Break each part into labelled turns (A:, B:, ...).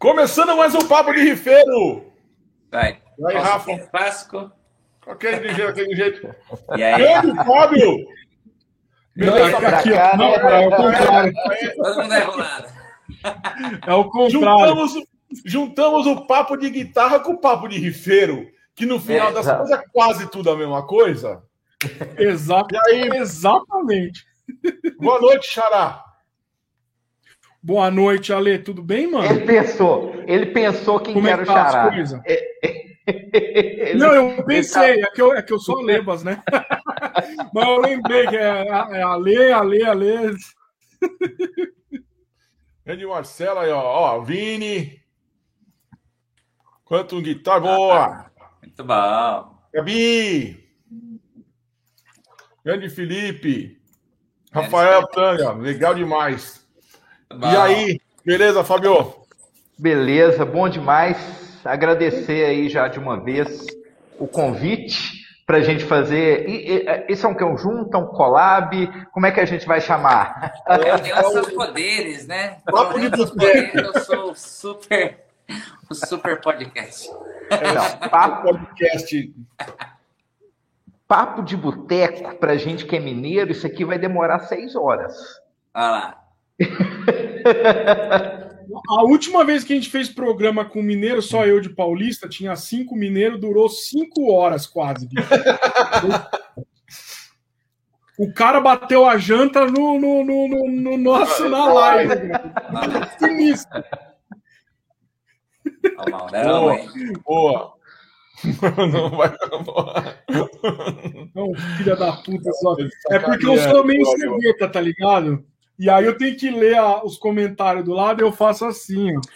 A: Começando mais um Papo de Rifeiro.
B: Vai.
A: E aí, Rafa?
B: Clássico.
A: Aquele jeito.
B: E aí?
A: Grande Fábio!
C: Beleza, aqui, ó. Não, é o contrário.
B: Todo mundo é rolado.
C: É o contrário.
A: Juntamos o papo de guitarra com o papo de rifeiro, que no final das contas é quase tudo a mesma coisa.
C: Exato.
A: E aí?
C: Exatamente.
A: Boa noite, Xará.
C: Boa noite, Ale. Tudo bem, mano?
D: Ele pensou quem
C: Como
D: era
C: é
D: o
C: que tá as
D: Xará.
C: coisas? Não, eu pensei, é que eu sou Lebas, né? Mas eu lembrei que é Ale.
A: Grande Marcelo aí, ó. Vini. Quanto guitarra boa.
B: Muito bom.
A: Gabi. Grande Felipe. Rafael Tanga. Legal demais.
B: Muito
A: E
B: bom.
A: aí? Beleza, Fábio?
D: Beleza, bom demais. Agradecer aí já de uma vez o convite para a gente fazer. Isso é um junta, um collab? Como é que a gente vai chamar?
B: Eu sou os poderes, né?
A: Papo de
B: Poderes, eu sou o super podcast.
D: Não, papo de boteco para gente que é mineiro, isso aqui vai demorar 6 horas.
B: Olha lá.
C: A última vez que a gente fez programa com mineiro, só eu de Paulista, tinha 5 mineiros, durou 5 horas quase. O cara bateu a janta no nosso, na live. Sinistro.
B: Olha o Maurão, hein?
A: Boa. Não vai.
C: Não, filha da puta. Só. É porque eu sou meio ceveta, tá ligado? E aí eu tenho que ler os comentários do lado e eu faço assim, ó.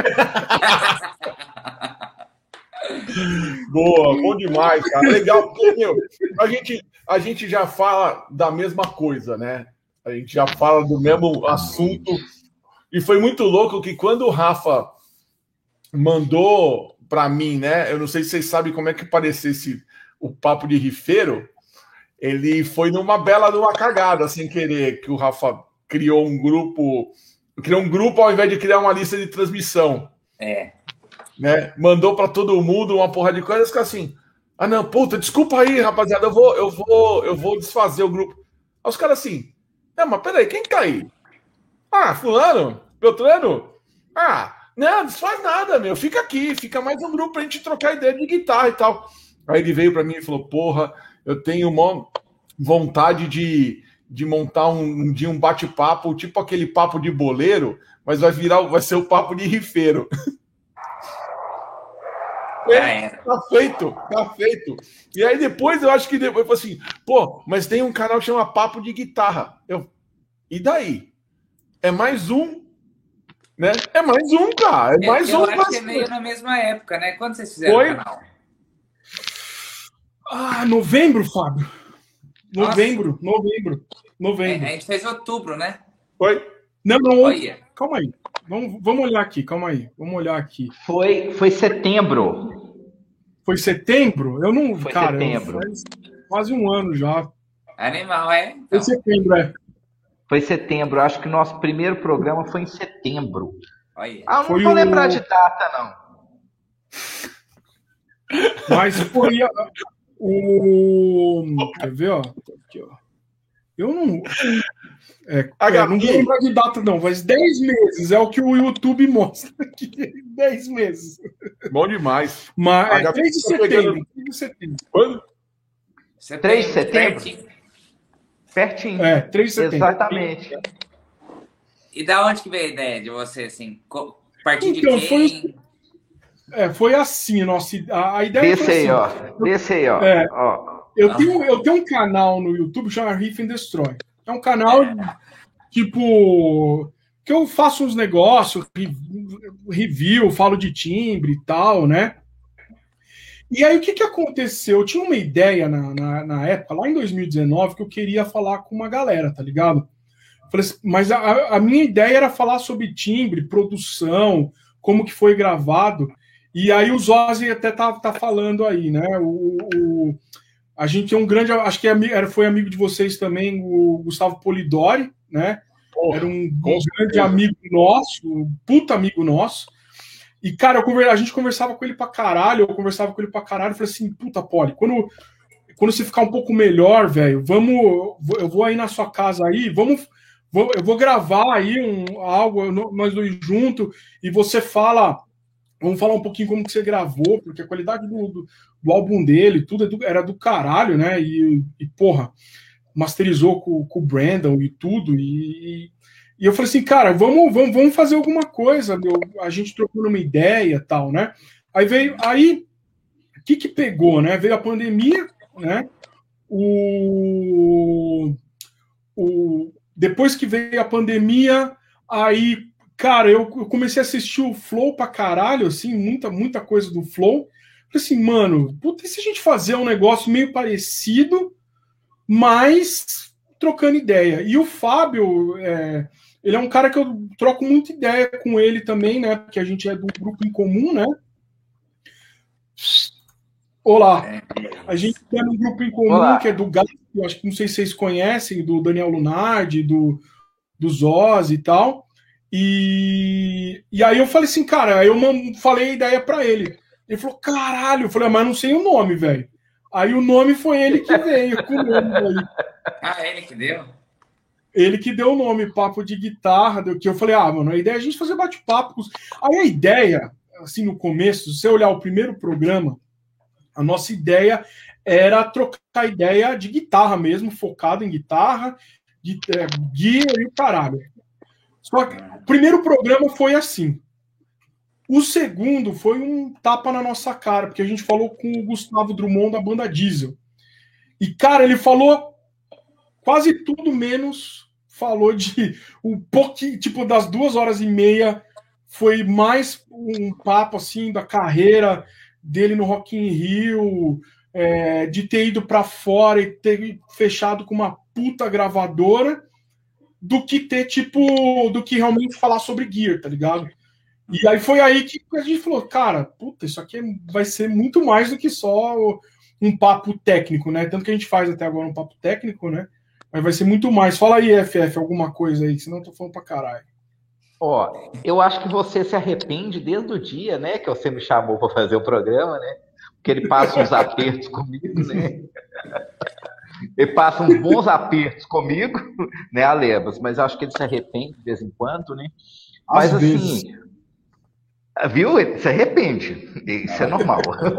A: Boa, bom demais, cara. Legal, porque, meu, a gente já fala da mesma coisa, né? A gente já fala do mesmo assunto. E foi muito louco que quando o Rafa mandou para mim, né? Eu não sei se vocês sabem como é que parecesse o papo de rifeiro. Ele foi numa cagada, sem querer, que o Rafa criou um grupo ao invés de criar uma lista de transmissão. Né? Mandou para todo mundo uma porra de coisas que assim, não, puta, desculpa aí, rapaziada, eu vou desfazer o grupo. Aí os caras assim, não, mas peraí, quem tá aí? Fulano? Beltrano? Não desfaz nada, meu, fica aqui, fica mais um grupo pra gente trocar ideia de guitarra e tal. Aí ele veio para mim e falou, porra, eu tenho uma vontade de montar um dia um bate-papo, tipo aquele papo de boleiro, mas vai ser o papo de rifeiro. Tá feito. E aí depois, eu acho que depois eu falei assim, mas tem um canal que chama Papo de Guitarra. E daí? É mais um, né? É mais um, cara. É mais um.
B: Eu acho que é meio na mesma época, né? Quando vocês fizeram o canal?
C: Novembro, Fábio. Novembro.
B: A gente fez outubro, né?
A: Foi?
C: Não.
B: Olha.
C: Calma aí. Vamos olhar aqui, calma aí. Vamos olhar aqui.
D: Foi setembro.
C: Foi setembro? Eu não.
D: Foi
C: cara,
D: setembro.
C: Faz quase um ano já.
B: Animal, é? Então.
C: Foi setembro, é.
D: Foi setembro. Acho que o nosso primeiro programa foi em setembro.
B: Olha.
D: Não vou lembrar de data, não.
C: Mas foi quer ver, ó? Aqui, ó. Eu não. Não vou lembrar de data, não, mas 10 meses é o que o YouTube mostra aqui. 10 meses.
A: Bom demais.
C: Mas 3 de setembro. 3 de setembro.
A: Quando?
D: 3 de setembro? Pertinho.
C: 3 de setembro.
D: Exatamente.
B: E da onde que veio a ideia de você, assim? Partir
C: Então,
B: de quem?
C: Foi assim, a ideia
D: Desce
C: foi
D: aí,
C: assim.
D: Desce aí, ó.
C: Eu tenho um canal no YouTube chamado Riff and Destroy. É um canal, tipo, que eu faço uns negócios, review, falo de timbre e tal, né? E aí, o que aconteceu? Eu tinha uma ideia na época, lá em 2019, que eu queria falar com uma galera, tá ligado? Falei assim, mas a minha ideia era falar sobre timbre, produção, como que foi gravado. E aí o Zozzi até tá falando aí, né? A gente tem um grande, acho que foi amigo de vocês também, o Gustavo Polidori, né? Era um grande amigo nosso, um puta amigo nosso. E, cara, a gente conversava com ele pra caralho, eu conversava com ele pra caralho, eu falei assim, puta, Poli, quando você ficar um pouco melhor, velho, eu vou aí na sua casa aí, eu vou gravar aí algo, nós dois juntos, e você vamos falar um pouquinho como que você gravou, porque a qualidade do álbum dele, tudo era do caralho, né? E porra, masterizou com o Brandon e tudo, e eu falei assim, cara, vamos fazer alguma coisa, a gente trocando uma ideia e tal, né? Aí, o que pegou, né? Veio a pandemia, né? Depois que veio a pandemia, aí, cara, eu comecei a assistir o Flow pra caralho, assim, muita coisa do Flow. Falei assim, mano, puta, e se a gente fazer um negócio meio parecido, mas trocando ideia? E o Fábio, ele é um cara que eu troco muita ideia com ele também, né? Porque a gente é do grupo em comum, né? Olá. A gente tem um grupo em comum. Olá. Que é do Gato, eu acho que não sei se vocês conhecem, do Daniel Lunardi, do Zoz e tal. E aí eu falei assim, cara, aí eu falei a ideia pra ele. Ele falou, caralho, eu falei, mas não sei o nome, velho. Aí o nome foi ele que veio com o nome aí.
B: Ah, ele que deu?
C: Ele que deu o nome, Papo de Guitarra, que eu falei, mano, a ideia é a gente fazer bate-papo. Aí a ideia, assim, no começo, se você olhar o primeiro programa, a nossa ideia era trocar ideia de guitarra mesmo, focado em guitarra, guia e o caralho. Só que o primeiro programa foi assim. O segundo foi um tapa na nossa cara, porque a gente falou com o Gustavo Drummond da banda Diesel. E, cara, ele falou quase tudo menos falou de um pouquinho, tipo, das 2h30 foi mais um papo, assim, da carreira dele no Rock in Rio, de ter ido para fora e ter fechado com uma puta gravadora, do que realmente falar sobre gear, tá ligado? E aí foi aí que a gente falou, cara, puta, isso aqui vai ser muito mais do que só um papo técnico, né? Tanto que a gente faz até agora um papo técnico, né? Mas vai ser muito mais. Fala aí, FF, alguma coisa aí, senão eu tô falando pra caralho.
D: Ó, eu acho que você se arrepende desde o dia, né, que você me chamou para fazer o programa, né? Porque ele passa uns apertos comigo, né? Ele passa uns bons apertos comigo, né, Alebas? Mas eu acho que ele se arrepende de vez em quando, né? Mas
C: Às
D: assim,
C: vezes.
D: Viu? Ele se arrepende. Isso é normal.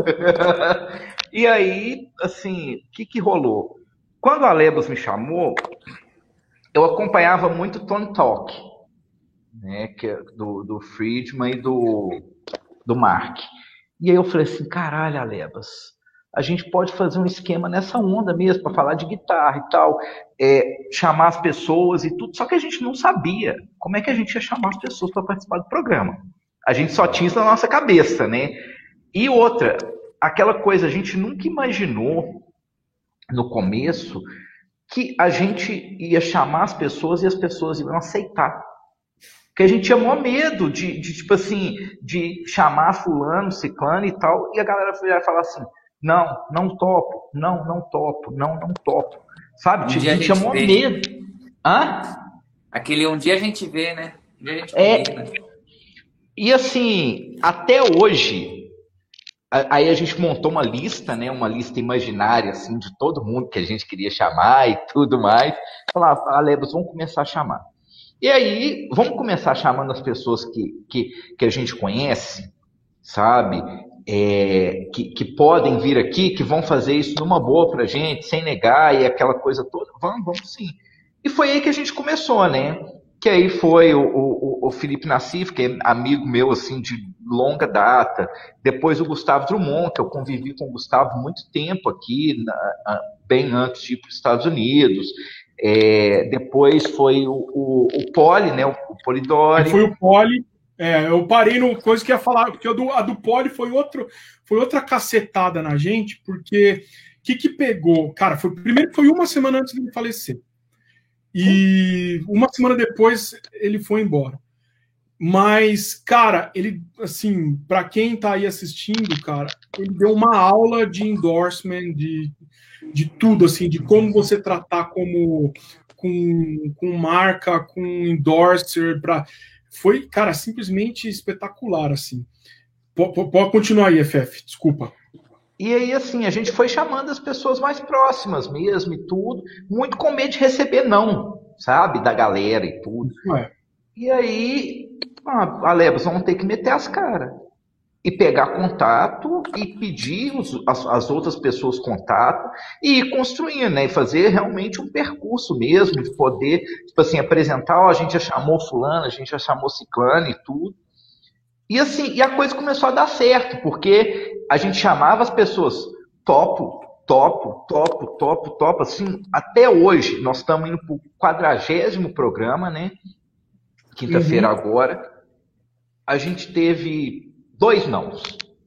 D: E aí, assim, o que rolou? Quando o Alebas me chamou, eu acompanhava muito o Tony Talk, né, que é do Friedman e do Mark. E aí eu falei assim, caralho, Alebas, a gente pode fazer um esquema nessa onda mesmo, para falar de guitarra e tal, chamar as pessoas e tudo, só que a gente não sabia como é que a gente ia chamar as pessoas para participar do programa. A gente só tinha isso na nossa cabeça, né? E outra, aquela coisa, a gente nunca imaginou no começo que a gente ia chamar as pessoas e as pessoas iam aceitar. Porque a gente tinha maior medo tipo assim, de chamar fulano, ciclano e tal, e a galera ia falar assim, não topo, não topo, não topo. Sabe?
B: A gente
D: tinha maior medo. Hã?
B: Aquele um dia a gente vê, né? Um dia a gente combina.
D: E assim, até hoje, aí a gente montou uma lista, né? Uma lista imaginária, assim, de todo mundo que a gente queria chamar e tudo mais. Falar, Alebas, vamos começar a chamar. E aí, vamos começar chamando as pessoas que a gente conhece, sabe? Que podem vir aqui, que vão fazer isso numa boa pra gente, sem negar, e aquela coisa toda. Vamos sim. E foi aí que a gente começou, né? Que aí foi o Felipe Nassif, que é amigo meu, assim, de longa data. Depois o Gustavo Drummond, que eu convivi com o Gustavo muito tempo aqui, bem antes de ir para os Estados Unidos. Depois foi o Poli, né? O Polidori.
C: Foi o Poli. Eu parei no coisa que ia falar, porque a do Poli foi outra cacetada na gente, porque o que pegou? Cara, primeiro foi uma semana antes de ele falecer. E uma semana depois ele foi embora. Mas, cara, ele, assim, para quem tá aí assistindo, cara, ele deu uma aula de endorsement, de tudo, assim, de como você tratar com marca, com endorser, foi, cara, simplesmente espetacular, assim. Pode continuar aí, FF, desculpa.
D: E aí, assim, a gente foi chamando as pessoas mais próximas mesmo e tudo, muito com medo de receber não, sabe? Da galera e tudo. E aí, Alebas, vamos ter que meter as caras. E pegar contato e pedir as outras pessoas contato e ir construindo, né? E fazer realmente um percurso mesmo, de poder, tipo assim, apresentar, ó, a gente já chamou fulano, a gente já chamou ciclano e tudo. E assim, e a coisa começou a dar certo, porque a gente chamava as pessoas topo, assim, até hoje, nós estamos indo para o 40º programa, né? Quinta-feira agora, a gente teve 2 nãos.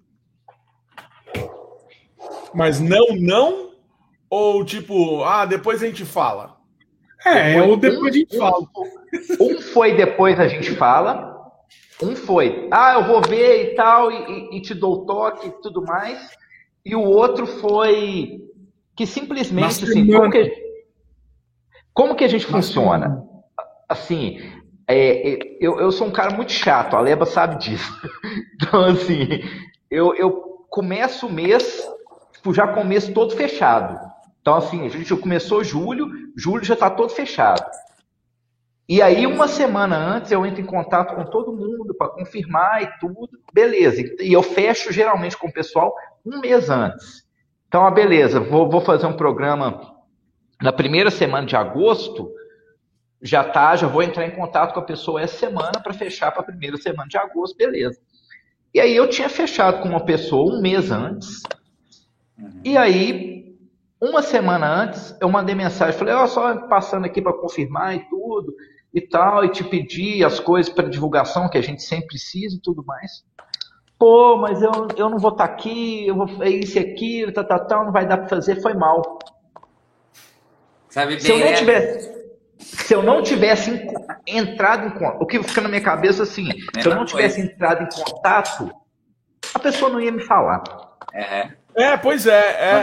A: Mas não? Ou tipo, depois a gente fala?
C: Ou depois a gente fala.
D: Um foi depois a gente fala, um foi, eu vou ver e tal, e te dou o toque e tudo mais. E o outro foi que simplesmente, assim, como que a gente funciona? Assim, eu sou um cara muito chato, a Leba sabe disso. Então, assim, eu começo o mês, tipo, já com o mês todo fechado. Então, assim, a gente começou julho já está todo fechado. E aí, uma semana antes, eu entro em contato com todo mundo para confirmar e tudo, beleza. E eu fecho geralmente com o pessoal um mês antes. Então, beleza, vou fazer um programa na primeira semana de agosto, já vou entrar em contato com a pessoa essa semana para fechar para a primeira semana de agosto, beleza. E aí eu tinha fechado com uma pessoa um mês antes, e aí, uma semana antes, eu mandei mensagem, falei, só passando aqui para confirmar e tudo, e tal, e te pedir as coisas para divulgação que a gente sempre precisa e tudo mais. Pô, mas eu não vou estar aqui, eu vou isso e aquilo, não vai dar para fazer, foi mal.
B: Sabe bem,
D: se eu não tivesse entrado em contato, o que fica na minha cabeça assim, se eu não tivesse entrado em contato, a pessoa não ia me falar.
A: Pois é.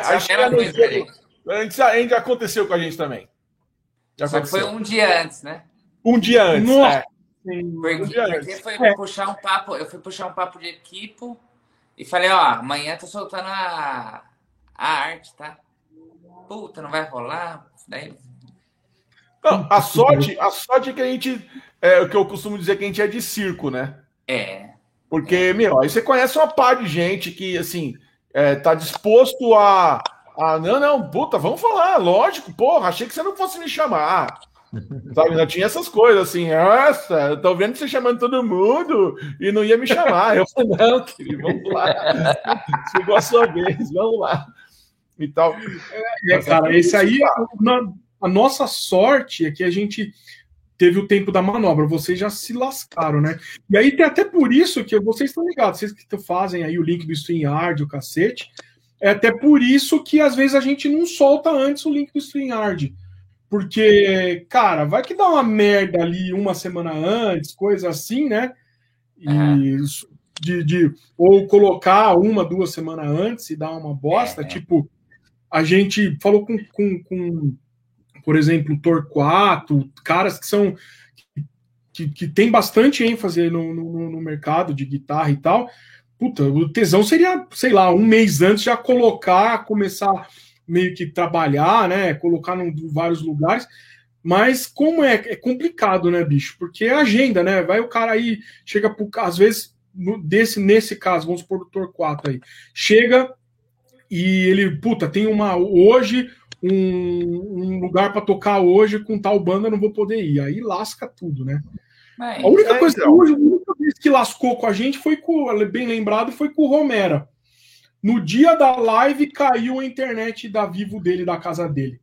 A: A gente aconteceu com a gente também.
B: Só foi um dia antes, né?
A: Um dia antes.
C: Nossa.
B: Porque foi puxar um papo, eu fui puxar um papo de equipe e falei, amanhã tô soltando a arte, tá? Puta, não vai rolar? Daí...
A: Não, a sorte é que a gente, o que eu costumo dizer que a gente é de circo, né? Porque, aí você conhece uma par de gente que, assim, tá disposto a não, puta, vamos falar, lógico, porra, achei que você não fosse me chamar. Sabe, já tinha essas coisas, assim, nossa, eu tô vendo você chamando todo mundo e não ia me chamar. Eu falei, não, querido, vamos lá. Chegou a sua vez, vamos lá. E tal.
C: Cara, esse aí, a nossa sorte é que a gente teve o tempo da manobra, vocês já se lascaram, né? E aí tem até por isso que vocês estão ligados, vocês que fazem aí o link do StreamYard, o cacete, é até por isso que às vezes a gente não solta antes o link do StreamYard. Porque, cara, vai que dá uma merda ali uma semana antes, coisa assim, né? E ou colocar 2 semanas antes e dar uma bosta. Tipo, a gente falou com por exemplo, Torquato, caras que são que tem bastante ênfase no mercado de guitarra e tal. Puta, o tesão seria, sei lá, um mês antes já começar meio que trabalhar, né? Colocar em vários lugares. Mas como é complicado, né, bicho? Porque é agenda, né? Vai o cara aí, chega às vezes, nesse caso, vamos supor o Torquato aí, chega e ele, tem hoje um lugar para tocar hoje com tal banda, não vou poder ir. Aí lasca tudo, né? A única coisa que hoje, a única vez que lascou com a gente foi bem lembrado, foi com o Romero. No dia da live caiu a internet da Vivo dele, da casa dele.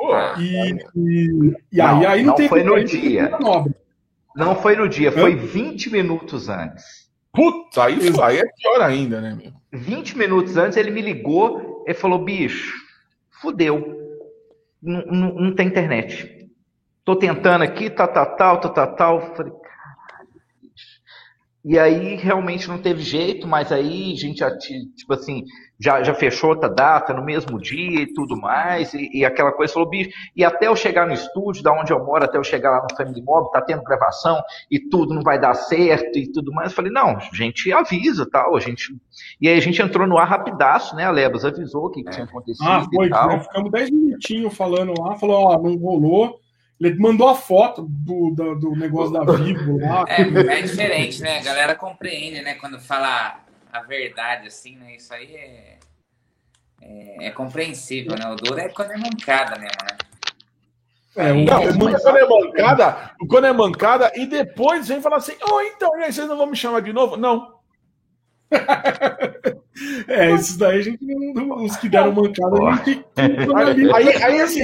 C: Aí não teve.
D: Foi no dia. Não foi no dia, foi 20 minutos antes.
A: Puta, isso aí é pior ainda, né, meu?
D: 20 minutos antes ele me ligou e falou: bicho, fudeu. Não tem internet. Tô tentando aqui, tal. Falei, caralho, bicho. E aí realmente não teve jeito, mas aí a gente já, tipo assim, já fechou outra data no mesmo dia e tudo mais, e aquela coisa, falou, bicho, e até eu chegar no estúdio, da onde eu moro, até eu chegar lá no Family Mob, tá tendo gravação e tudo não vai dar certo e tudo mais. Eu falei, não, a gente avisa, tal, E aí a gente entrou no ar rapidaço, né, a Lebas avisou o que tinha acontecido
C: foi,
D: e tal.
C: né? Ficamos 10 minutinhos falando lá, falou, ó, não rolou. Ele mandou a foto do negócio da Vivo lá.
B: É diferente, né? A galera compreende, né? Quando fala a verdade, assim, né? Isso aí é compreensível, né? O duro é quando é mancada mesmo, né?
A: Quando é mancada, e depois vem falar assim, então, e aí, vocês não vão me chamar de novo? Não.
C: Esses daí a gente não. Os que deram mancada, a gente.
A: Aí assim.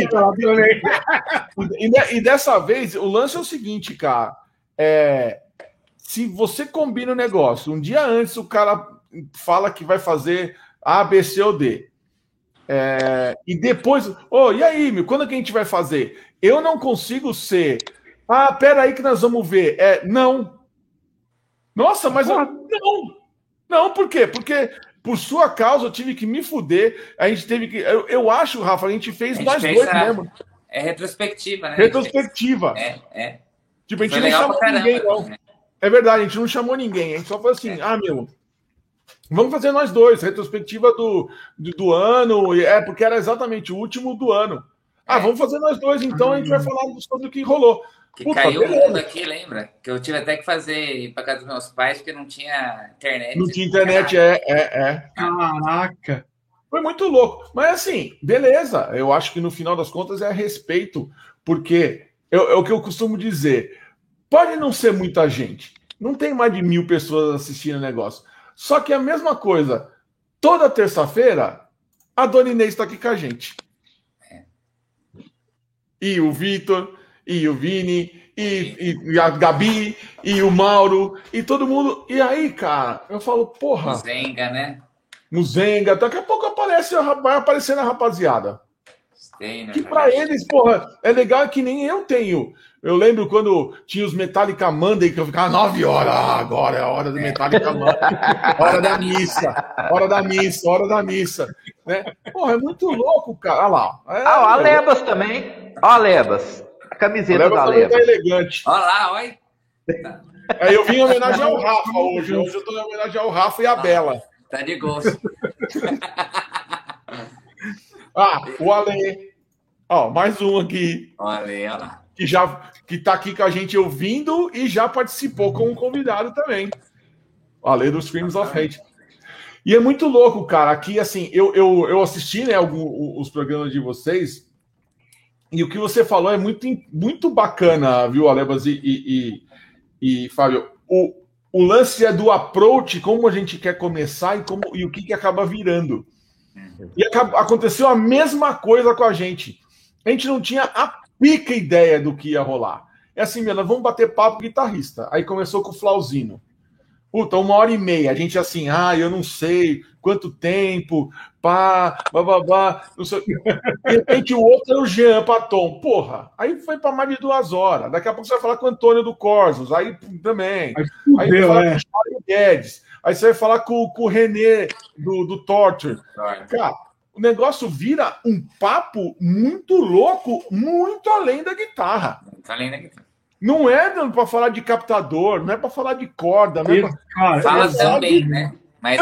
A: E dessa vez, o lance é o seguinte, cara. Se você combina o negócio, um dia antes o cara fala que vai fazer A, B, C ou D. E depois, e aí, meu, quando que a gente vai fazer? Eu não consigo ser. Pera aí que nós vamos ver. Não. Nossa, mas não, por quê? Porque por sua causa eu tive que me fuder. A gente teve que. Eu acho, Rafa, a gente fez nós dois mesmo.
B: É retrospectiva, né?
A: Retrospectiva. Tipo, a gente não chamou ninguém, não. É verdade, a gente não chamou ninguém. A gente só falou assim: meu, vamos fazer nós dois. Retrospectiva do ano. Porque era exatamente o último do ano. Vamos fazer nós dois, então a gente vai falar sobre o que rolou.
B: Que caiu o mundo aqui, lembra? Que eu tive até que ir para casa dos meus pais, porque não tinha internet.
A: Não tinha internet,
C: Caraca.
A: Foi muito louco. Mas assim, beleza. Eu acho que no final das contas é respeito, porque é o que eu costumo dizer. Pode não ser muita gente. Não tem mais de 1000 pessoas assistindo o negócio. Só que é a mesma coisa. Toda terça-feira, a Dona Inês está aqui com a gente. E o Vitor... E o Vini, e a Gabi, e o Mauro, e todo mundo. E aí, cara, eu falo, porra.
B: Muzenga, né?
A: Muzenga, daqui a pouco vai aparecendo a rapaziada. Que pra eles, porra, é legal que nem eu tenho. Eu lembro quando tinha os Metallica Monday, que eu ficava 9 horas. Agora é a hora do Metallica Monday. Hora da missa. Né? Porra, é muito louco, cara. Olha lá.
D: A Lebas também. Ó, a Lebas. A camiseta da Lebas.
A: Tá elegante.
B: Olha lá, olha.
A: Eu vim em homenagem ao Rafa hoje. Hoje eu tô em homenagem ao Rafa e a Bela.
B: Tá de gosto.
A: O Ale. Mais um aqui.
B: Olha lá.
A: Que tá aqui com a gente ouvindo e já participou como convidado também. O Ale dos Streams of Hate. E é muito louco, cara. Aqui, assim, eu assisti, né, os programas de vocês. E o que você falou é muito, muito bacana, viu, Alebas e Fábio? O lance é do approach, como a gente quer começar e o que acaba virando. E aconteceu a mesma coisa com a gente. A gente não tinha a pica ideia do que ia rolar. É assim mesmo, vamos bater papo guitarrista. Aí começou com o Flauzino. 1h30. A gente assim, eu não sei quanto tempo, não sei. De repente o outro é o Jean Paton. Porra, aí foi para mais de 2 horas. Daqui a pouco você vai falar com o Antônio do Corsos, aí também. Aí vai falar com o Charlie Guedes. Aí você vai falar com o René do Torture. Cara, o negócio vira um papo muito louco, muito além da guitarra.
B: Muito além da guitarra.
A: Não é para falar de captador, não é para falar de corda. Não é pra...
B: Fala também, né? Mas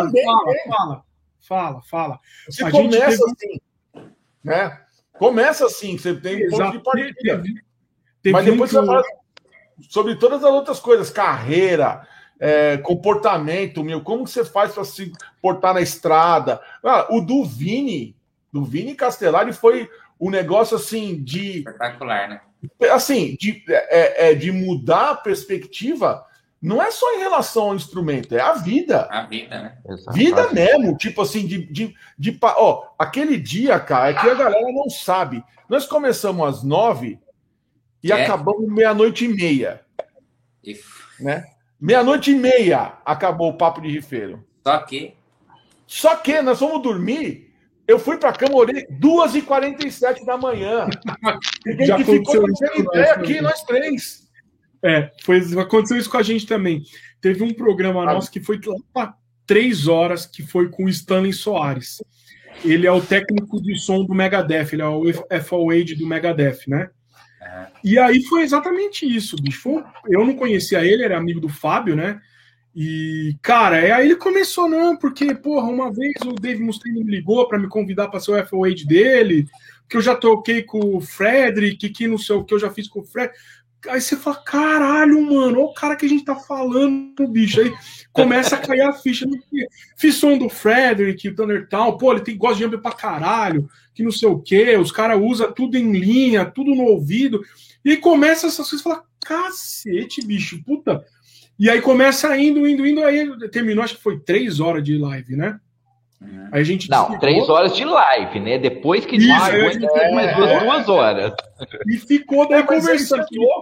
C: fala.
A: Você começa assim, né? Começa assim, você tem um ponto de partida. Mas depois você vai falar sobre todas as outras coisas, carreira, comportamento, como você faz para se portar na estrada. O do Vini Castellari foi um negócio assim de...
B: Espetacular, né?
A: Assim, de mudar a perspectiva, não é só em relação ao instrumento, é a vida.
B: A vida, né?
A: Vida mesmo, tipo assim, aquele dia, cara, é que a galera não sabe. Nós começamos às 9 e acabamos 00:30. Né? 00:30 acabou o Papo de Rifeiro. Só que nós fomos dormir. Eu fui pra cama, orei 2h47 da manhã. A gente ficou trocando ideia aqui, nós três.
C: Aconteceu isso com a gente também. Teve um programa nosso que foi lá 3 horas, que foi com o Stanley Soares. Ele é o técnico de som do Megadeth, ele é o FOAD do Megadeth, né? E aí foi exatamente isso, bicho. Eu não conhecia ele, era amigo do Fábio, né? E, cara, aí ele começou, não, porque, porra, uma vez o Dave Mustaine me ligou para me convidar para ser o FOAD dele, que eu já toquei com o Frederick, que não sei o que eu já fiz com o Frederick. Aí você fala, caralho, mano, olha o cara que a gente tá falando, bicho. Aí começa a cair a ficha. Fiz som do Frederick, o Thundertown, pô, ele gosta de amp pra caralho, que não sei o que, os caras usam tudo em linha, tudo no ouvido. E aí começa essas coisas, fala, cacete, bicho, puta. E aí começa indo, aí terminou, acho que foi 3 horas de live, né? Aí a gente
D: não, 3 horas de live, né? Depois que desligou, mais 2 horas.
C: E ficou daí conversando.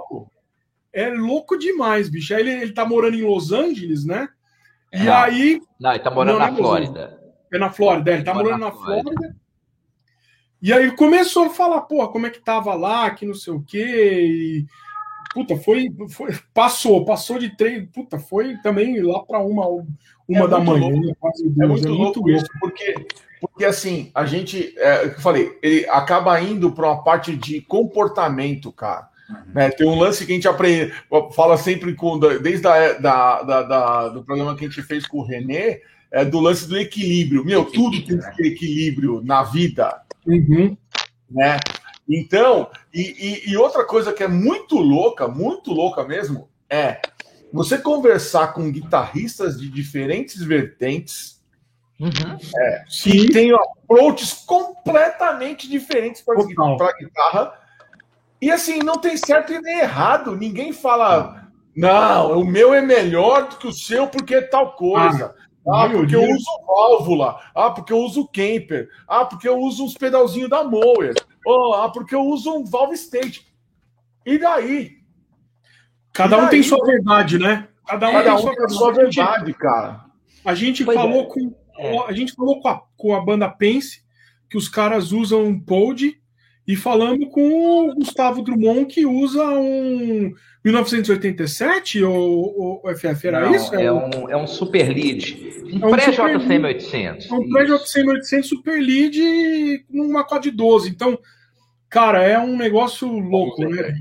C: É louco demais, bicho. Aí ele tá morando em Los Angeles, né? E aí...
D: Não, ele tá morando na Flórida.
C: É na Flórida, ele tá morando na Flórida. E aí começou a falar, pô, como é que tava lá, que não sei o quê, e... Puta, passou de 3, puta, foi também lá para uma da manhã.
A: É muito louco isso, porque assim, a gente, eu falei, ele acaba indo para uma parte de comportamento, cara. Né? Tem um lance que a gente aprende, fala sempre desde do programa que a gente fez com o René, do lance do equilíbrio. Meu, tudo tem que ter equilíbrio na vida. Né? Então, e outra coisa que é muito louca mesmo, é você conversar com guitarristas de diferentes vertentes, que têm approaches completamente diferentes para a guitarra, e assim, não tem certo e nem errado, ninguém fala, não, o meu é melhor do que o seu porque é tal coisa. Porque eu uso válvula. Porque eu uso Kemper. Porque eu uso uns pedalzinhos da Mower. Porque eu uso um valve state. E daí?
C: Cada um tem sua verdade, né?
A: Cada um tem sua verdade, cara.
C: A gente falou com a banda Pense, que os caras usam um Pod, e falamos com o Gustavo Drummond, que usa um 1987, ou FF, era
D: não,
C: isso?
D: É um Super Lead. Um pré-JCM 800.
C: É um pré-JCM 800 Super Lead numa Quad 12. Então, cara, é um negócio louco, né?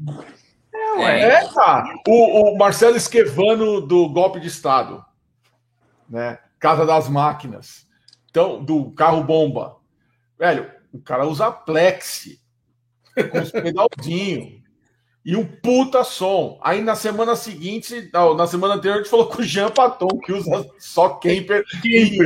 A: Cara. O Marcelo Esquevano do Golpe de Estado, né? Casa das Máquinas. Então, do Carro Bomba. Velho, o cara usa Plexi com os pedalzinhos. E um puta som. Aí na semana seguinte, na semana anterior, a gente falou com o Jean Paton, que usa só Kemper.
B: E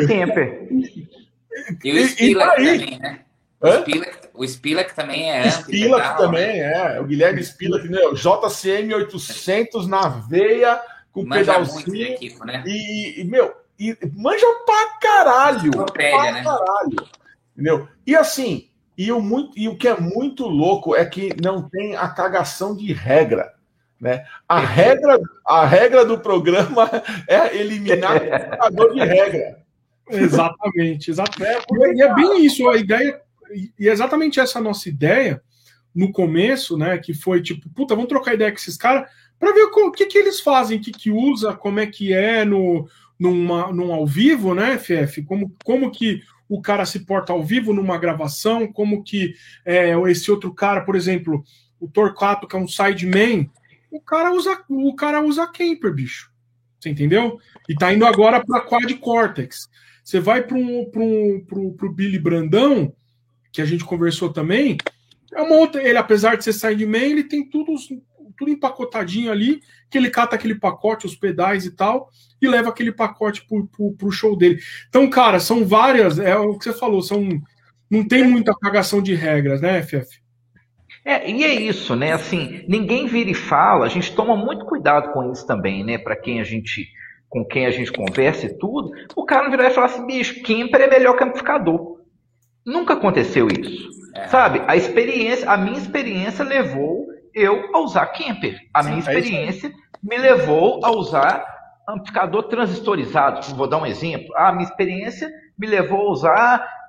B: o Spilak também, né? O Spilak também é.
A: Spilak também é. O Guilherme Spilak, né? O JCM 800 na veia, com manja pedalzinho.
B: Equipo, né?
A: E manja pra caralho.
B: Propédia, né?
A: Caralho. Entendeu? E assim. E o que é muito louco é que não tem a cagação de regra. Né? A regra do programa é eliminar o cagador de regra.
C: Exatamente. E é bem isso, a ideia, e é exatamente essa nossa ideia no começo, né? Que foi tipo, puta, vamos trocar ideia com esses caras para ver o que eles fazem, o que usa, como é que é num ao vivo, né, FF? Como que o cara se porta ao vivo numa gravação, como que esse outro cara, por exemplo, o Torquato, que é um sideman, o cara usa Kemper, bicho. Você entendeu? E tá indo agora para Quad Cortex. Você vai pro Billy Brandão, que a gente conversou também, ele, apesar de ser sideman, ele tem tudo empacotadinho ali, que ele cata aquele pacote, os pedais e tal, e leva aquele pacote pro show dele. Então, cara, são várias, é o que você falou, não tem muita cagação de regras, né, FF?
D: E é isso, né? Assim, ninguém vira e fala, a gente toma muito cuidado com isso também, né? Para com quem a gente conversa e tudo, o cara não virar e falar assim, bicho, Kemper é melhor que amplificador. Nunca aconteceu isso. Sabe? A minha experiência levou eu a usar Kemper. A minha experiência me levou a usar amplificador transistorizado. Vou dar um exemplo. A minha experiência me levou a usar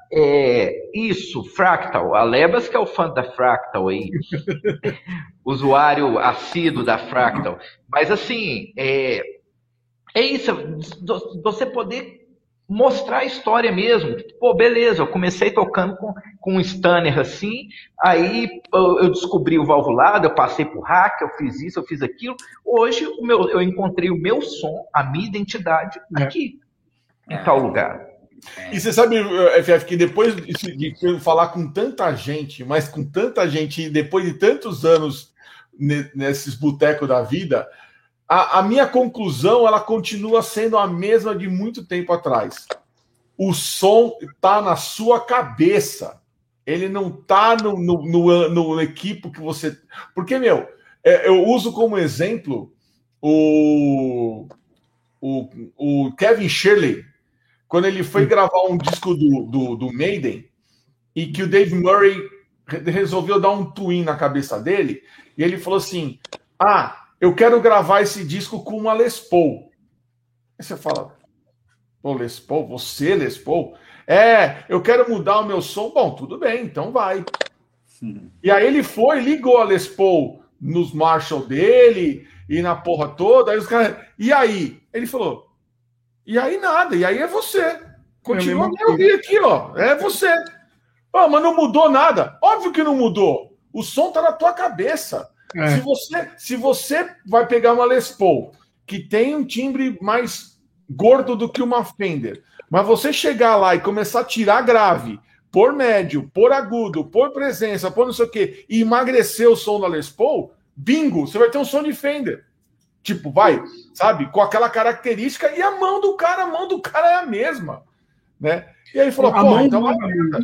D: Isso, Fractal. A Lebas que é o fã da Fractal aí. Usuário assíduo da Fractal. Mas assim, é isso, você poder mostrar a história mesmo. Pô, beleza, eu comecei tocando com um Stanner assim, aí eu descobri o valvulado, eu passei por hack, eu fiz isso, eu fiz aquilo. Hoje eu encontrei o meu som, a minha identidade aqui, em tal lugar.
A: E você sabe, FF, que depois de falar com tanta gente, mas com tanta gente, depois de tantos anos nesses botecos da vida, a minha conclusão, ela continua sendo a mesma de muito tempo atrás. O som está na sua cabeça. Ele não está no equipo que você... Porque, eu uso como exemplo o Kevin Shirley, quando ele foi gravar um disco do Maiden, e que o Dave Murray resolveu dar um twin na cabeça dele, e ele falou assim, eu quero gravar esse disco com uma Les Paul. Aí você fala, pô, Les Paul? Você, Les Paul? Eu quero mudar o meu som. Bom, tudo bem, então vai. E aí ele ligou a Les Paul nos Marshall dele, e na porra toda, aí os caras... E aí? Ele falou, e aí nada, e aí é você. Continua a me ouvir aqui, ó. É você. Mas não mudou nada. Óbvio que não mudou. O som tá na tua cabeça. Se você vai pegar uma Les Paul que tem um timbre mais gordo do que uma Fender, mas você chegar lá e começar a tirar grave, pôr médio, pôr agudo, pôr presença, pôr não sei o quê, e emagrecer o som da Les Paul, bingo, você vai ter um som de Fender. Tipo, sabe? Com aquela característica, e a mão do cara é a mesma, né? E aí ele falou, pô, então vai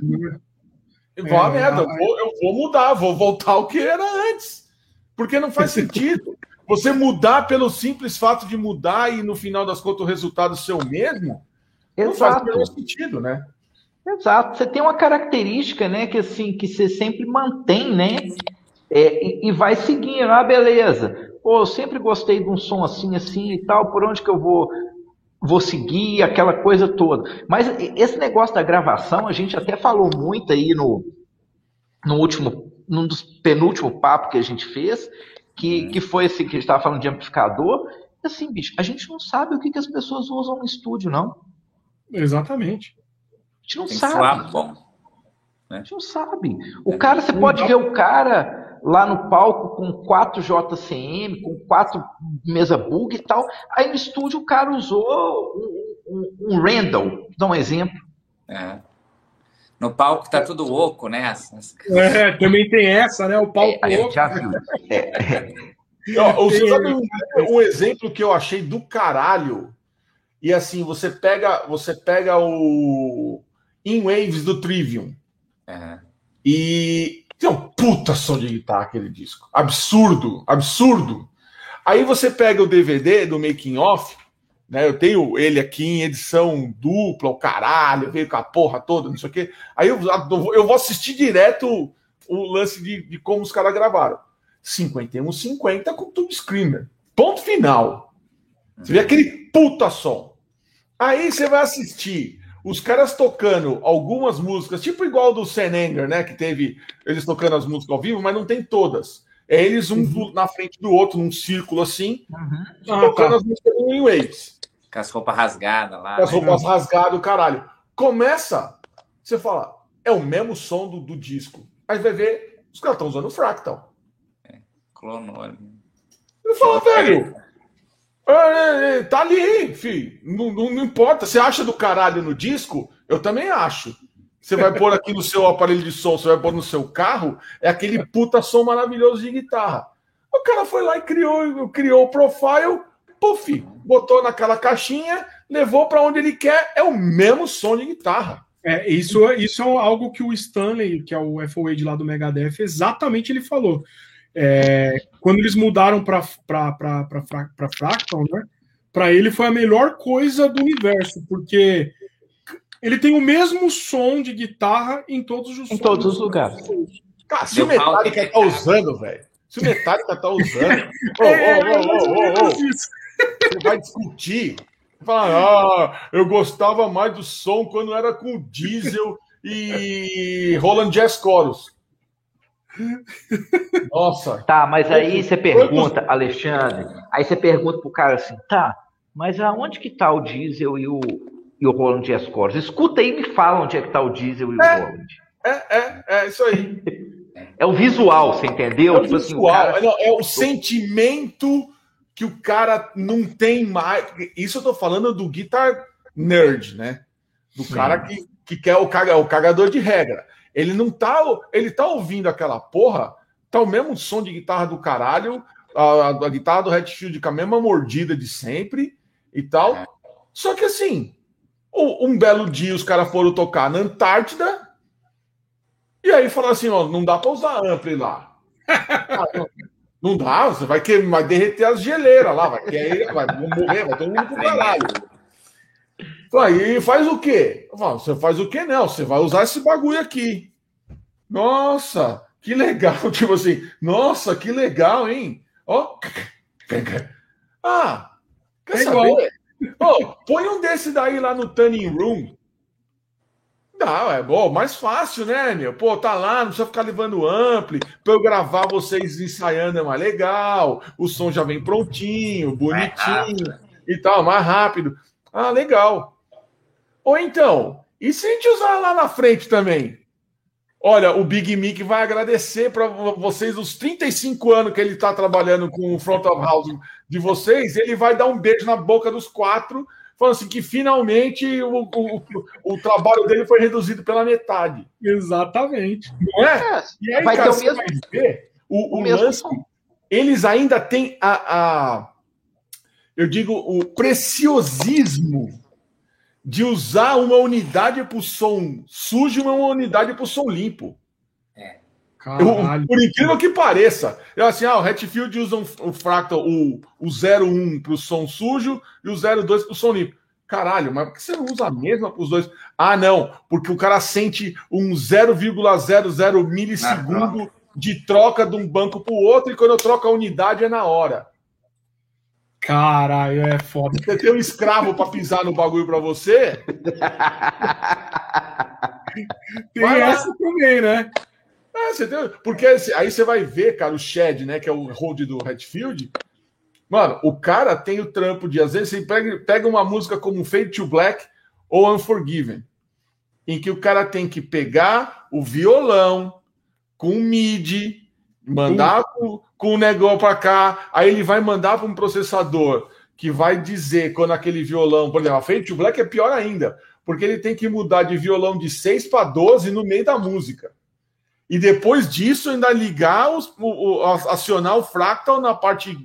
A: a merda, eu vou mudar, vou voltar ao que era antes. Porque não faz sentido. Você mudar pelo simples fato de mudar e no final das contas o resultado ser o mesmo, não faz nenhum sentido, né?
D: Exato. Você tem uma característica, né, que você sempre mantém, né? E vai seguindo, beleza. Pô, eu sempre gostei de um som assim e tal, por onde que eu vou seguir, aquela coisa toda. Mas esse negócio da gravação, a gente até falou muito aí num dos penúltimos papos que a gente fez, que foi esse que a gente estava falando de amplificador. Assim, bicho, a gente não sabe o que as pessoas usam no estúdio, não.
C: Exatamente.
D: A gente não sabe.
B: Bom,
D: né? A gente não sabe. Você pode ver o cara lá no palco com 4 JCM, com 4 mesa bug e tal. Aí no estúdio o cara usou um Randall, vou dar um exemplo.
B: No palco tá tudo oco, né?
C: Também tem essa, né? O palco oco.
D: Já viu.
A: Você sabe um exemplo que eu achei do caralho? E assim, você pega o In Waves do Trivium. E tem um puta som de guitarra aquele disco. Absurdo, absurdo. Aí você pega o DVD do Making Off, né? Eu tenho ele aqui em edição dupla, o caralho, veio com a porra toda, não sei o quê. Aí eu vou assistir direto o lance de como os caras gravaram. 51-50 com Tube Screamer. Ponto final. Você vê aquele puta som. Aí você vai assistir os caras tocando algumas músicas, tipo igual do Sam Anger, né? Que teve eles tocando as músicas ao vivo, mas não tem todas. É eles na frente do outro, num círculo assim, tocando as músicas do New Waves.
B: Com as roupas rasgadas lá.
A: Com as roupas rasgadas, caralho. Começa, você fala, é o mesmo som do disco. Aí vai ver, os caras estão usando o Fractal.
B: Clonou.
A: Ele fala, velho, tá ali, filho. Não importa. Você acha do caralho no disco? Eu também acho. Você vai pôr aqui no seu aparelho de som, você vai pôr no seu carro, é aquele puta som maravilhoso de guitarra. O cara foi lá e criou o profile, puff, botou naquela caixinha, levou para onde ele quer, é o mesmo som de guitarra.
C: Isso é algo que o Stanley, que é o FOA de lá do Megadeth, exatamente ele falou. Quando eles mudaram para Fractal, né? Para ele foi a melhor coisa do universo, porque ele tem o mesmo som de guitarra em todos os lugares.
A: Cara, se o Metallica tá usando, velho. Se o Metallica tá usando. Você vai discutir. Fala, eu gostava mais do som quando era com o Diesel e Roland Jazz Chorus. Nossa.
D: Tá, mas aí você pergunta, Alexandre, aí você pergunta pro cara assim, tá, mas aonde que tá o Diesel e o Roland Jazz Chorus? Escuta aí e me fala onde é que tá o Diesel e o Roland.
A: É isso aí.
D: É o visual, você entendeu?
A: É o visual, assim, é o sentimento que o cara não tem mais. Isso eu tô falando do guitar nerd, né? Do cara que quer o cagador de regra. Ele não tá. Ele tá ouvindo aquela porra, tá o mesmo som de guitarra do caralho, a guitarra do Hatfield com a mesma mordida de sempre e tal. Só que assim, um belo dia os caras foram tocar na Antártida. E aí falaram assim, ó, não dá pra usar ampli lá. Não dá, você vai derreter as geleiras lá, vai morrer, vai todo mundo pro caralho. Aí faz o quê? Você faz o quê? Não, você vai usar esse bagulho aqui. Nossa, que legal, tipo assim, nossa, que legal, hein? Ó, quer saber? Põe um desse daí lá no Tuning Room. Não, é bom, mais fácil, né, meu? Pô, tá lá, não precisa ficar levando ampli. Pra eu gravar vocês ensaiando é mais legal. O som já vem prontinho, bonitinho e tal, mais rápido. Ah, legal. Ou então, e se a gente usar lá na frente também? Olha, o Big Mick vai agradecer para vocês os 35 anos que ele está trabalhando com o front of house de vocês. Ele vai dar um beijo na boca dos 4, falando assim que finalmente o trabalho dele foi reduzido pela metade.
C: Exatamente.
A: Não é? E aí,
D: vai
A: cara,
D: ter o mesmo,
A: vai ver, o
D: mesmo
A: lance, eles ainda têm eu digo, o preciosismo de usar uma unidade para o som sujo e uma unidade para o som limpo. Por incrível que pareça. Assim, o Hatfield usa o Fractal, o 01 para o som sujo e o 02 para o som limpo. Caralho, mas por que você não usa a mesma para os dois? Ah, não, porque o cara sente um 0,00 milissegundo de troca de um banco para o outro e quando eu troco a unidade é na hora.
C: Caralho, é foda.
A: Você tem um escravo para pisar no bagulho para você?
C: Tem essa também, né?
A: Você tem... Porque aí você vai ver, cara, o Shed, né, que é o hold do Hatfield. Mano, o cara tem o trampo de, às vezes, você pega uma música como Fade to Black ou Unforgiven, em que o cara tem que pegar o violão com o MIDI, mandar com o negócio para cá, aí ele vai mandar para um processador que vai dizer quando aquele violão, por exemplo, a Fade to Black é pior ainda, porque ele tem que mudar de violão de 6 para 12 no meio da música. E depois disso ainda ligar, acionar o Fractal na parte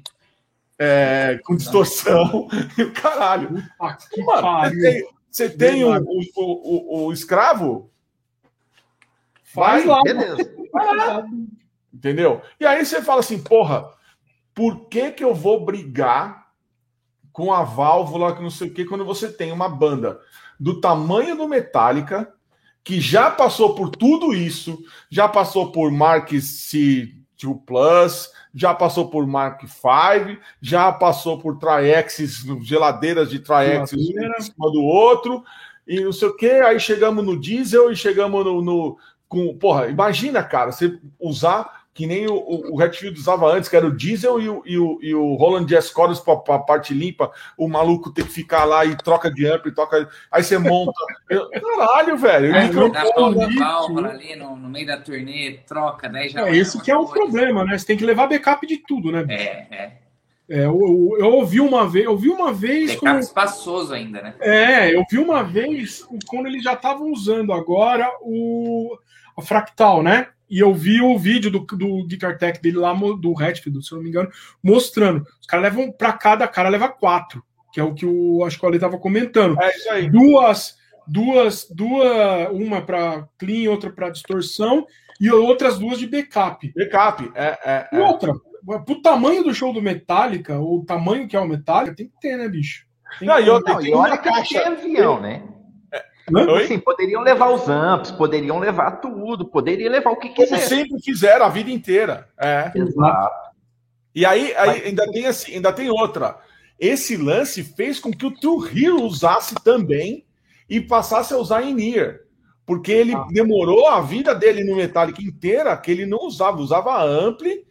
A: com distorção e o caralho. Mano, você tem o escravo?
C: Faz lá.
D: Beleza.
A: Vai lá. Entendeu? E aí você fala assim, porra, por que eu vou brigar com a válvula, que não sei o que, quando você tem uma banda do tamanho do Metallica, que já passou por tudo isso, já passou por Mark C2 Plus, já passou por Mark V, já passou por Tri-Axis, geladeiras de Tri-Axis um em cima do outro, e não sei o que, aí chegamos no diesel e chegamos porra, imagina, cara, você usar que nem o Hatfield usava antes, que era o diesel e o Roland Jazz Chorus para a parte limpa, o maluco tem que ficar lá e troca de amp, aí você monta. Caralho, velho.
B: Dá válvula ali no meio da turnê, troca, né? Já
C: isso que é o problema, né? Você tem que levar backup de tudo, né? Eu ouvi uma vez.
B: Backup espaçoso ainda, né?
C: Eu vi uma vez quando eles já estavam usando agora o Fractal, né? E eu vi o vídeo do Guitar Tech dele lá, do Hatfield, se eu não me engano, mostrando. Os caras levam pra cada cara, leva 4, que é o que acho que o Ale estava comentando.
A: É isso aí.
C: Duas, uma para clean, outra para distorção, e outras 2 de backup.
A: Backup,
C: E outra, pro tamanho do show do Metallica, o tamanho que é o Metallica, tem que ter, né, bicho?
D: E olha que é avião, né? Assim, poderiam levar os amps, poderiam levar tudo, poderiam levar o que quiser.
A: Como sempre fizeram a vida inteira.
D: Exato.
A: E aí ainda tem outra. Esse lance fez com que o True Hero usasse também e passasse a usar in-ear. porque ele demorou a vida dele no Metallica inteira, que ele não usava ampli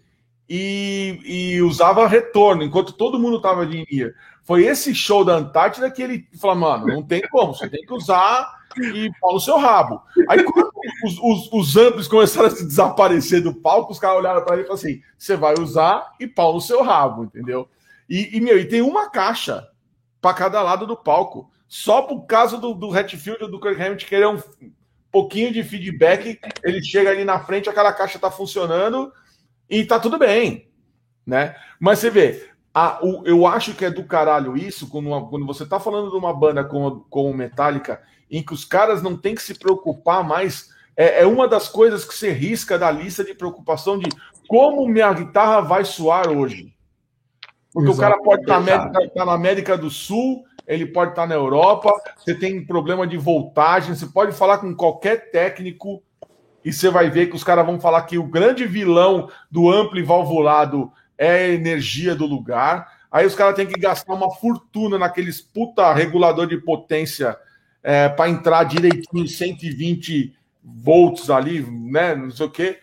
A: e usava retorno, enquanto todo mundo estava de in-ear. Foi esse show da Antártida que ele falou, mano, não tem como, você tem que usar e pau no seu rabo. Aí quando os amplis começaram a se desaparecer do palco, os caras olharam para ele e falaram assim, você vai usar e pau no seu rabo, entendeu? E tem uma caixa para cada lado do palco, só por causa do Hetfield ou do Kirk Hammett querer um pouquinho de feedback, ele chega ali na frente, aquela caixa tá funcionando e tá tudo bem, né? Mas você vê, eu acho que é do caralho isso, quando você tá falando de uma banda como o Metallica, em que os caras não tem que se preocupar mais, é uma das coisas que você risca da lista de preocupação de como minha guitarra vai soar hoje. Porque exato, o cara pode estar na América do Sul, ele pode estar na Europa, você tem problema de voltagem, você pode falar com qualquer técnico e você vai ver que os caras vão falar que o grande vilão do ampli valvulado é a energia do lugar. Aí os caras têm que gastar uma fortuna naqueles puta regulador de potência para entrar direitinho 120 volts ali, né? Não sei o quê,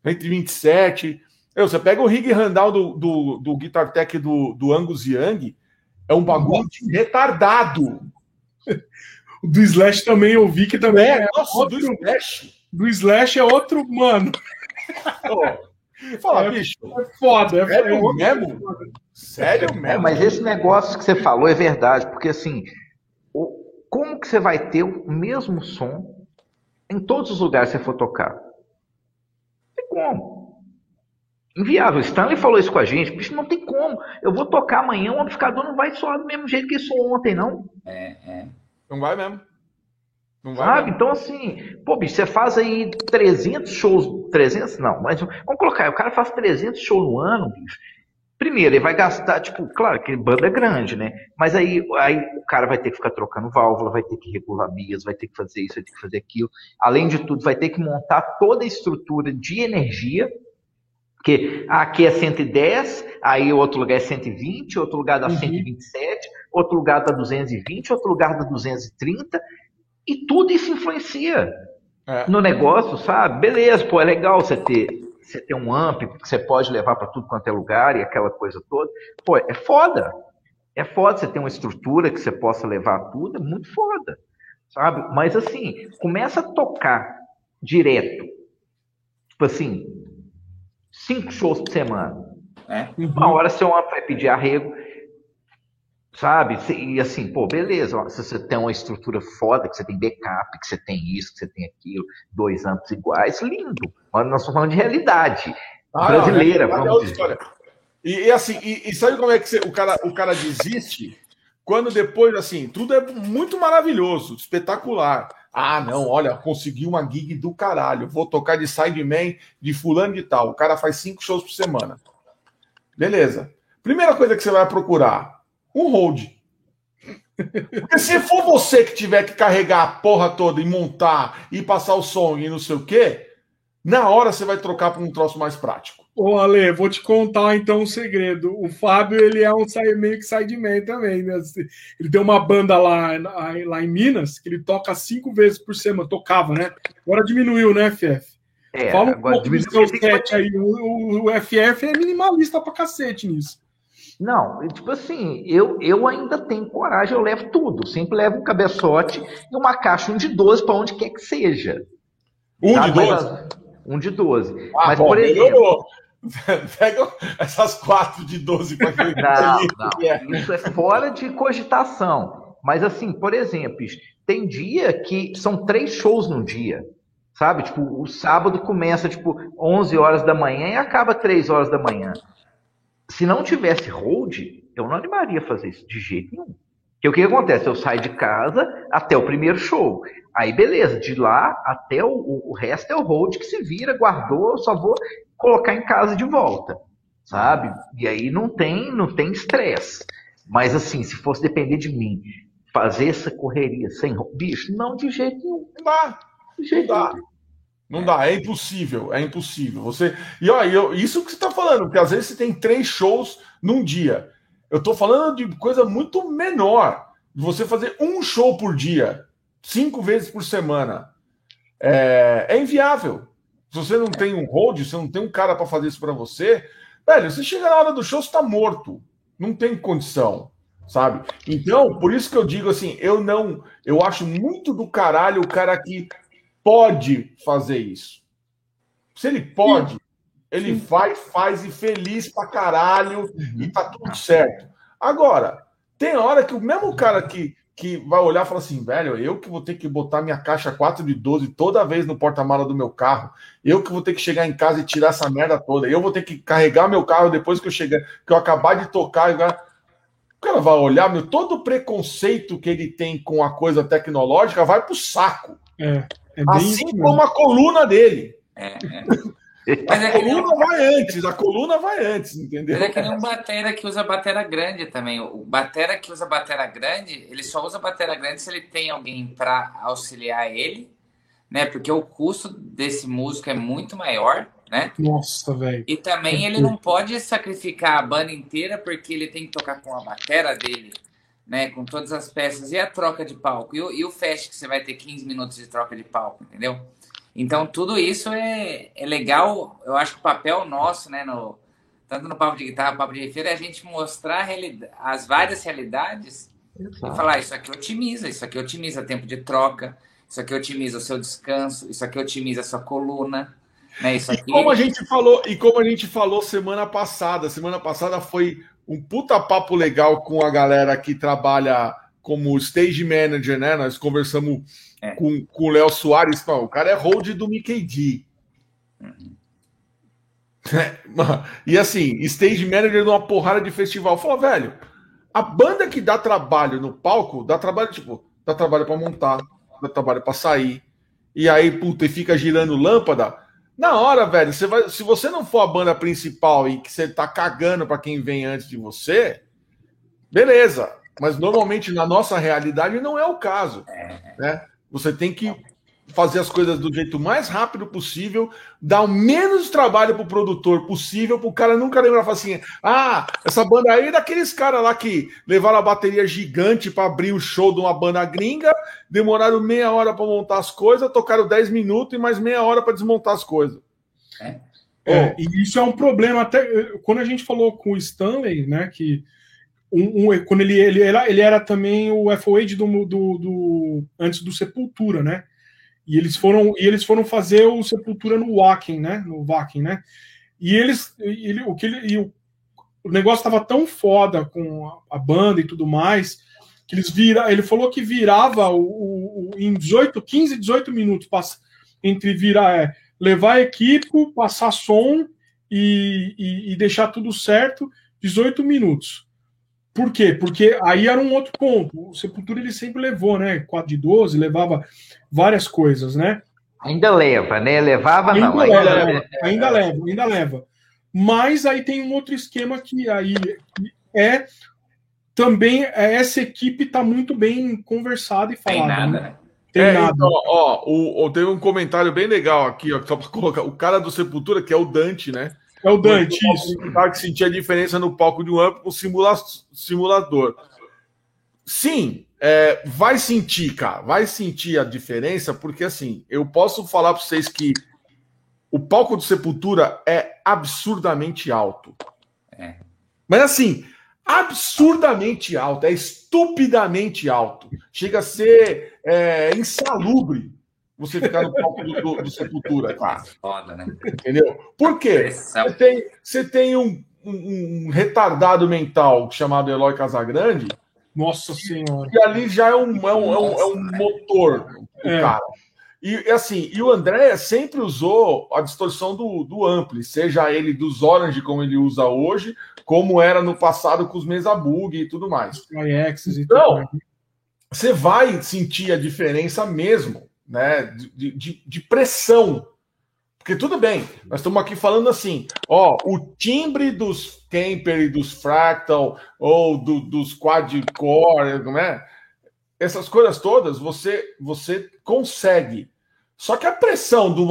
A: 127. Você pega o rig rundown do Guitar Tech do Angus Young, é um bagulho retardado.
C: Do Slash também eu vi que também
A: nossa, outro, do Slash.
C: Do Slash é outro, mano.
A: Fala, bicho.
C: É foda.
A: Sério mesmo? Sério mesmo?
D: Mas esse negócio que você falou é verdade, porque assim, como que você vai ter o mesmo som em todos os lugares que você for tocar? Não tem como. Inviável. O Stanley falou isso com a gente. Bicho, não tem como. Eu vou tocar amanhã, o amplificador não vai soar do mesmo jeito que soou ontem, não.
A: Não vai mesmo.
D: Não vai sabe? Mesmo. Então, assim, pô, bicho, você faz aí 300 shows. 300 não, mas vamos colocar. O cara faz 300 shows no ano, bicho. Primeiro, ele vai gastar, tipo, claro que banda é grande, né? Mas aí o cara vai ter que ficar trocando válvula, vai ter que regular bias, vai ter que fazer isso, vai ter que fazer aquilo. Além de tudo, vai ter que montar toda a estrutura de energia. Porque aqui é 110, aí outro lugar é 120, outro lugar dá 127, outro lugar dá 220, outro lugar dá 230, e tudo isso influencia no negócio, sabe? Beleza, pô, é legal você ter um amp, porque você pode levar para tudo quanto é lugar e aquela coisa toda. Pô, é foda. É foda você ter uma estrutura que você possa levar tudo, é muito foda, sabe? Mas assim, começa a tocar direto. Tipo assim, 5 shows por semana. Uma hora seu amp vai pedir arrego, sabe? E assim, pô, beleza. Ó, se você tem uma estrutura foda, que você tem backup, que você tem isso, que você tem aquilo, 2 amps iguais, lindo. Mas nós estamos falando de realidade brasileira, vamos dizer.
A: E assim, e sabe como é que o cara desiste? Quando depois, assim, tudo é muito maravilhoso, espetacular. Ah, não, olha, consegui uma gig do caralho. Vou tocar de sideman de fulano de tal. O cara faz 5 shows por semana. Beleza. Primeira coisa que você vai procurar, um hold. Porque se for você que tiver que carregar a porra toda e montar e passar o som e não sei o quê, na hora você vai trocar para um troço mais prático.
C: Ô, Ale, vou te contar então um segredo. O Fábio, ele é meio que sideman também, né? Ele tem uma banda lá em Minas, que ele toca 5 vezes por semana. Tocava, né? Agora diminuiu, né, FF? Fala um pouco do seu set aí. O FF é minimalista pra cacete nisso.
D: Não, tipo assim, eu ainda tenho coragem, eu levo tudo. Sempre levo um cabeçote e uma caixa, um de 12 para onde quer que seja.
A: De 12?
D: Um de 12.
A: Ah, mas, bom, por exemplo... Melhorou. Pega essas 4 de 12 para aquele.
D: Não. Isso é fora de cogitação. Mas assim, por exemplo, tem dia que são 3 shows no dia. Sabe? Tipo, o sábado começa tipo 11 horas da manhã e acaba 3 horas da manhã. Se não tivesse hold, eu não animaria a fazer isso de jeito nenhum. Porque o que acontece? Eu saio de casa até o primeiro show. Aí beleza, de lá até o resto é o hold que se vira, guardou, eu só vou colocar em casa de volta, sabe? E aí não tem estresse. Mas assim, se fosse depender de mim, fazer essa correria sem bicho, não, de jeito nenhum.
A: Não dá. De jeito nenhum. Não dá, é impossível, é impossível. E olha, isso que você está falando, porque às vezes você tem 3 shows num dia. Eu estou falando de coisa muito menor. De você fazer um show por dia, 5 vezes por semana. é inviável. Se você não tem um hold, você não tem um cara para fazer isso para você, velho, você chega na hora do show, você tá morto. Não tem condição, sabe? Então, por isso que eu digo assim, eu acho muito do caralho o cara que pode fazer isso. Se ele pode, ele vai, faz e feliz pra caralho e tá tudo certo. Agora, tem hora que o mesmo cara que vai olhar e falar assim, velho, eu que vou ter que botar minha caixa 4 de 12 toda vez no porta-mala do meu carro, eu que vou ter que chegar em casa e tirar essa merda toda, eu vou ter que carregar meu carro depois que eu acabar de tocar. O cara vai olhar, todo o preconceito que ele tem com a coisa tecnológica vai pro saco. Assim como a coluna dele.
B: Mas
A: a coluna vai antes, entendeu?
B: Mas é que nem um batera que usa batera grande também. O batera que usa batera grande, ele só usa batera grande se ele tem alguém para auxiliar ele, né? Porque o custo desse músico é muito maior, né?
C: Nossa, velho.
B: E também ele não pode sacrificar a banda inteira porque ele tem que tocar com a batera dele, né? Com todas as peças e a troca de palco. E o fest que você vai ter 15 minutos de troca de palco, entendeu? Então, tudo isso é legal. Eu acho que o papel nosso, né, tanto no Papo de Guitarra, Papo de Rifeiro, é a gente mostrar as várias realidades. Exato. E falar, isso aqui otimiza tempo de troca, isso aqui otimiza o seu descanso, isso aqui otimiza a sua coluna. Né, isso aqui...
A: E como a gente falou semana passada foi um puta papo legal com a galera que trabalha como stage manager, né? Nós conversamos com o Léo Soares, não, o cara é hold do Mickey D. E assim, stage manager de uma porrada de festival. Falou, velho, a banda que dá trabalho no palco, dá trabalho para montar, dá trabalho para sair. E aí, puta, e fica girando lâmpada. Na hora, velho, se você não for a banda principal e que você tá cagando para quem vem antes de você, beleza. Mas normalmente na nossa realidade não é o caso, né? Você tem que fazer as coisas do jeito mais rápido possível, dar o menos trabalho pro produtor possível, pro cara nunca lembrar, falar assim, essa banda aí é daqueles caras lá que levaram a bateria gigante para abrir o show de uma banda gringa, demoraram meia hora para montar as coisas, tocaram 10 minutos e mais meia hora para desmontar as coisas.
C: E isso é um problema, até quando a gente falou com o Stanley, né, que quando ele era também o FOH antes do Sepultura, né? E eles foram fazer o Sepultura no Wacken, né? E o negócio estava tão foda com a banda e tudo mais que ele falou que virava em 15, 18 minutos entre levar a equipe, passar som e deixar tudo certo, 18 minutos. Por quê? Porque aí era um outro ponto. O Sepultura ele sempre levou, né? 4 de 12, levava várias coisas, né?
D: Ainda leva, né?
C: Ainda leva. Mas aí tem um outro esquema que aí também essa equipe está muito bem conversada e falada.
B: Tem nada, né?
C: Tem nada.
A: Então, teve um comentário bem legal aqui, ó, só para colocar. O cara do Sepultura, que é o Dante, né?
C: É o Dante, isso.
A: Que sentia a diferença no palco de um amplo com simulador. Sim, vai sentir, cara. Vai sentir a diferença, porque assim, eu posso falar para vocês que o palco do Sepultura é absurdamente alto. Mas assim, absurdamente alto, é estupidamente alto. Chega a ser insalubre você ficar no palco do Sepultura, cara.
B: Foda, né?
A: Entendeu? Por quê? Você tem um retardado mental chamado Eloy Casagrande.
C: Nossa Senhora.
A: E ali já é um motor do cara. E assim, o André sempre usou a distorção do ampli, seja ele dos Orange, como ele usa hoje, como era no passado com os Mesa Bug e tudo mais. Então, você vai sentir a diferença mesmo, né, de pressão. Porque tudo bem, nós estamos aqui falando assim, o timbre dos Kemper e dos Fractal, ou dos Quad-Core, não é? Essas coisas todas você consegue. Só que a pressão de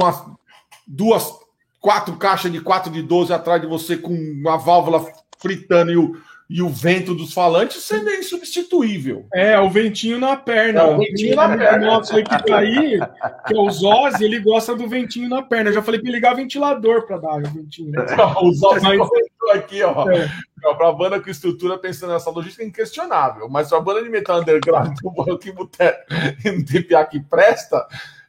A: quatro caixas de 4 de 12 atrás de você com uma válvula fritando e o vento dos falantes sendo insubstituível.
C: O ventinho na perna.
A: O ventinho na perna.
C: Nossa equipe aí, que é o Zozzi, ele gosta do ventinho na perna. Eu já falei para ligar ventilador para dar o ventinho.
A: O Zozzi comentou aqui, ó. Para a banda com estrutura pensando nessa logística é inquestionável, mas para a banda de metal underground que não tem piá que presta,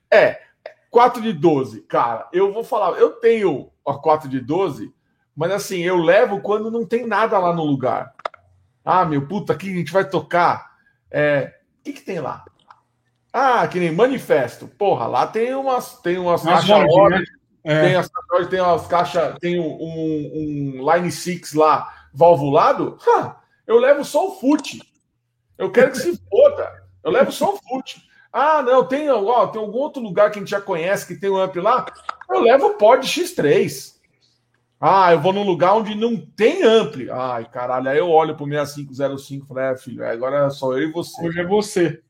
A: 4 de 12. Cara, eu vou falar, eu tenho a 4 de 12, mas assim, eu levo quando não tem nada lá no lugar. Ah, meu puta, aqui a gente vai tocar. O que tem lá? Ah, que nem Manifesto. Porra, lá tem umas caixas ordem, né? Tem umas caixas, tem um Line 6 lá, valvulado. Eu levo só o fute. Eu quero que se foda. Eu levo só o fute. Ah, não, tem algum outro lugar que a gente já conhece que tem um amp lá. Eu levo o pod X3. Ah, eu vou num lugar onde não tem ampli. Ai, caralho, aí eu olho pro 6505 e falei, filho, agora sou eu e você.
C: Hoje é você.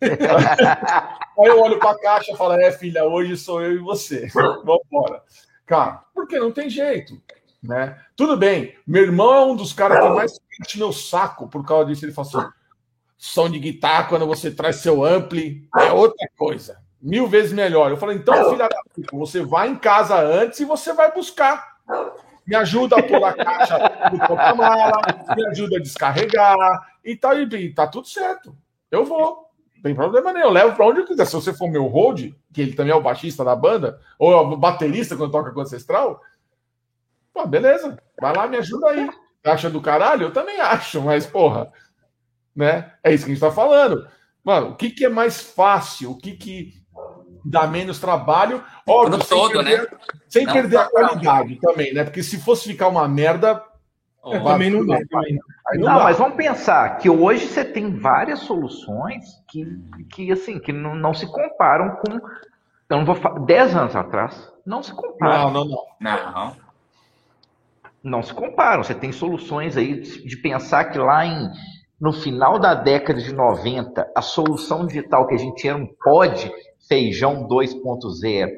A: Aí eu olho pra caixa e falo, filha, hoje sou eu e você. Vambora. Cara, porque não tem jeito, né? Tudo bem, meu irmão é um dos caras que mais enche meu saco por causa disso. Ele fala assim, som de guitarra quando você traz seu ampli é outra coisa. 1000 vezes melhor. Eu falei, então, filha da puta, você vai em casa antes e você vai buscar. Me ajuda a pôr a caixa no porta-mala, me ajuda a descarregar, e tá tudo certo. Eu vou. Não tem problema nenhum. Eu levo pra onde eu quiser. Se você for meu hold, que ele também é o baixista da banda, ou é o baterista quando toca com Ancestral, pô, beleza. Vai lá, me ajuda aí. Acha do caralho? Eu também acho, mas, porra, né? É isso que a gente tá falando. Mano, o que é mais fácil? O que dá menos trabalho? Óbvio, sem perder a qualidade também, né? Porque se fosse ficar uma merda...
C: também não dá.
D: Não, mas vamos pensar que hoje você tem várias soluções que assim, que não se comparam com... Eu não vou falar... 10 anos atrás. Não se comparam.
B: Não.
D: Não se comparam. Você tem soluções aí de pensar que lá no final da década de 90, a solução digital que a gente tinha era um pod feijão 2.0.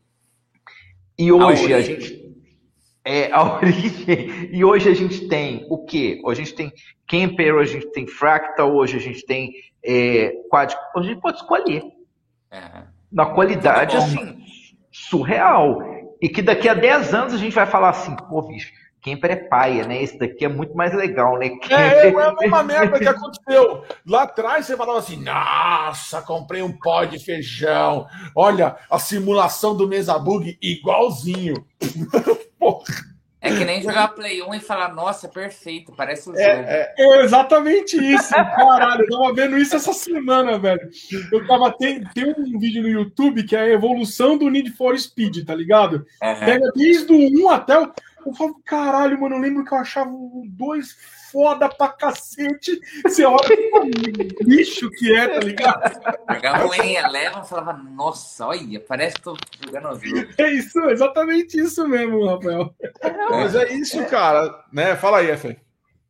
D: E hoje a gente... a origem. E hoje a gente tem o quê? Hoje a gente tem Kemper, hoje a gente tem Fractal, hoje a gente tem Quad. Hoje a gente pode escolher. Na qualidade, assim, surreal. E que daqui a 10 anos a gente vai falar assim, pô, bicho, Kemper é paia, né? Esse daqui é muito mais legal, né?
A: É a mesma merda que aconteceu. Lá atrás você falava assim, nossa, comprei um pó de feijão. Olha, a simulação do Mesabug igualzinho. Porra.
B: É que nem jogar Play 1 e falar, nossa, perfeito, parece o jogo.
C: É exatamente isso, caralho. Eu tava vendo isso essa semana, velho. Tem um vídeo no YouTube que é a evolução do Need for Speed, tá ligado? Pega desde o 1 até o... Eu falo, caralho, mano, eu lembro que eu achava o 2 foda pra cacete. Você olha o lixo que é, tá ligado?
B: Jogava o N11 e falava, nossa, olha, parece que tô jogando o jogo.
C: É isso, exatamente isso mesmo, Rafael.
A: Mas é isso, cara. Né? Fala aí, Efe.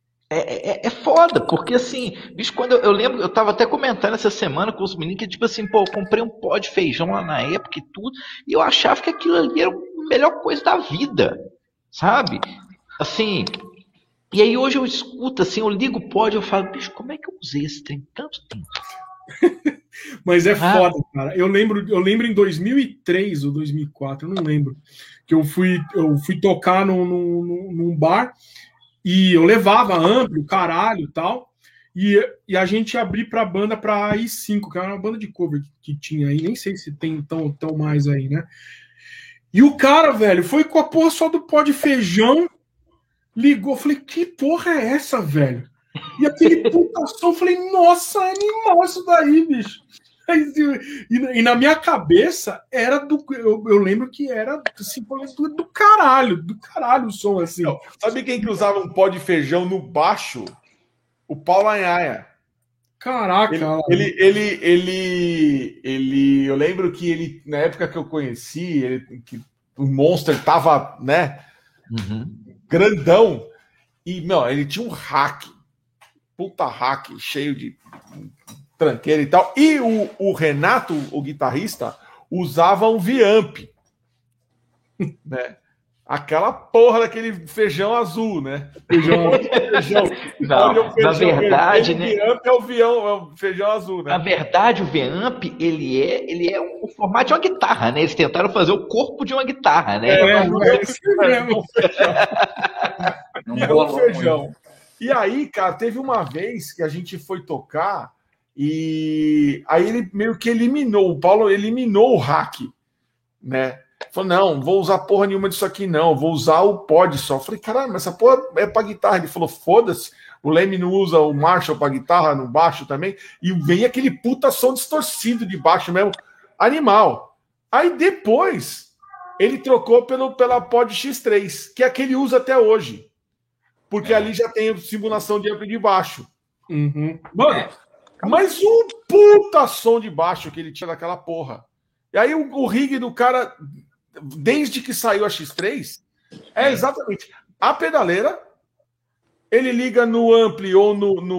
D: É foda, porque assim, bicho, quando eu lembro, eu tava até comentando essa semana com os meninos que, tipo assim, pô, eu comprei um pó de feijão lá na época e tudo, e eu achava que aquilo ali era a melhor coisa da vida. Sabe? Assim, e aí hoje eu escuto assim, eu ligo o pod e eu falo, bicho, como é que eu usei esse trem tanto tempo?
C: Mas é foda, cara. Eu lembro em 2003 ou 2004, eu não lembro, que eu fui tocar num bar e eu levava amplo, caralho e tal, e a gente abriu pra banda pra I5, que era uma banda de cover que tinha aí, nem sei se tem tão mais aí, né? E o cara, velho, foi com a porra só do pó de feijão, ligou, falei, que porra é essa, velho? E aquele puta som, falei, nossa, animal isso daí, bicho. E na minha cabeça, era eu lembro que era assim, do caralho o som, assim.
A: Sabe quem que usava um pó de feijão no baixo? O Paulo Anhaia.
C: Caraca.
A: Eu lembro que ele, na época que eu conheci, que o Monster tava, né, grandão, e, meu, ele tinha um hack, puta hack, cheio de tranqueira e tal, e o Renato, o guitarrista, usava um Viamp, né, aquela porra daquele feijão azul, né?
C: Feijão.
D: Não, na verdade, né?
A: O Vamp é o feijão azul, né?
D: Na verdade, o Vamp, ele é o formato de uma guitarra, né? Eles tentaram fazer o corpo de uma guitarra, né?
A: Não rolou feijão. E aí, cara, teve uma vez que a gente foi tocar e aí ele meio que o Paulo eliminou o hack, né? Falou, não, vou usar porra nenhuma disso aqui, não. Vou usar o pod só. Eu falei, caralho, mas essa porra é pra guitarra. Ele falou, foda-se. O Leme não usa o Marshall pra guitarra, no baixo também. E vem aquele puta som distorcido de baixo mesmo. Animal. Aí depois, ele trocou pela Pod X3, que é a que ele usa até hoje. Porque ali já tem simulação de amplo de baixo.
C: Uhum.
A: Mano, mas um puta som de baixo que ele tinha daquela porra. E aí o rig do cara... Desde que saiu a X3, é exatamente a pedaleira, ele liga no ampli ou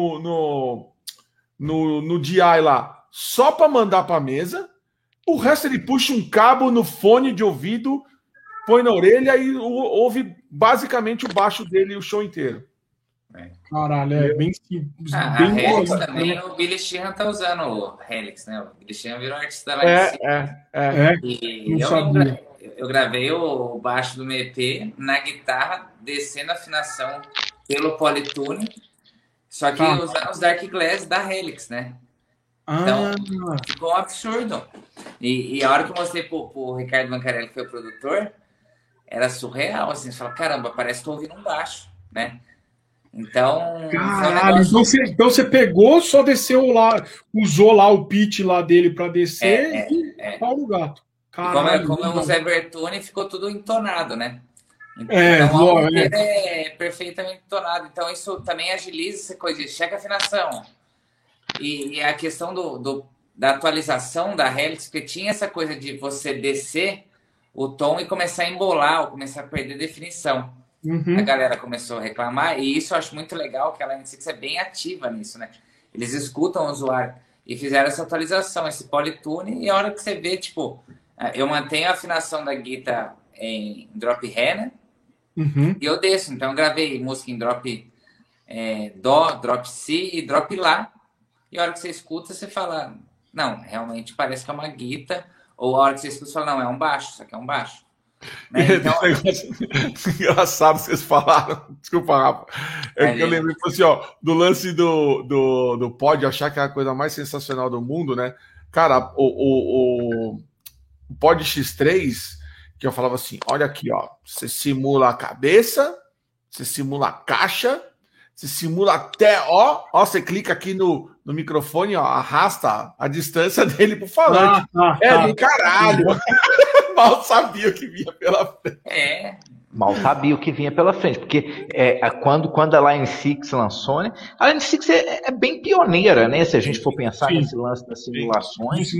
A: no DI lá, só para mandar para a mesa, o resto ele puxa um cabo no fone de ouvido, põe na orelha e ouve basicamente o baixo dele o show inteiro.
C: Caralho, é bem simples.
B: A Helix também, o Billy Sheehan tá usando o Helix, né? O Billy Sheehan virou artista lá em cima. E eu gravei o baixo do meu EP na guitarra, descendo a afinação pelo Polytune, só que usando os Dark Glass da Helix, né? Então, ficou um absurdo. E a hora que eu mostrei pro Ricardo Mancarelli, que foi o produtor, era surreal, assim, você fala, caramba, parece que tô ouvindo um baixo, né? Então,
C: caralho, então você pegou, só desceu lá, usou lá o pitch lá dele para descer e pau no gato.
B: Caralho, como eu usei Bertone, ficou tudo entonado, né? Então, é perfeitamente entonado. Então, isso também agiliza essa coisa de checa afinação. E a questão da atualização da Helix, porque tinha essa coisa de você descer o tom e começar a embolar, ou começar a perder definição. A galera começou a reclamar, e isso eu acho muito legal, que a Line 6 é bem ativa nisso, né? Eles escutam o usuário e fizeram essa atualização, esse Polytune, e a hora que você vê, tipo, eu mantenho a afinação da guitarra em drop Ré, né? E eu desço, então eu gravei música em drop Dó, drop Si e drop Lá, e a hora que você escuta, você fala, não, realmente parece que é uma guitarra, ou a hora que você escuta, você fala, não, é um baixo, isso aqui é um baixo. Né? Então...
A: engraçado vocês falaram, desculpa, Rafa. Eu lembrei assim, ó, do lance do pod achar que é a coisa mais sensacional do mundo, né? Cara, o Pod X3, que eu falava assim: olha aqui, ó, você simula a cabeça, você simula a caixa, você simula até, ó, você clica aqui no microfone, ó, arrasta a distância dele pro falante. Do caralho. Mal sabia o que vinha pela frente.
D: Mal sabia o que vinha pela frente, porque quando a Line 6 lançou, né? A Line 6 é bem pioneira, né? Se a gente for pensar nesse lance das simulações.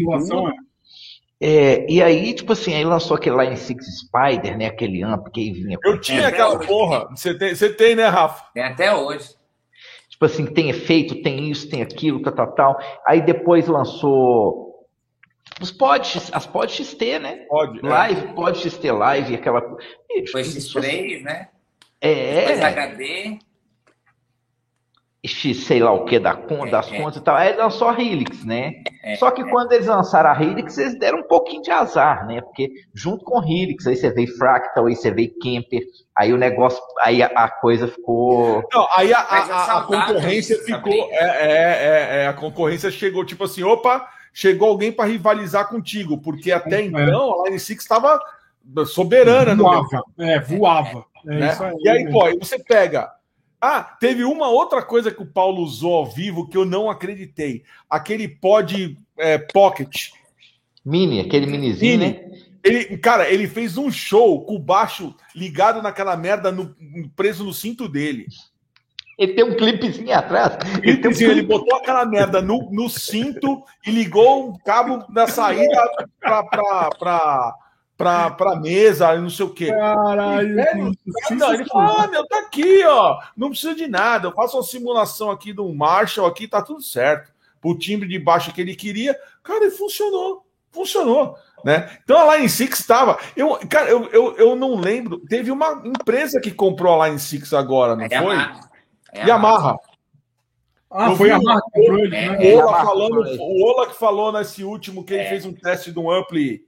D: E aí, tipo assim, aí lançou aquele Line 6 Spider, né? Aquele amp que vinha.
A: Eu tinha aquela porra. Você tem, né, Rafa?
B: Tem até hoje.
D: Tipo assim, tem efeito, tem isso, tem aquilo, tal. Aí depois lançou as Pod XT, né? Pod XT Live, aquela.
B: Foi X3, né?
D: Depois
B: HD.
D: X, sei lá o que, das contas e tal. Aí lançou a Helix, né? Só que quando eles lançaram a Helix, eles deram um pouquinho de azar, né? Porque junto com a Helix, aí você veio Fractal, aí você veio Kemper, aí o negócio, aí a coisa ficou...
A: Não, aí a concorrência ficou... A concorrência chegou, tipo assim, opa, chegou alguém para rivalizar contigo, porque até então a Line 6 estava soberana.
C: Voava.
A: Né? E aí, pô, você pega... teve uma outra coisa que o Paulo usou ao vivo que eu não acreditei. Aquele pod Pocket.
D: Aquele minizinho, né?
A: Ele fez um show com o baixo ligado naquela merda preso no cinto dele.
D: Ele tem um clipezinho atrás.
A: Ele botou aquela merda no cinto e ligou um cabo da saída pra mesa, não sei o quê.
C: Caralho.
A: Ele falou, tá aqui, ó. Não precisa de nada. Eu faço uma simulação aqui do Marshall, aqui tá tudo certo. Pro timbre de baixo que ele queria. Cara, e funcionou. Funcionou. Né? Então a Line 6 estava. Cara, eu não lembro. Teve uma empresa que comprou a Line 6 agora, não foi? Yamaha.
C: Foi a Yamaha que comprou ele, né?
A: O Ola que falou nesse último que ele fez um teste de um ampli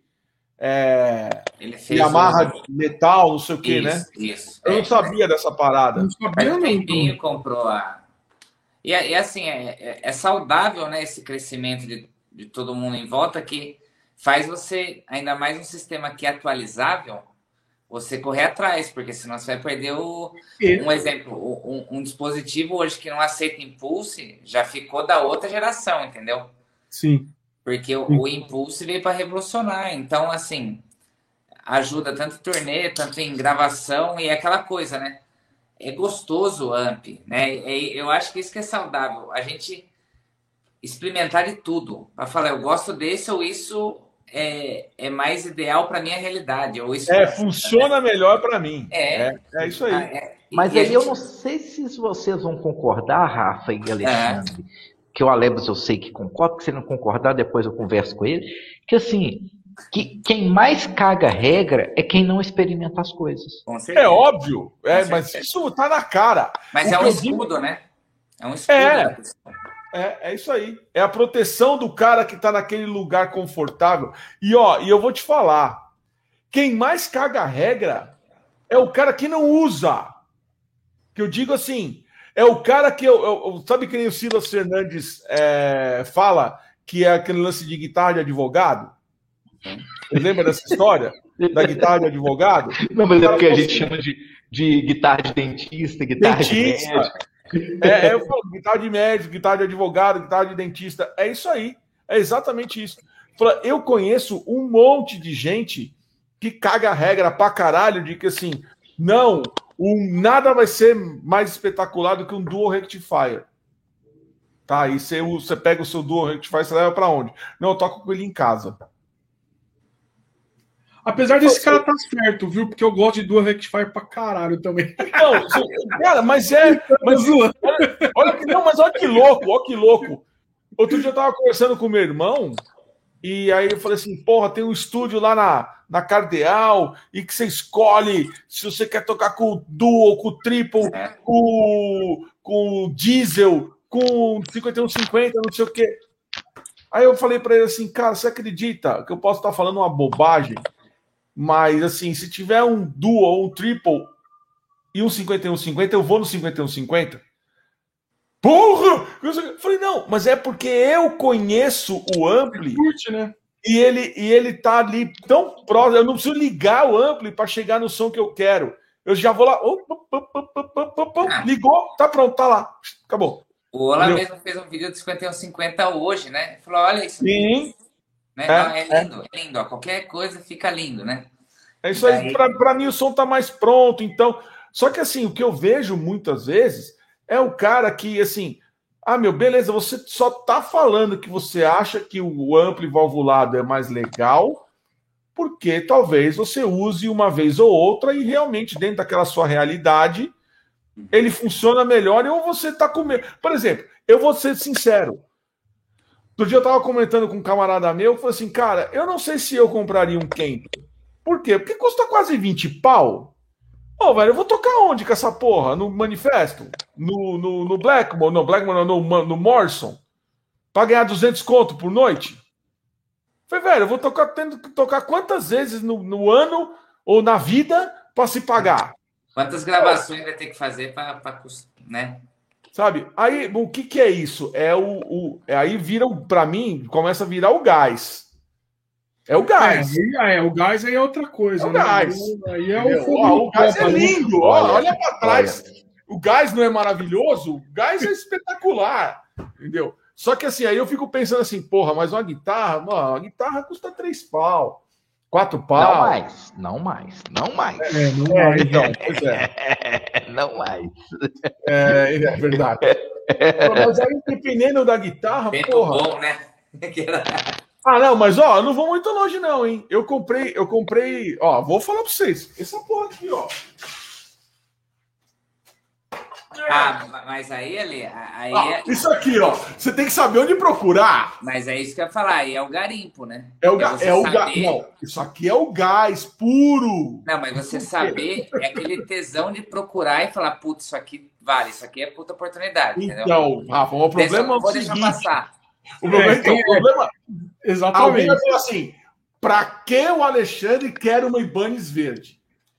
B: ele fez
A: Yamaha metal, não sei o que, né?
B: Isso.
A: Eu não sabia dessa parada.
B: Mas o Tempinho comprou a. E assim, é saudável, né? Esse crescimento de todo mundo em volta que faz você, ainda mais um sistema que é atualizável, você correr atrás, porque senão você vai perder um exemplo, um dispositivo hoje que não aceita Impulse já ficou da outra geração, entendeu?
C: Sim.
B: Porque o Impulse veio para revolucionar, então assim, ajuda tanto em turnê, tanto em gravação, e é aquela coisa, né? É gostoso o amp, né? Eu acho que isso que é saudável, a gente experimentar de tudo, para falar, eu gosto desse ou isso é mais ideal para minha realidade. Ou isso
A: funciona melhor para mim. É isso aí.
D: Mas aí eu não sei se vocês vão concordar, Rafa e Alexandre, que o Alebos eu sei que concorda, que se não concordar, depois eu converso com ele, que assim, que quem mais caga regra é quem não experimenta as coisas.
A: É óbvio, mas isso tá na cara.
B: Mas é um escudo, né? É um escudo.
A: É isso aí. É a proteção do cara que tá naquele lugar confortável. E eu vou te falar, quem mais caga a regra é o cara que não usa. Que eu digo assim, é o cara que sabe que nem o Silas Fernandes fala que é aquele lance de guitarra de advogado? Você lembra dessa história? Da guitarra de advogado?
D: Não, mas é porque a gente chama de guitarra de dentista, guitarra de médico.
A: Eu falo guitarra de médico, guitarra de advogado, guitarra de dentista. É isso aí. É exatamente isso. Eu conheço um monte de gente que caga a regra pra caralho de que assim, não, nada vai ser mais espetacular do que um Dual Rectifier. Tá? E você pega o seu Dual Rectifier, você leva pra onde? Não, eu toco com ele em casa.
C: Apesar desse cara tá certo, viu? Porque eu gosto de Dual Rectifier pra caralho também.
A: Não, cara, mas olha que louco. Outro dia eu tava conversando com meu irmão e aí eu falei assim, porra, tem um estúdio lá na Cardeal e que você escolhe se você quer tocar com o Dual, com o Triple, com o Diesel, com 5150, não sei o quê. Aí eu falei pra ele assim, cara, você acredita que eu posso estar falando uma bobagem? Mas, assim, se tiver um Dual ou um Triple e um 5150, eu vou no 5150. Porra! Eu falei, não, mas é porque eu conheço o ampli,
C: né?
A: e ele tá ali tão próximo, eu não preciso ligar o ampli para chegar no som que eu quero. Eu já vou lá, ligou, tá pronto, tá lá, acabou.
B: O Ola mesmo fez um vídeo de 5150 hoje, né? Ele falou, olha isso.
A: Sim.
B: Né? É lindo. Ó, qualquer coisa fica lindo, né?
A: É isso aí. Para mim o som tá mais pronto, então. Só que assim, o que eu vejo muitas vezes é o cara que assim, beleza, você só tá falando que você acha que o ampli valvulado é mais legal, porque talvez você use uma vez ou outra e realmente dentro daquela sua realidade ele funciona melhor ou você tá com medo. Por exemplo, eu vou ser sincero. Outro dia eu tava comentando com um camarada meu, falei assim, cara, eu não sei se eu compraria um Kemp. Por quê? Porque custa quase 20 pau. Velho, eu vou tocar onde com essa porra? No Manifesto? No Blackmore? No Morrison? Pra ganhar 200 conto por noite? Falei, velho, eu vou tendo que tocar quantas vezes no ano ou na vida pra se pagar?
B: Quantas gravações vai ter que fazer pra né?
A: Sabe? Aí, o que é isso? Aí vira, pra mim, começa a virar o gás. É o gás.
C: O gás aí é outra coisa.
A: É o gás.
C: Aí é
A: o gás é lindo. Olha pra trás. O gás não é maravilhoso? O gás é espetacular. Entendeu? Só que assim, aí eu fico pensando assim, porra, mas uma guitarra, a guitarra custa 3 pau. 4 pau.
D: Não mais.
A: Então, pois é.
D: Não mais.
A: É verdade. Mas aí, dependendo da guitarra,
B: bem
A: porra.
B: Bom, né?
A: Não, mas eu não vou muito longe, não, hein? Eu comprei, vou falar pra vocês. Essa porra aqui,
B: Mas aí,
A: isso aqui, ó, você tem que saber onde procurar.
B: Mas é isso que eu ia falar, aí é o garimpo, né?
A: Não, isso aqui é o gás puro.
B: Não, mas você saber é aquele tesão de procurar e falar, putz, isso aqui vale, isso aqui é puta oportunidade, entendeu?
A: Então, Rafa, o problema é o
B: seguinte. Vou deixar passar.
A: O problema...
C: Exatamente.
A: Alguém vai falar assim, pra que o Alexandre quer uma Ibanez verde?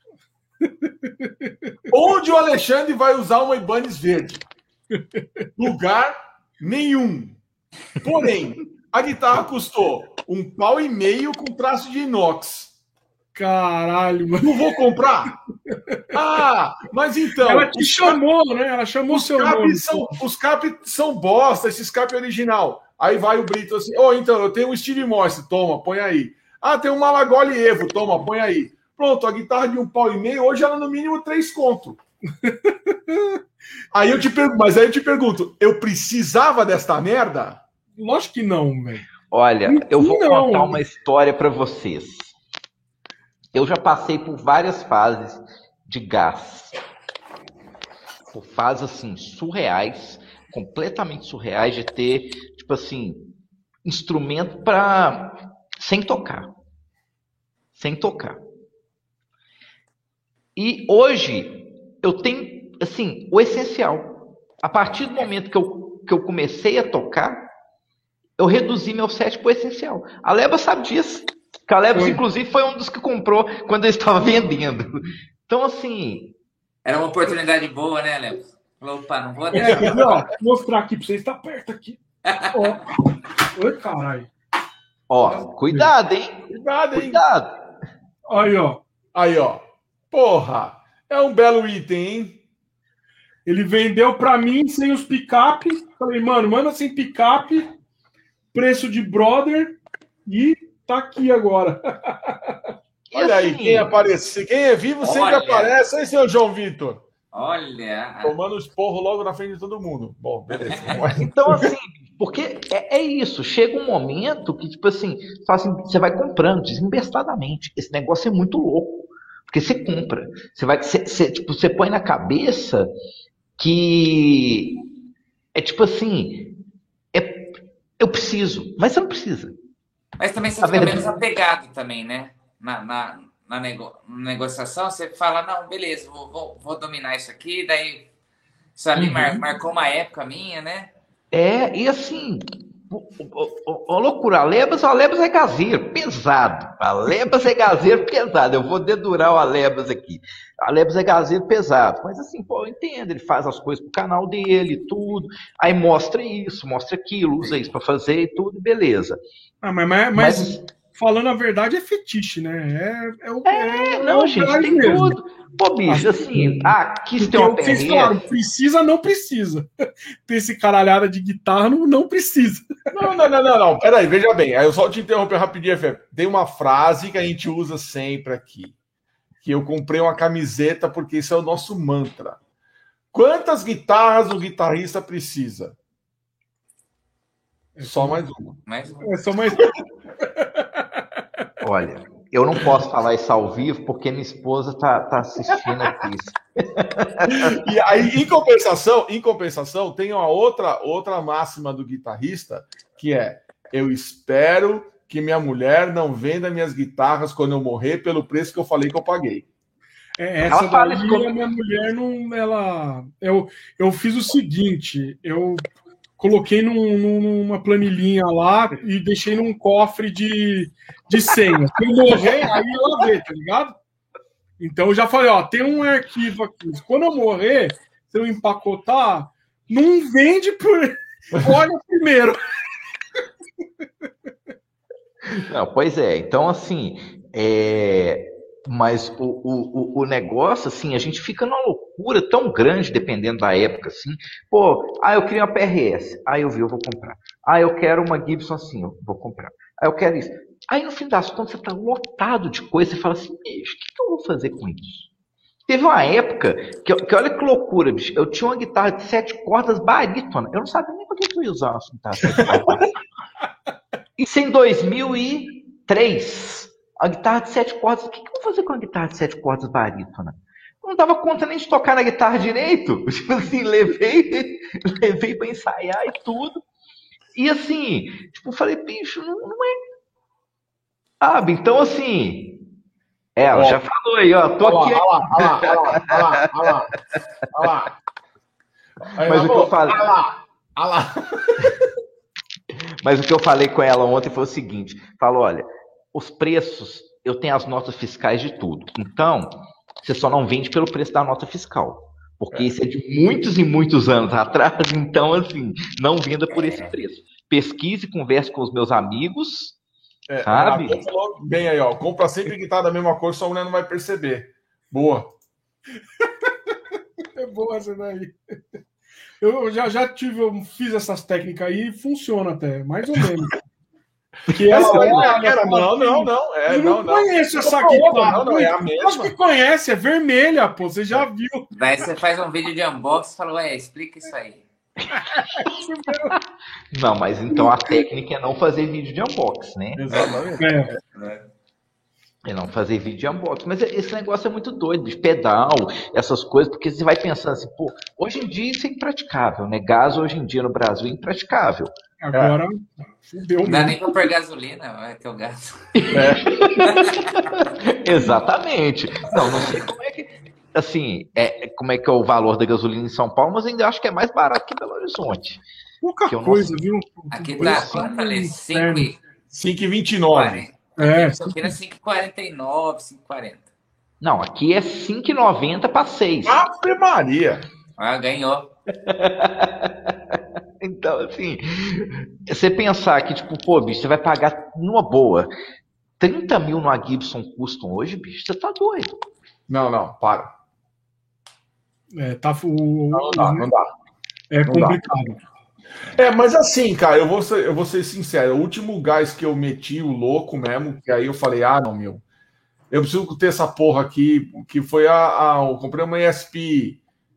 A: Onde o Alexandre vai usar uma Ibanez verde? Lugar nenhum. Porém, a guitarra custou R$1,5 com traço de inox.
C: Caralho, mano.
A: Não vou comprar? Mas então...
C: Ela te chamou, né? Ela chamou seu nome.
A: Os capes são bosta, esse escape original. Aí vai o Brito assim, então, eu tenho um Steve Morse, toma, põe aí. Tem um Malagoli Evo, toma, põe aí. Pronto, a guitarra de R$1,5, hoje ela no mínimo 3 conto. Aí eu te pergunto, eu precisava desta merda?
C: Lógico que não, velho.
D: Olha, eu vou contar uma história para vocês. Eu já passei por várias fases de gás. Por fases, assim, surreais, completamente surreais, de ter, tipo assim, instrumento sem tocar. Sem tocar. E hoje eu tenho, assim, o essencial. A partir do momento que eu comecei a tocar, eu reduzi meu set para o essencial. A Lebas sabe disso. Que a Lebas, inclusive, foi um dos que comprou quando eu estava vendendo. Então, assim...
B: Era uma oportunidade boa, né, Lebas? Falou, opa, não vou deixar.
C: Vou mostrar aqui para você, está perto aqui. Oi, caralho.
D: Cuidado, hein? Cuidado.
C: Aí, ó.
A: Porra, é um belo item, hein?
C: Ele vendeu para mim sem os picape. Falei, mano, manda sem picape, preço de brother e tá aqui agora.
A: Olha aí, quem aparece, quem é vivo sempre aparece, hein, senhor João Vitor?
B: Olha.
A: Tomando esporro logo na frente de todo mundo. Bom, beleza.
D: Então, assim, porque é isso. Chega um momento que, tipo assim, você vai comprando desembestadamente. Esse negócio é muito louco. Porque você compra. Você põe na cabeça que é tipo assim, eu preciso, mas você não precisa.
B: Mas também você fica menos apegado também, né? Na negociação, você fala, não, beleza, vou dominar isso aqui, daí isso ali marcou uma época minha, né?
D: E assim, loucura, a Lebas é gazeiro, pesado. A Lebas é gazeiro pesado. Eu vou dedurar o Alebas aqui. A Lebas é gazeiro pesado. Mas assim, eu entendo, ele faz as coisas pro canal dele, tudo. Aí mostra isso, mostra aquilo, usa isso para fazer e tudo, beleza.
C: Mas falando a verdade, é fetiche, né?
D: Gente, tem mesmo. Tudo. Pô, bicho, assim, quis ter uma PRS.
C: Claro, precisa, não precisa. Ter esse caralhada de guitarra não precisa.
A: Não. Peraí, veja bem. Aí eu só te interromper rapidinho, Fê. Tem uma frase que a gente usa sempre aqui. Que eu comprei uma camiseta porque isso é o nosso mantra. Quantas guitarras o guitarrista precisa? Só mais uma.
C: Só mais uma.
D: Olha, eu não posso falar isso ao vivo porque minha esposa tá assistindo aqui.
A: E aí, em compensação, tem uma outra máxima do guitarrista, que é: eu espero que minha mulher não venda minhas guitarras quando eu morrer pelo preço que eu falei que eu paguei.
C: Essa daí, a minha mulher não... Eu fiz o seguinte, eu coloquei numa planilhinha lá e deixei num cofre de senha. Se eu morrer, aí ela vê, tá ligado? Então eu já falei, tem um arquivo aqui. Quando eu morrer, se eu empacotar, não vende por... Olha primeiro.
D: Não, pois é. Então, assim, mas o negócio, assim, a gente fica numa loucura tão grande, dependendo da época, assim. Eu queria uma PRS. Eu vou comprar. Eu quero uma Gibson assim, eu vou comprar. Eu quero isso. Aí, no fim das contas, você tá lotado de coisa, você fala assim, bicho, o que eu vou fazer com isso? Teve uma época que olha que loucura, bicho. Eu tinha uma guitarra de 7 cordas barítona. Eu não sabia nem para que eu ia usar uma guitarra de 7 cordas. Isso em 2003. A guitarra de 7 cordas. O que eu vou fazer com a guitarra de 7 cordas barítona? não dava conta nem de tocar na guitarra direito. Tipo assim, levei pra ensaiar e tudo. E assim, tipo, falei, bicho, não é. Sabe? Então, assim. Ela já falou aí, ó. Tô aqui.
A: Olha lá.
D: Mas o que eu falei. Mas o que eu falei com ela ontem foi o seguinte: falou, olha, os preços, eu tenho as notas fiscais de tudo. Então, você só não vende pelo preço da nota fiscal. Porque isso é de muitos e muitos anos atrás. Então, assim, não venda por esse preço. Pesquise, converse com os meus amigos. Sabe?
A: A falou bem aí, ó. Compra sempre guitarra da mesma cor, só a mulher não vai perceber. Boa.
C: É boa essa daí. Eu fiz essas técnicas aí e funciona até, mais ou menos.
A: Que essa não
C: conheço essa guitarra. Não, é a mesma. Acho que conhece, é vermelha, pô. Você já viu.
B: Daí você faz um vídeo de unboxing e fala, explica isso aí.
D: Não, mas então a técnica é não fazer vídeo de unboxing, né?
A: Exatamente.
D: É não fazer vídeo de unboxing. Mas esse negócio é muito doido, de pedal, essas coisas, porque você vai pensando assim, pô, hoje em dia isso é impraticável, né? Gás hoje em dia no Brasil é impraticável.
C: Agora, fudeu
B: mesmo. Não dá nem pra pôr gasolina, vai ter o gás.
D: Exatamente. Não sei como é que... Assim, como é que é o valor da gasolina em São Paulo, mas ainda acho que é mais barato que Belo Horizonte.
C: Pouca coisa, viu?
B: Aqui tá, quanto falei?
A: 5,29.
B: Sofia 5,49, 5,40.
D: Não, aqui é 5,90 para 6.
A: Ave Maria!
B: Ganhou.
D: Então, assim, você pensar que, tipo, pô, bicho, você vai pagar numa boa 30 mil numa Gibson Custom hoje, bicho, você tá doido.
A: Não, para.
C: Não dá. É complicado.
A: Mas assim, cara, eu vou ser sincero. O último gás que eu meti, o louco mesmo, que aí eu falei, não, meu, eu preciso ter essa porra aqui, que foi eu comprei uma ESP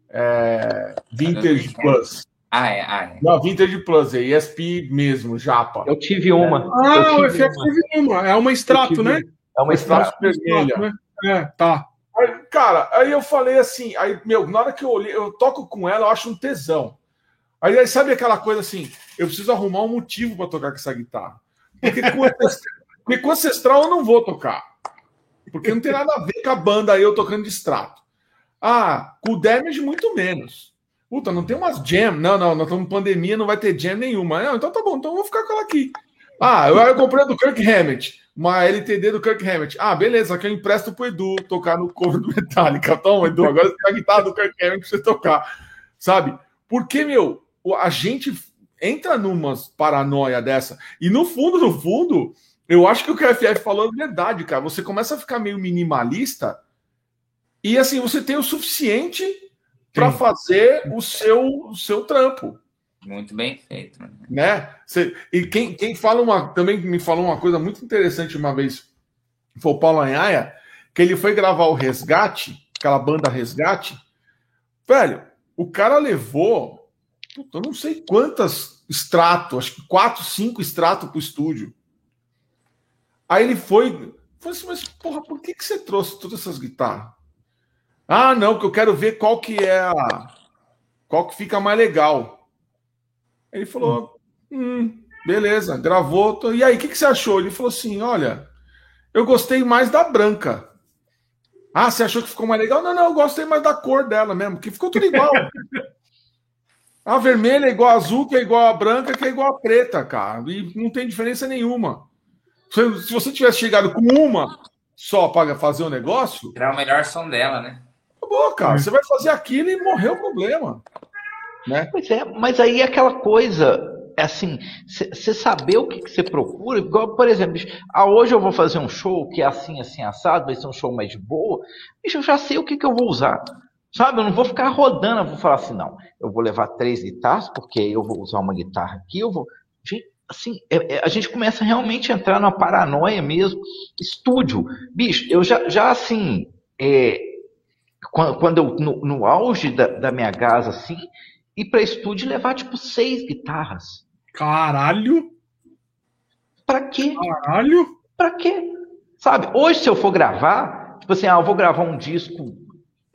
A: Vintage Plus. Não, Vintage Plus, é ESP mesmo, japa.
D: Eu tive uma.
C: O FX teve uma. É uma extrato, né?
D: É uma extrato
A: vermelha.
C: Né? Tá.
A: Aí eu falei assim, na hora que eu olhei, eu toco com ela, eu acho um tesão. Aí sabe aquela coisa assim, eu preciso arrumar um motivo para tocar com essa guitarra. Porque com Ancestral eu não vou tocar. Porque não tem nada a ver com a banda aí eu tocando de extrato. Com o Damage muito menos. Puta, não tem umas jam. Não, nós estamos em pandemia, não vai ter jam nenhuma. Não, então tá bom, então eu vou ficar com ela aqui. Eu comprei a do Kirk Hammett, uma LTD do Kirk Hammett. Beleza, que eu empresto pro Edu tocar no cover do Metallica. Toma, Edu, agora você tem a guitarra do Kirk Hammett pra você tocar. Sabe? Porque, a gente entra numas paranoia dessa. E no fundo, eu acho que o que o FF falou é verdade, cara. Você começa a ficar meio minimalista e, assim, você tem o suficiente para fazer o seu trampo.
B: Muito bem feito.
A: Né? E quem fala também me falou uma coisa muito interessante uma vez, foi o Paulo Anhaia, que ele foi gravar o Resgate, aquela banda Resgate. Velho, o cara levou, eu não sei quantas extratos, acho que 4, 5 extratos pro estúdio. Aí ele foi assim, mas porra, por que você trouxe todas essas guitarras? Não, que eu quero ver qual que fica mais legal. Ele falou, beleza, gravou. E aí, o que você achou? Ele falou assim, olha, eu gostei mais da branca. Você achou que ficou mais legal? Não, eu gostei mais da cor dela mesmo, que ficou tudo igual. A vermelha é igual a azul, que é igual a branca, que é igual a preta, cara. E não tem diferença nenhuma. Se você tivesse chegado com uma só para fazer o negócio...
B: Tirar o melhor som dela, né?
A: Acabou, cara. Você vai fazer aquilo e morreu o problema. Né?
D: Pois é, mas aí é aquela coisa, assim, você saber o que você procura, igual, por exemplo, hoje eu vou fazer um show que é assim, assado, vai ser um show mais de boa, eu já sei o que eu vou usar, sabe? Eu não vou ficar rodando, eu vou falar assim, não, eu vou levar 3 guitarras, porque eu vou usar uma guitarra aqui, assim, a gente começa realmente a entrar numa paranoia mesmo, estúdio, bicho, eu já assim, quando eu, no auge da minha casa, assim, ir pra estúdio e levar, tipo, 6 guitarras.
C: Caralho!
D: Pra quê?
C: Caralho!
D: Pra quê? Sabe, hoje se eu for gravar, tipo assim, eu vou gravar um disco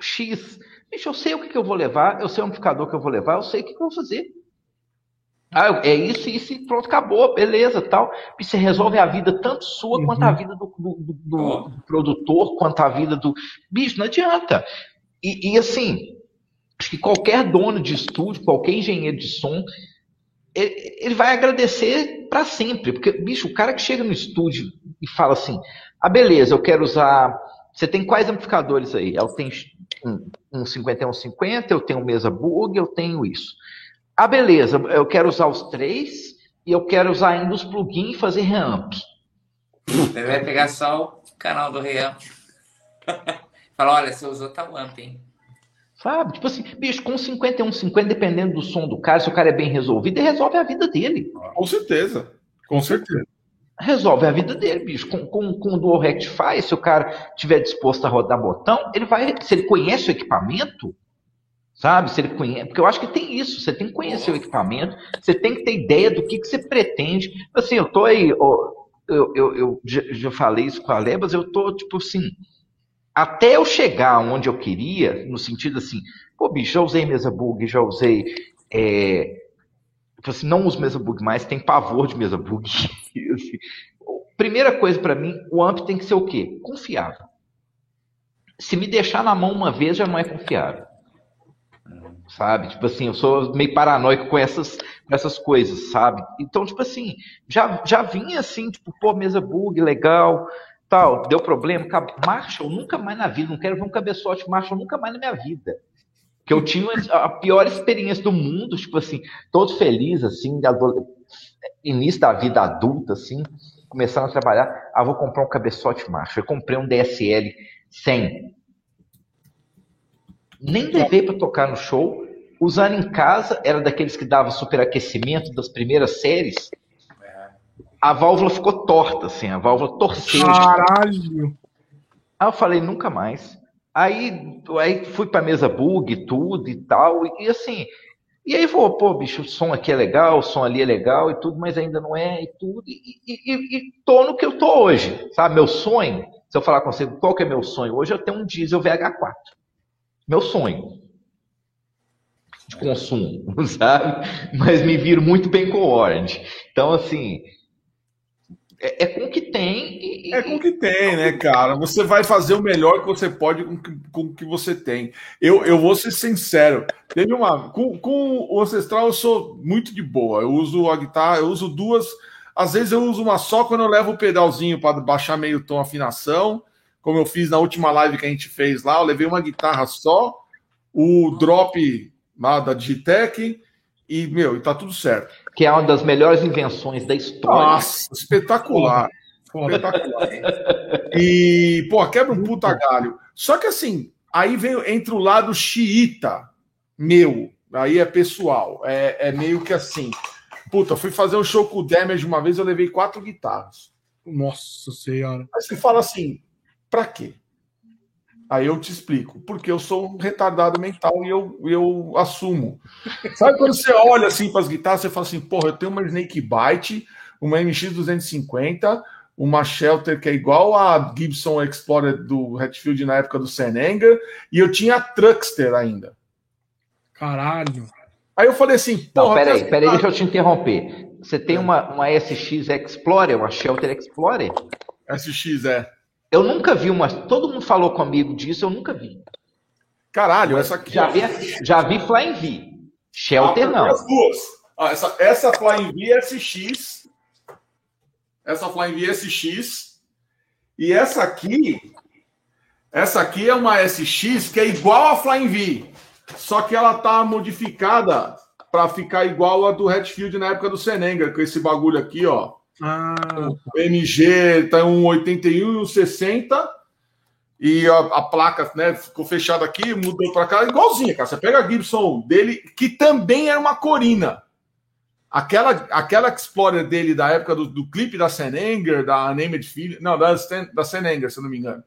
D: X. Bicho, eu sei o que eu vou levar, eu sei o amplificador que eu vou levar, eu sei o que eu vou fazer. É isso, e pronto, acabou, beleza, tal. E você resolve a vida tanto sua quanto a vida do produtor, quanto a vida do... Bicho, não adianta. E assim, acho que qualquer dono de estúdio, qualquer engenheiro de som, ele vai agradecer para sempre. Porque, bicho, o cara que chega no estúdio e fala assim, beleza, eu quero usar... Você tem quais amplificadores aí? Eu tenho um 5150, eu tenho um Mesa Bug, eu tenho isso. Beleza, eu quero usar os 3 e eu quero usar ainda os plugins e fazer reamp.
B: Você vai pegar só o canal do reamp. Fala, olha, você usou tal amp, hein?
D: Sabe? Tipo assim, bicho, com 5150, dependendo do som do cara, se o cara é bem resolvido, ele resolve a vida dele.
A: Com certeza. Com certeza.
D: Resolve a vida dele, bicho. Com o Dual Rectify, se o cara estiver disposto a rodar botão, ele vai. Se ele conhece o equipamento, sabe? Se ele conhece. Porque eu acho que tem isso. Você tem que conhecer o equipamento, você tem que ter ideia do que você pretende. Assim, eu tô aí. Eu já falei isso com a Lebas, eu tô, tipo assim. Até eu chegar onde eu queria, no sentido assim, pô, bicho, já usei Mesa Bug, já usei. Assim, não uso Mesa Bug mais, tem pavor de Mesa Bug. Assim, primeira coisa para mim, o amp tem que ser o quê? Confiável. Se me deixar na mão uma vez, já não é confiável. Sabe? Tipo assim, eu sou meio paranoico com essas coisas, sabe? Então, tipo assim, já vinha assim, tipo, pô, Mesa Bug, legal, tal, deu problema. Marshall, nunca mais na vida, não quero ver um cabeçote Marshall nunca mais na minha vida. Que eu tinha a pior experiência do mundo, tipo assim, todo feliz, assim, início da vida adulta, assim, começando a trabalhar, vou comprar um cabeçote Marshall. Eu comprei um DSL 100. Nem levei para tocar no show, usando em casa, era daqueles que dava superaquecimento das primeiras séries. A válvula ficou torta, assim, a válvula torceu.
C: Caralho!
D: Aí eu falei, nunca mais. Aí fui pra Mesa Bug e tudo e tal, e assim, e aí vou, pô, bicho, o som aqui é legal, o som ali é legal e tudo, mas ainda não é e tudo, e tô no que eu tô hoje, sabe? Meu sonho, se eu falar com você, qual que é meu sonho? Hoje eu tenho um diesel VH4. Meu sonho. De consumo, sabe? Mas me viro muito bem com o Orange. Então, assim, é com o que tem.
A: É com o que tem, né, cara? Você vai fazer o melhor que você pode com o que você tem. Eu vou ser sincero. Teve com o Ancestral eu sou muito de boa. Eu uso a guitarra, eu uso duas. Às vezes eu uso uma só quando eu levo o pedalzinho para baixar meio tom a afinação. Como eu fiz na última live que a gente fez lá, eu levei uma guitarra só, o drop lá da Digitec, e, e tá tudo certo.
D: Que é uma das melhores invenções da história.
A: Nossa, espetacular. Espetacular. E, pô, quebra um puta galho. Só que assim, aí entra o lado xiita meu, aí é pessoal. É meio que assim. Puta, fui fazer um show com o Damage uma vez, eu levei 4 guitarras.
C: Nossa Senhora.
A: Aí você fala assim, pra quê? Aí eu te explico. Porque eu sou um retardado mental e eu assumo. Sabe quando você olha assim para as guitarras, você fala assim, porra, eu tenho uma Snakebite, uma MX-250, uma Shelter que é igual a Gibson Explorer do Hatfield na época do Senenger, e eu tinha a Truckster ainda.
C: Caralho.
A: Aí eu falei assim, porra...
D: Não, peraí, deixa eu te interromper. Você tem uma SX Explorer, uma Shelter Explorer?
A: SX, é.
D: Eu nunca vi uma... Todo mundo falou comigo disso, eu nunca vi.
A: Caralho, essa aqui...
D: Já vi Flying V. Shelter, não.
A: As duas. Essa Flying V SX... Essa Flying V SX... E essa aqui é uma SX que é igual a Flying V. Só que ela tá modificada para ficar igual a do Hatfield na época do Senenger, com esse bagulho aqui, ó. O MG tá um 81 e um 60 e a placa, né, ficou fechada aqui, mudou para cá, igualzinha, cara. Você pega a Gibson dele, que também era uma Corina. Aquela Explorer dele da época do clipe da Senenger, da Named Filho, não, da Senenger, se eu não me engano.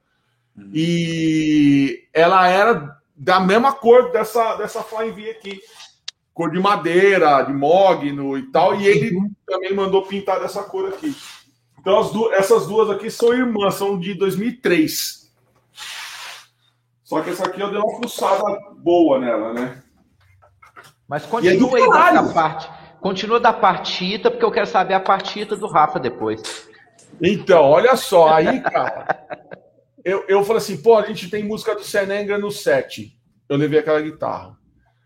A: E ela era da mesma cor dessa Flying V aqui. Cor de madeira, de mogno e tal, e ele também mandou pintar dessa cor aqui. Então essas duas aqui são irmãs, são de 2003. Só que essa aqui eu dei uma fuçada boa nela, né?
D: Mas continua aí da parte. Continua da partita, porque eu quero saber a partita do Rafa depois.
A: Então, olha só, aí, cara, eu falei assim, pô, a gente tem música do Senengra no set. Eu levei aquela guitarra.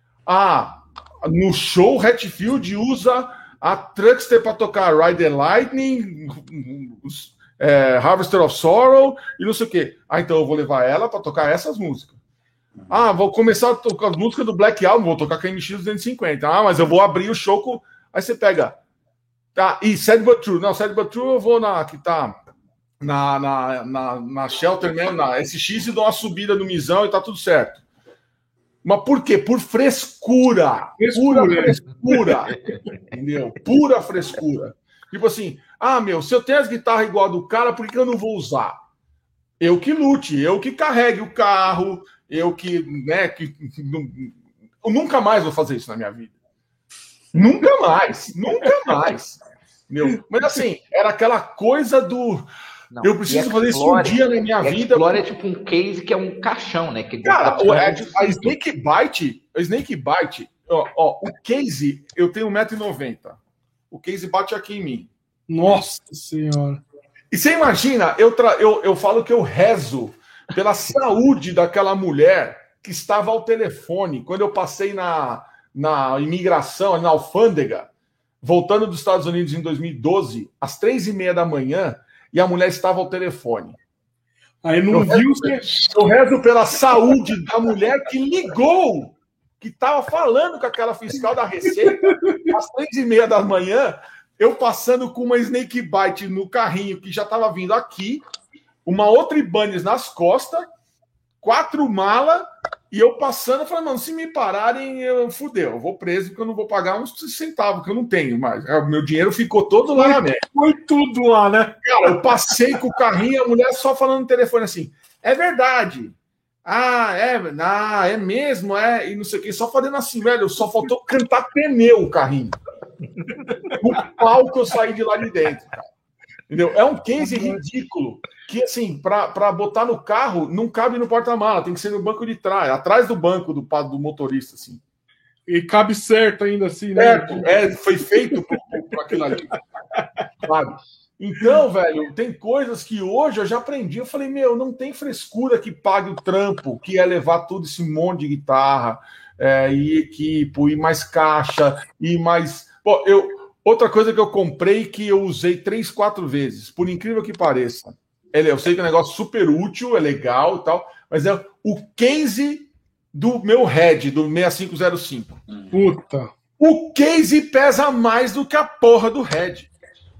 A: No show, Hatfield usa a Truckster para tocar Ride the Lightning, Harvester of Sorrow e não sei o quê. Então eu vou levar ela para tocar essas músicas. Vou começar a tocar as músicas do Black Album, vou tocar KMX 250. Mas eu vou abrir o show com... Aí você pega... e Sad But True. Não, Sad But True eu vou que tá na Shelter mesmo, na SX, e dou uma subida no Misão e tá tudo certo. Mas por quê? Por frescura. Pura frescura. Entendeu? Pura frescura. Tipo assim, se eu tenho as guitarras igual a do cara, por que eu não vou usar? Eu que lute, eu que carregue o carro, eu que, né, eu nunca mais vou fazer isso na minha vida. Nunca mais. Mas assim, era aquela coisa do... Não, eu preciso fazer isso um dia na minha vida.
D: Explorer é tipo um case que é um caixão, né?
A: Cara, a Snake Bite, o case, eu tenho 1,90 m. O case bate aqui em mim.
C: Nossa Senhora.
A: E você imagina, eu falo que eu rezo pela saúde daquela mulher que estava ao telefone quando eu passei na imigração, na alfândega, voltando dos Estados Unidos em 2012, às 3h30 da manhã, e a mulher estava ao telefone.
C: Aí não viu?
A: Eu rezo pela saúde da mulher que ligou, que estava falando com aquela fiscal da Receita, às 3h30 da manhã, eu passando com uma Snake Bite no carrinho que já estava vindo aqui, uma outra Ibanez nas costas, 4 malas, e eu passando, falando, mano, se me pararem, fudeu, eu vou preso porque eu não vou pagar uns centavos, que eu não tenho mais. O meu dinheiro ficou todo lá na merda.
C: Foi tudo lá, né?
A: Cara, eu passei com o carrinho e a mulher só falando no telefone assim, é verdade. É mesmo, e não sei o que, só fazendo assim, velho, só faltou cantar pneu o carrinho. O pau que eu saí de lá de dentro, cara. Entendeu? É um case ridículo que, assim, para botar no carro, não cabe no porta-mala, tem que ser no banco de trás, atrás do banco do motorista, assim.
C: E cabe certo ainda, assim, né?
A: Foi feito por aquilo ali. Sabe? Então, velho, tem coisas que hoje eu já aprendi. Eu falei, não tem frescura que pague o trampo, que é levar todo esse monte de guitarra, e equipo, e mais caixa, e mais... Pô, outra coisa que eu comprei que eu usei 3, 4 vezes, por incrível que pareça. Eu sei que é um negócio super útil, é legal e tal, mas é o case do meu head, do 6505.
C: Puta.
A: O case pesa mais do que a porra do head.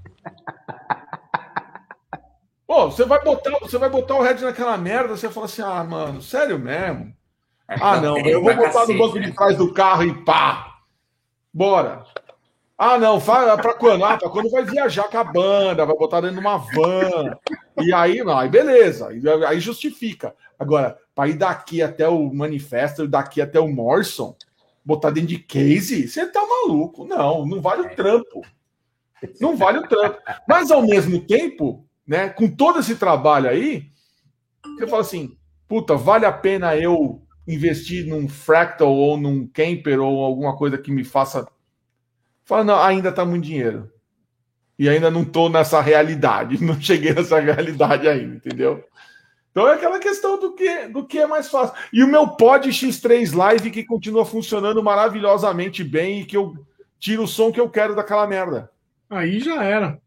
A: Pô, você vai botar o head naquela merda, você fala assim, mano, sério mesmo? Não, eu vou botar no banco de trás do carro e pá! Bora! Não, pra quando? Pra quando vai viajar com a banda, vai botar dentro de uma van. E aí, beleza. Aí justifica. Agora, para ir daqui até o Manifesto, daqui até o Morrison, botar dentro de case, você tá maluco. Não vale o trampo. Não vale o trampo. Mas, ao mesmo tempo, né, com todo esse trabalho aí, você fala assim, puta, vale a pena eu investir num Fractal ou num Kemper ou alguma coisa que me faça... Fala, não, ainda tá muito dinheiro. E ainda não tô nessa realidade. Não cheguei nessa realidade ainda, entendeu? Então é aquela questão do que é mais fácil. E o meu Pod X3 Live que continua funcionando maravilhosamente bem e que eu tiro o som que eu quero daquela merda.
C: Aí já era.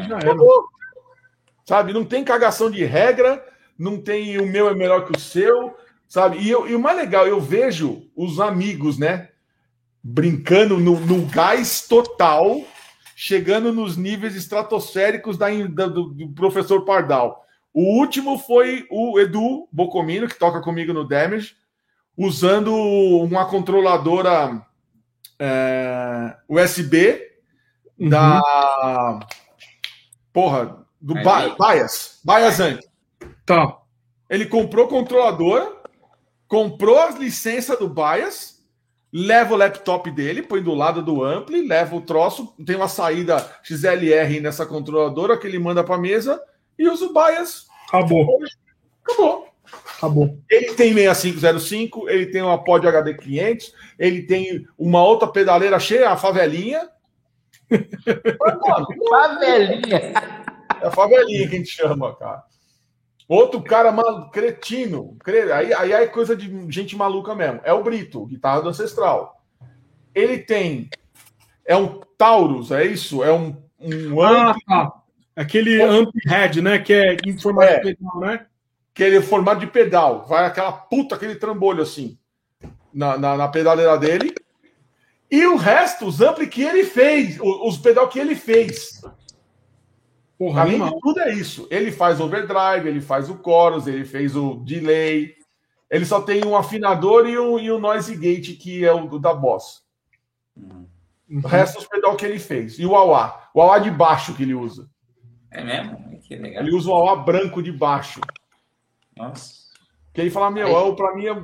A: Sabe? Não tem cagação de regra, não tem o meu é melhor que o seu, sabe? E o mais legal, eu vejo os amigos, né? Brincando no gás total, chegando nos níveis estratosféricos do professor Pardal. O último foi o Edu Bocomino, que toca comigo no Damage, usando uma controladora USB da... Porra, do Bias Amp.
C: Tá.
A: Ele comprou controladora, comprou as licenças do Bias, leva o laptop dele, põe do lado do ampli, leva o troço, tem uma saída XLR nessa controladora que ele manda para a mesa e usa o bias.
C: Acabou. Acabou.
A: Ele tem 6505, ele tem uma Pod HD 500, ele tem uma outra pedaleira cheia, a favelinha.
D: Favelinha.
A: É a favelinha que a gente chama, cara. Outro cara cretino. Aí é coisa de gente maluca mesmo. É o Brito, guitarra do Ancestral. Ele tem... É um Taurus, é isso? É um
C: amp... tá. Aquele amp head, né? Que é em formato de pedal, né?
A: Que ele é formato de pedal. Vai aquele trambolho assim na pedaleira dele. E o resto, os ampli que ele fez, os pedal que ele fez.
C: Porra,
A: além de tudo é isso. Ele faz overdrive, ele faz o chorus, ele fez o delay. Ele só tem um afinador e o noise gate, que é o da Boss. O resto dos pedal que ele fez. E o wah-wah. O wah-wah de baixo que ele usa.
B: É mesmo? Que legal.
A: Ele usa o wah-wah branco de baixo.
B: Nossa.
A: Que ele fala, pra mim,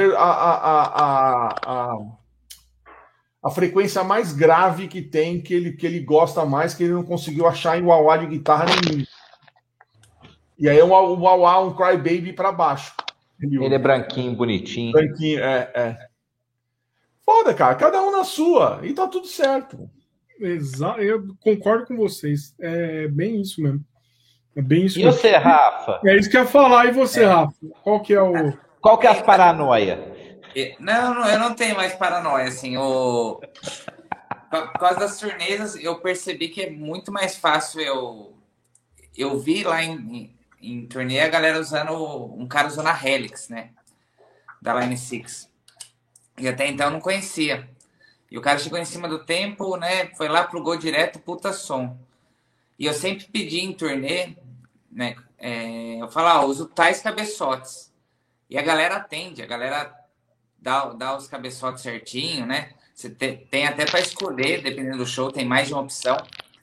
A: a frequência mais grave que tem, que ele gosta mais, que ele não conseguiu achar em wah-wah de guitarra nenhum. E aí é um wah-wah, um crybaby para baixo.
D: Ele é branquinho, bonitinho.
A: Branquinho, Foda, cara. Cada um na sua. E tá tudo certo.
C: Exato. Eu concordo com vocês. É bem isso mesmo. É bem isso.
D: E você, Rafa?
C: É isso que eu ia falar. E você, Rafa? Qual que é
D: as paranoia?
B: Não, eu não tenho mais paranoia, assim. Por causa das turnês, eu percebi que é muito mais fácil eu vi lá em turnê a galera um cara usando a Helix, né? Da Line 6. E até então eu não conhecia. E o cara chegou em cima do tempo, né? Foi lá, plugou direto, puta som. E eu sempre pedi em turnê, né? Eu falo, uso tais cabeçotes. E a galera atende, a galera dá os cabeçotes certinho, né? Você tem até para escolher, dependendo do show, tem mais de uma opção.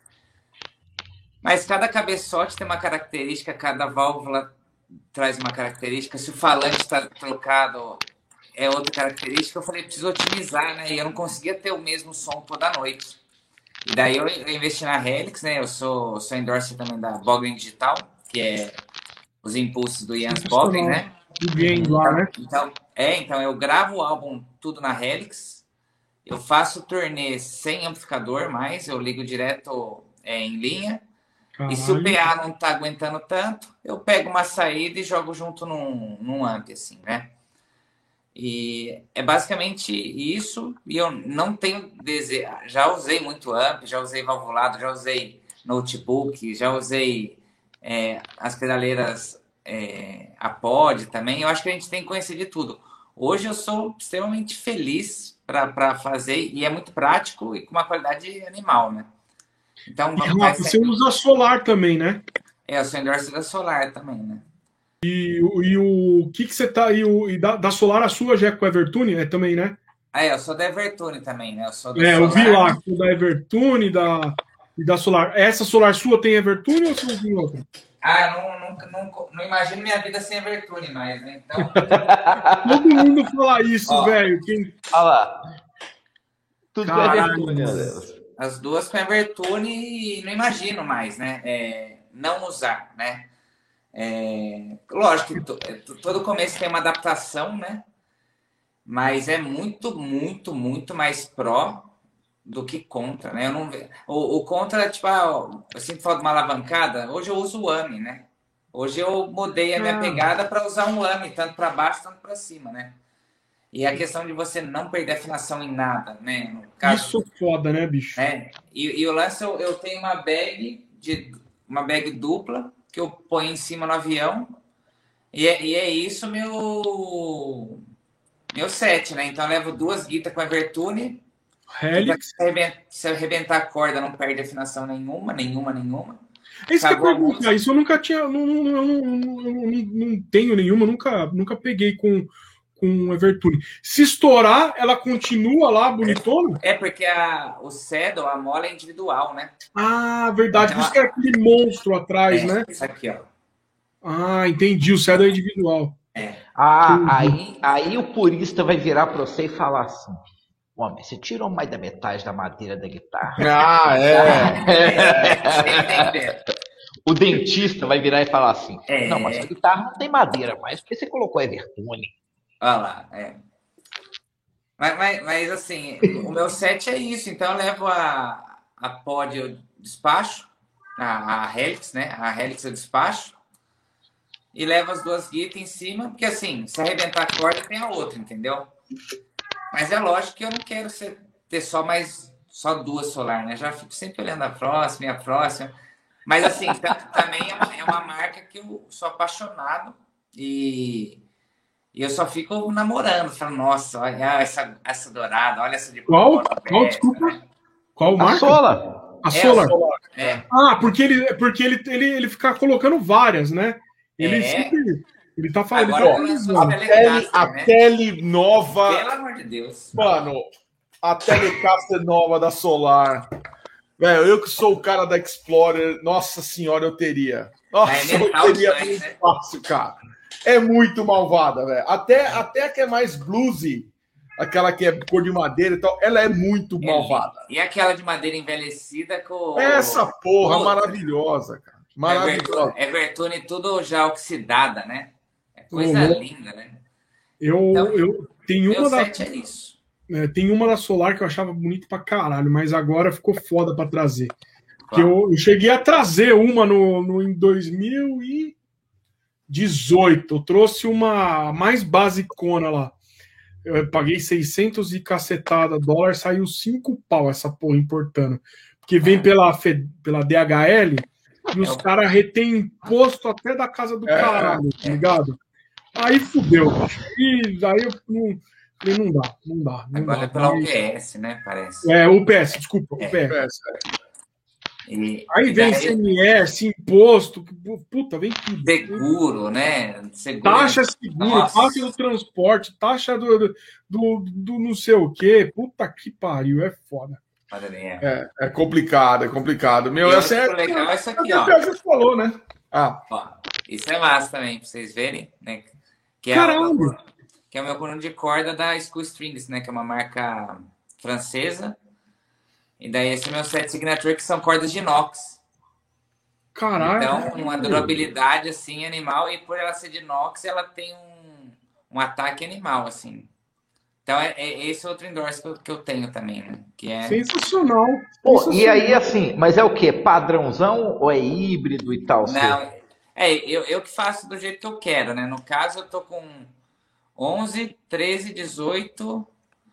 B: Mas cada cabeçote tem uma característica, cada válvula traz uma característica. Se o falante está trocado, é outra característica. Eu falei, preciso otimizar, né? E eu não conseguia ter o mesmo som toda noite. E daí eu investi na Helix, né? Eu sou endorser também da Bogling Digital, que é os impulsos do Jens Bogling, né? Então eu gravo o álbum tudo na Helix. Eu faço turnê sem amplificador mais, eu ligo direto em linha. Caralho. E se o PA não tá aguentando tanto, eu pego uma saída e jogo junto num amp, assim, né? E é basicamente isso. E eu não tenho desejo. Já usei muito amp, já usei valvulado, já usei notebook, já usei as pedaleiras a pod também. Eu acho que a gente tem que conhecer de tudo. Hoje eu sou extremamente feliz para fazer, e é muito prático e com uma qualidade animal, né? Então,
C: você usa solar também, né?
B: Eu sou endorser da Solar também, né?
C: E o que você tá aí? E da Solar, a sua já é com a Evertune, também, né?
B: Eu sou da Evertune também, né? Eu sou da
C: Solar. Eu vi lá, da Evertune e da Solar. Essa Solar sua tem Evertune ou você tem outra?
B: Não imagino minha vida sem Evertune mais, né? Então...
C: Todo mundo fala isso, velho.
D: Olha lá. Tudo com Evertune, meu Deus.
B: As duas com Evertune e não imagino mais, né? Não usar, né? Lógico que todo começo tem uma adaptação, né? Mas é muito, muito, muito mais pró do que contra, né? Eu não o contra, tipo, eu sempre falo de uma alavancada. Hoje eu uso o AMI, né? Hoje eu mudei a minha pegada para usar um AMI, tanto para baixo, tanto para cima, né? E a questão de você não perder afinação em nada, né? No caso,
C: isso é foda, né, bicho?
B: E o lance, eu tenho uma bag dupla que eu ponho em cima no avião e é isso meu set, né? Então eu levo 2 guitas com Evertune.
C: Helix.
B: Se arrebentar a corda, não perde afinação nenhuma.
C: Isso que eu pergunto, isso eu nunca tinha, não tenho nenhuma, nunca peguei com Evertune. Se estourar, ela continua lá bonitona?
B: Porque o saddle, a mola é individual, né?
C: Ah, verdade. Por isso que é aquele monstro atrás, né?
B: Isso aqui, ó.
C: Ah, entendi. O saddle é individual.
D: Aí o purista vai virar para você e falar assim: homem, você tirou mais da metade da madeira da guitarra. O dentista vai virar e falar assim, não, mas a guitarra não tem madeira mais, porque você colocou Evertune.
B: Olha lá, Mas assim, o meu set é isso. Então eu levo a pod, eu despacho, a Helix, né? A Helix eu despacho e levo as duas guitas em cima, porque assim, se arrebentar a corda, tem a outra, entendeu? Mas é lógico que eu não quero ter só duas solar, né? Já fico sempre olhando a próxima e a próxima. Mas assim, também é uma marca que eu sou apaixonado e eu só fico namorando, falando, nossa, olha essa dourada, olha essa de
C: Qual? Desculpa.
B: Né?
C: Qual marca?
D: A Solar.
C: A Solar.
B: Ah,
C: porque ele fica colocando várias, né? Ele tá falando.
A: A tele nova.
B: Pelo amor de Deus.
A: Mano, a Telecaster nova da Solar. Velho, eu que sou o cara da Explorer, nossa senhora, eu teria. Nossa, eu teria muito fácil, cara. É muito malvada, velho. Até a que é mais bluesy, aquela que é cor de madeira e tal, ela é muito malvada.
B: E aquela de madeira envelhecida com...
A: Essa porra maravilhosa, cara. Maravilhosa.
B: Evertune tudo já oxidada, né? É coisa linda, né?
C: Eu tenho uma da...
B: set é isso.
C: Tem uma da Solar que eu achava bonita pra caralho, mas agora ficou foda pra trazer. Porque eu cheguei a trazer uma em 2018. Eu trouxe uma mais basicona lá. Eu paguei 600 e cacetada dólar, saiu 5 pau essa porra importando. Porque vem pela DHL e os caras retêm imposto até da casa do caralho, tá ligado? Aí fudeu. E aí não dá.
B: Agora é pela UPS, né? Parece.
C: UPS, desculpa. UPS. Aí vem CMS, imposto, puta, vem tudo.
B: Seguro, né?
C: Taxa seguro, taxa do transporte, taxa do não sei o quê. Puta que pariu, é foda.
A: É complicado. Meu,
B: legal é isso aqui, ó.
A: Você falou, né?
B: Ó, isso é massa também, pra vocês verem, né?
C: Caramba!
B: Que é o meu cordão de corda da School Strings, né? Que é uma marca francesa. E daí esse é o meu set signature, que são cordas de inox.
C: Caralho!
B: Então, uma durabilidade, assim, animal. E por ela ser de inox, ela tem um ataque animal, assim. Então, é esse outro endorse que eu tenho também, né? Que é...
C: Sensacional!
D: E aí, assim, mas é o quê? Padrãozão ou é híbrido e tal?
B: Não, eu que faço do jeito que eu quero, né? No caso, eu tô com 11, 13, 18,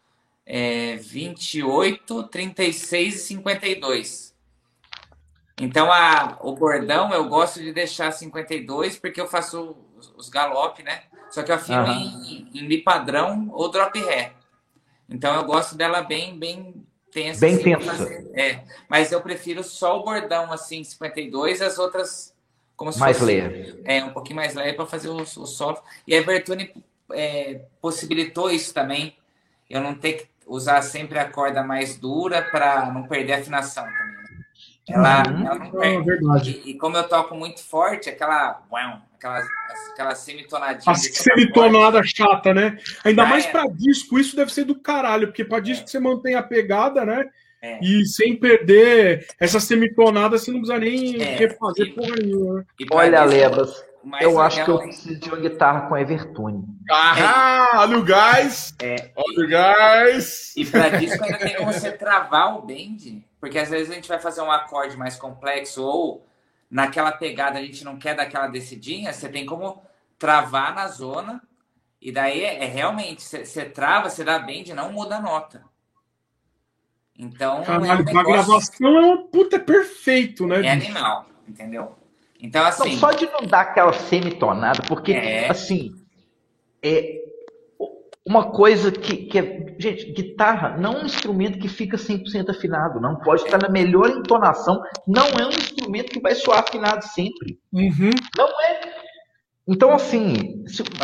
B: 28, 36 e 52. Então, o bordão eu gosto de deixar 52 porque eu faço os galope, né? Só que eu afino em Mi padrão ou drop ré. Então, eu gosto dela bem tensa.
D: Bem tensa.
B: Mas eu prefiro só o bordão, assim, 52 e as outras... como se
D: mais
B: fosse,
D: leve.
B: Um pouquinho mais leve para fazer o solo. E a Evertune possibilitou isso também. Eu não ter que usar sempre a corda mais dura para não perder a afinação também. Ela não perde.
C: Verdade.
B: E como eu toco muito forte, aquela semitonadinha.
C: A semitonada chata, né? Ainda mais para disco, isso deve ser do caralho, porque para disco você mantém a pegada, né? E sem perder essa semitonada, você não precisa nem refazer porra nenhuma.
D: Olha, Lebas, eu acho que eu preciso de uma guitarra com Evertune.
A: Olha o gás! Olha o gás!
B: E para disco ainda tem como você travar o bend, porque às vezes a gente vai fazer um acorde mais complexo ou naquela pegada a gente não quer dar aquela descidinha, você tem como travar na zona e daí realmente, você trava, você dá bend, não muda a nota. Então,
C: caralho, a gravação é perfeito, né?
B: É animal, entendeu? Então, assim...
D: Não, só de não dar aquela semitonada, porque, assim, uma coisa que é... Gente, guitarra não é um instrumento que fica 100% afinado, não pode estar na melhor entonação, não é um instrumento que vai soar afinado sempre.
C: Uhum.
D: Não é. Então, assim...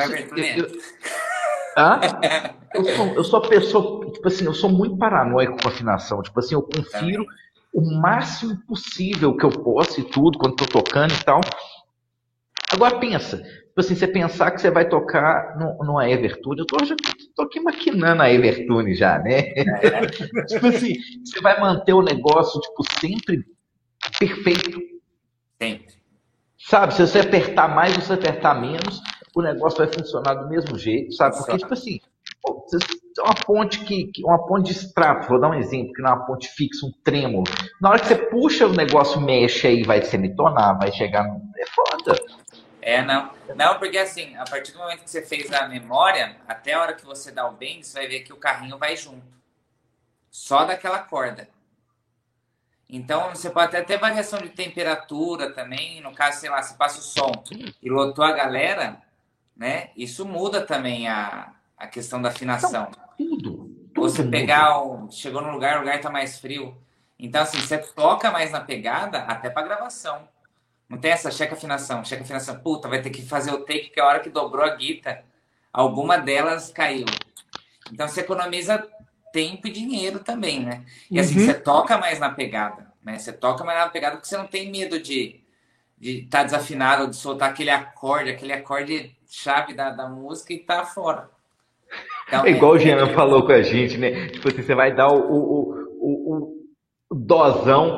D: Eu sou a pessoa, tipo assim, eu sou muito paranoico com afinação, tipo assim, eu confiro o máximo possível que eu posso e tudo, quando tô tocando e tal. Agora pensa, tipo assim, você pensar que você vai tocar numa Evertune, já tô aqui maquinando a Evertune já, né? Tipo assim, você vai manter o negócio, tipo, sempre perfeito.
B: Sempre.
D: Sabe? Se você apertar mais ou se apertar menos, o negócio vai funcionar do mesmo jeito, sabe? Porque, tipo assim, uma ponte de extrato, vou dar um exemplo, que não é uma ponte fixa, um trêmulo. Na hora que você puxa, o negócio mexe aí, vai semitonar, vai chegar no... É foda.
B: Não, porque assim, a partir do momento que você fez a memória, até a hora que você dá o bend, você vai ver que o carrinho vai junto. Só daquela corda. Então, você pode até ter variação de temperatura também. No caso, sei lá, se passa o som e lotou a galera, né? Isso muda também a questão da afinação.
D: Tudo
B: Você pegar, chegou num lugar, o lugar tá mais frio. Então, assim, você toca mais na pegada até pra gravação. Não tem essa checa afinação. Puta, vai ter que fazer o take, porque a hora que dobrou a guitarra, alguma delas caiu. Então, você economiza tempo e dinheiro também, né? E assim, você toca mais na pegada, né? Você toca mais na pegada porque você não tem medo de estar desafinado, ou de soltar aquele acorde chave da música e tá fora. Então,
D: é igual o Jean falou com a gente, né? Tipo assim, você vai dar o dozão,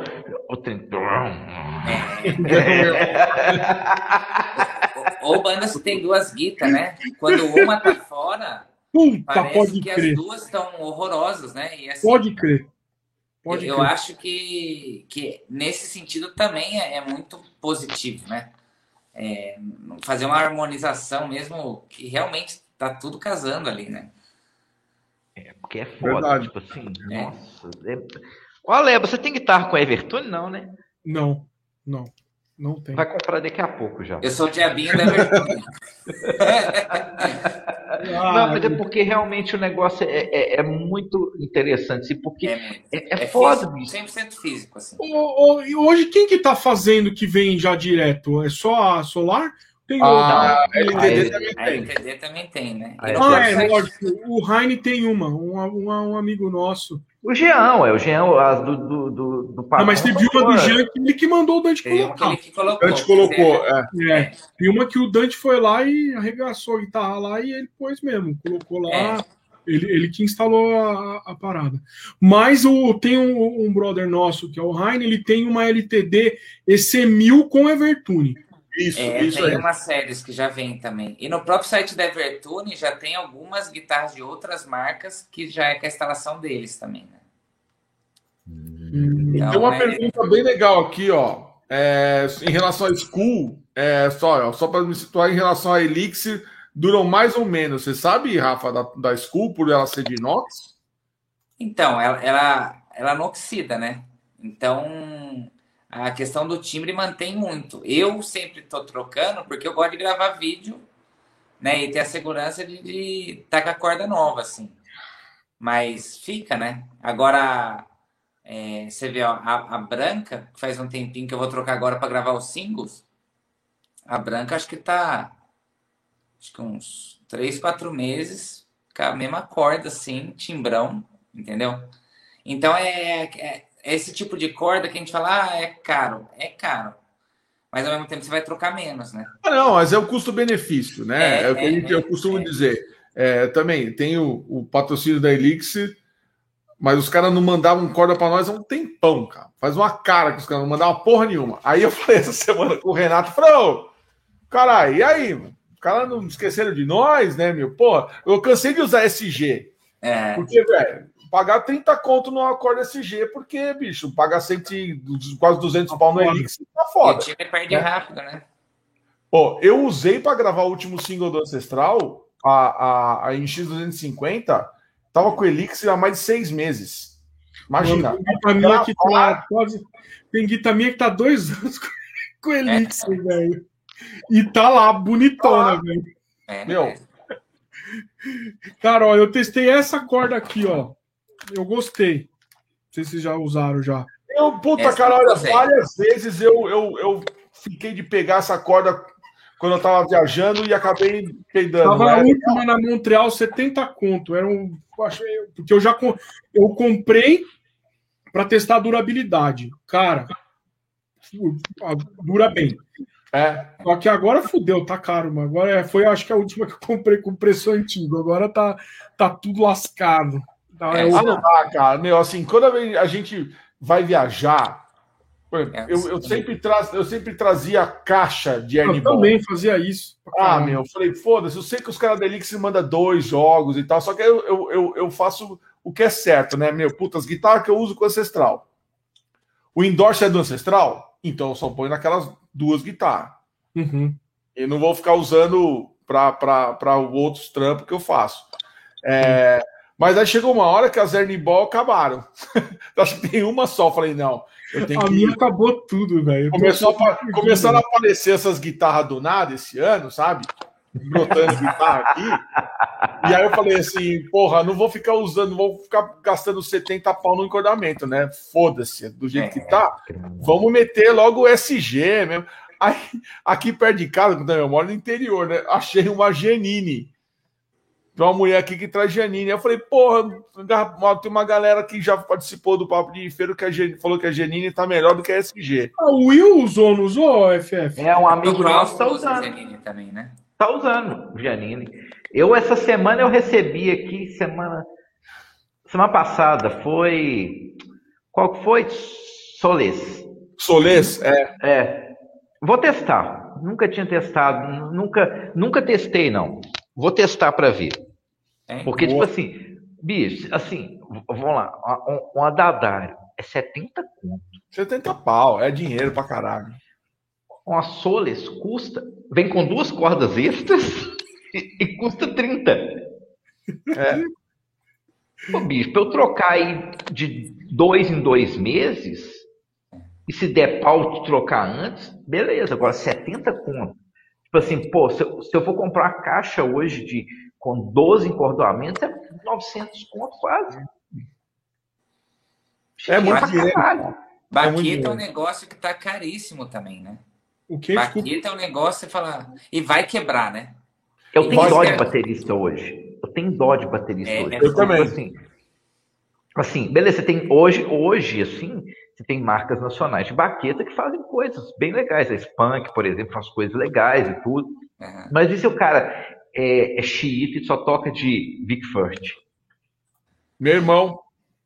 B: ou bandas que tem duas guitarras, né? Quando uma tá fora, parece que as duas estão horrorosas, né? E assim,
C: pode crer.
B: Eu acho que nesse sentido também é muito positivo, né? Fazer uma harmonização mesmo, que realmente tá tudo casando ali, né?
D: Porque é foda, verdade. Tipo assim, nossa. Qual é? Você tem guitarra com Evertune? Não, né?
C: Não tem.
D: Vai comprar daqui a pouco já.
B: Eu sou o diabinho da Evertune.
D: Não, mas é porque realmente o negócio é muito interessante. Porque é foda,
B: bicho. 100% físico, assim.
C: Hoje, quem que tá fazendo que vem já direto? É só a Solar? Tem
B: a LTD também tem, né?
C: Lógico. O Heine tem um amigo nosso.
D: O Jean do
C: Não, mas teve uma do Jean que mandou o Dante colocar.
A: O Dante colocou,
C: Tem uma que o Dante foi lá e arregaçou a guitarra lá e ele pôs mesmo. Colocou lá. Ele que instalou a parada. Mas tem um brother nosso, que é o Heine, ele tem uma LTD EC1000 com Evertune.
A: Isso
B: tem umas séries que já vem também. E no próprio site da Evertune já tem algumas guitarras de outras marcas que já é com a instalação deles também, né?
A: Então, tem uma pergunta bem legal aqui, ó. Em relação a Skull, só para me situar, em relação a Elixir, duram mais ou menos. Você sabe, Rafa, da Skull, por ela ser de inox?
B: Então, ela não oxida, né? Então, a questão do timbre mantém muito. Eu sempre tô trocando porque eu gosto de gravar vídeo, né? E ter a segurança de estar com a corda nova, assim. Mas fica, né? Agora, você vê, ó, a branca, que faz um tempinho que eu vou trocar agora para gravar os singles, a branca acho que uns 3, 4 meses com a mesma corda, assim, timbrão, entendeu? Então, esse tipo de corda que a gente fala, é caro. É caro. Mas ao mesmo tempo você vai trocar menos, né?
A: Não, mas é o custo-benefício, né? O que eu costumo dizer. Também tem o patrocínio da Elixir, mas os caras não mandavam corda para nós há um tempão, cara. Faz uma cara que os caras não mandavam porra nenhuma. Aí eu falei essa semana com o Renato, falei, caralho, e aí, mano? Os caras não esqueceram de nós, né, meu? Porra, eu cansei de usar SG. Porque, velho, pagar 30 conto numa corda SG, porque, bicho, pagar quase 200 pau no Elixir tá foda.
B: E o time perde rápido, né?
A: Eu usei para gravar o último single do Ancestral, a NX250, tava com o Elixir há mais de 6 meses. Imagina.
C: Tem guitarra minha que tá 2 anos com o Elixir, velho. E tá lá, bonitona, velho.
A: Meu.
C: Cara, ó, eu testei essa corda aqui, ó. Eu gostei. Não sei se vocês já usaram já.
A: Cara, olha, várias vezes eu fiquei de pegar essa corda quando eu tava viajando e acabei peidando.
C: Tava a última na Montreal, 70 conto. Porque eu comprei para testar a durabilidade. Cara, dura bem. Só que agora fudeu, tá caro, mano. Agora acho que a última que eu comprei com preço antigo. Agora tá tudo lascado.
A: Não dá, cara. Meu, assim, quando a gente vai viajar, Eu sempre trazia a caixa de Ernie Ball.
C: Eu também fazia isso.
A: Eu falei, foda-se, eu sei que os caras da Elix mandam 2 jogos e tal, só que eu faço o que é certo, né? As guitarras que eu uso com o Ancestral. O endorse é do Ancestral? Então eu só ponho naquelas 2 guitarras.
C: Uhum.
A: Eu não vou ficar usando para outros trampos que eu faço. Mas aí chegou uma hora que as Ernie Ball acabaram. Acho que tem uma só. Falei, não.
C: A minha acabou tudo, velho.
A: Começaram a aparecer essas guitarras do nada esse ano, sabe? Brotando guitarra aqui. E aí eu falei assim, porra, não vou ficar usando, não vou ficar gastando 70 pau no encordamento, né? Foda-se, do jeito que tá. Vamos meter logo o SG mesmo. Aí, aqui perto de casa, eu moro no interior, né? Achei uma Giannini. Tem uma mulher aqui que traz Giannini. Eu falei, porra, tem uma galera que já participou do Papo de Feiro que falou que a Giannini tá melhor do que a SG.
C: O Will usou, não usou, FF?
D: Um amigo nosso tá usando.
B: Giannini também, né?
D: Tá usando o Giannini. Essa semana eu recebi aqui, semana passada, foi... Qual que foi?
A: Solês?
D: Vou testar. Nunca tinha testado, nunca testei, não. Vou testar para ver. Porque, tipo assim, bicho, assim, vamos lá, uma Dadário é 70 conto.
A: 70 pau, é dinheiro pra caralho.
D: Uma Soles vem com 2 cordas extras e custa 30. Pô, bicho, pra eu trocar aí de 2 em 2 meses, e se der pau de trocar antes, beleza, agora 70 conto. Tipo assim, pô, se eu for comprar uma caixa hoje com 12 encordoamentos, é 900 conto quase.
A: É muito dinheiro.
B: Baqueta é um negócio que tá caríssimo também, né?
C: O que?
B: Baqueta é um negócio, você fala... E vai quebrar, né?
D: Eu tenho dó de baterista hoje.
A: Eu também.
D: Assim, beleza, você tem hoje, assim, você tem marcas nacionais de baqueta que fazem coisas bem legais. A Spunk, por exemplo, faz coisas legais e tudo.
B: Uhum.
D: Mas e se o cara é xiita e só toca de Vic Firth?
A: Meu irmão,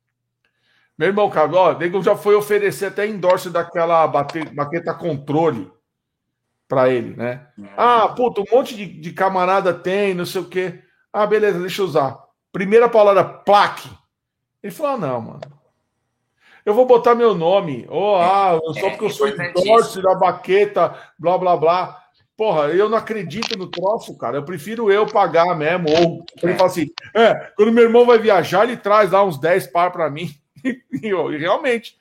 A: cara, ó, nego já foi oferecer até endorse daquela baqueta controle pra ele, né? Um monte de camarada tem, não sei o quê. Beleza, deixa eu usar. Primeira palavra, plaque. Ele falou, não, mano. Eu vou botar meu nome. Só porque eu sou endorse da baqueta, blá, blá, blá. Porra, eu não acredito no troço, cara. Eu prefiro eu pagar mesmo. Ou ele fala assim, quando meu irmão vai viajar, ele traz lá uns 10 par pra mim. E realmente.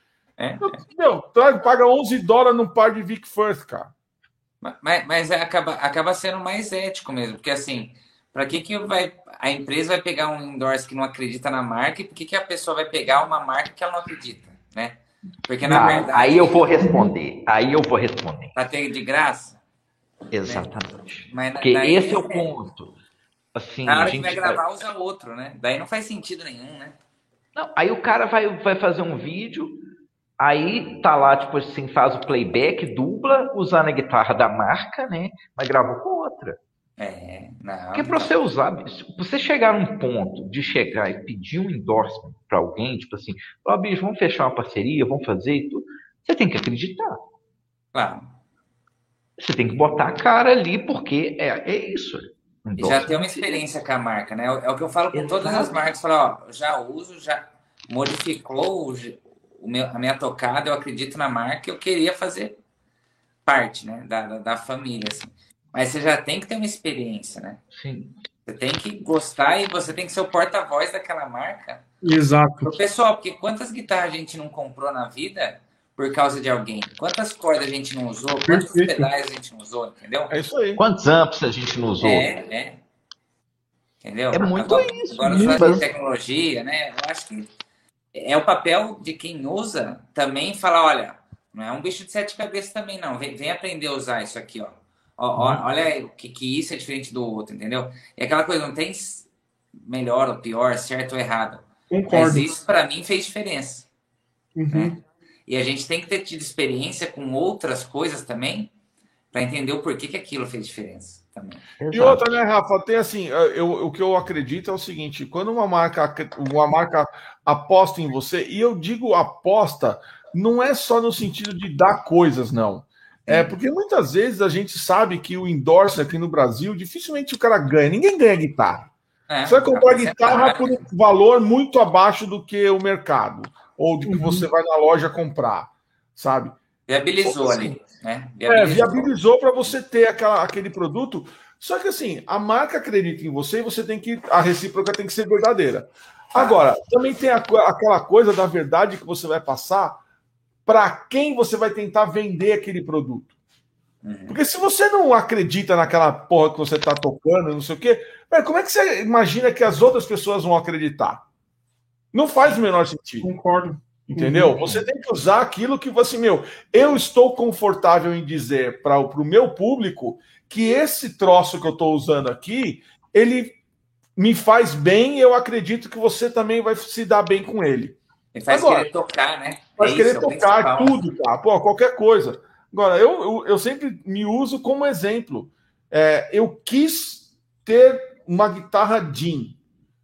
A: Paga $11 num par de Vic Firth, cara.
B: Mas acaba sendo mais ético mesmo. Porque assim, para que a empresa vai pegar um endorse que não acredita na marca e por que a pessoa vai pegar uma marca que ela não acredita, né? Porque na verdade...
D: Aí eu vou responder.
B: Pra ter de graça?
D: Exatamente.
B: Né?
D: Porque esse é o ponto. Assim,
B: na hora que vai gravar, usa outro, né? Daí não faz sentido nenhum, né?
D: Não, aí o cara vai fazer um vídeo, aí tá lá, tipo assim, faz o playback, dubla, usando a guitarra da marca, né? Mas gravou com outra. Porque pra você usar, você chegar num ponto de chegar e pedir um endorsement pra alguém, tipo assim, bicho, vamos fechar uma parceria, vamos fazer e tudo, você tem que acreditar.
B: Claro.
D: Você tem que botar a cara ali, porque é isso.
B: E já tem uma experiência com a marca, né? É o que eu falo com todas as marcas. Falo, já uso, já modificou a minha tocada, eu acredito na marca, eu queria fazer parte, né? Da família, assim. Mas você já tem que ter uma experiência, né?
D: Sim.
B: Você tem que gostar e você tem que ser o porta-voz daquela marca.
C: Exato.
B: Pro pessoal, porque quantas guitarras a gente não comprou na vida por causa de alguém? Quantas cordas a gente não usou? Quantos pedais a gente não usou, entendeu?
A: É isso aí.
D: Quantos amps a gente não usou?
B: Entendeu?
D: É muito isso.
B: Agora usando tecnologia, né? Eu acho que é o papel de quem usa também falar, olha, não é um bicho de 7 cabeças também, não. Vem aprender a usar isso aqui, ó. Olha que isso é diferente do outro, entendeu? E aquela coisa, não tem melhor ou pior, certo ou errado.
C: Concordo.
B: Mas isso, para mim, fez diferença.
C: Uhum.
B: Né? E a gente tem que ter tido experiência com outras coisas também para entender o porquê que aquilo fez diferença também.
A: E outra, né, Rafa, tem assim, o que eu acredito é o seguinte, quando uma marca aposta em você, e eu digo aposta, não é só no sentido de dar coisas, não. Porque muitas vezes a gente sabe que o endorse aqui no Brasil, dificilmente o cara ganha, ninguém ganha guitarra. Você vai comprar guitarra por um valor muito abaixo do que o mercado, ou do que você vai na loja comprar, sabe?
B: Viabilizou ali, né?
A: Viabilizou para você ter aquele produto. Só que assim, a marca acredita em você e você tem que. A recíproca tem que ser verdadeira. Agora, também tem aquela coisa da verdade que você vai passar para quem você vai tentar vender aquele produto. Porque se você não acredita naquela porra que você tá tocando, não sei o quê, como é que você imagina que as outras pessoas vão acreditar? Não faz o menor sentido.
C: Concordo.
A: Entendeu? Você tem que usar aquilo que você, eu estou confortável em dizer para o meu público que esse troço que eu estou usando aqui, ele me faz bem e eu acredito que você também vai se dar bem com ele.
B: Ele faz querer tocar, né?
A: Faz querer tocar tudo, tá? Pô, qualquer coisa. Agora, eu sempre me uso como exemplo. Eu quis ter uma guitarra DIN.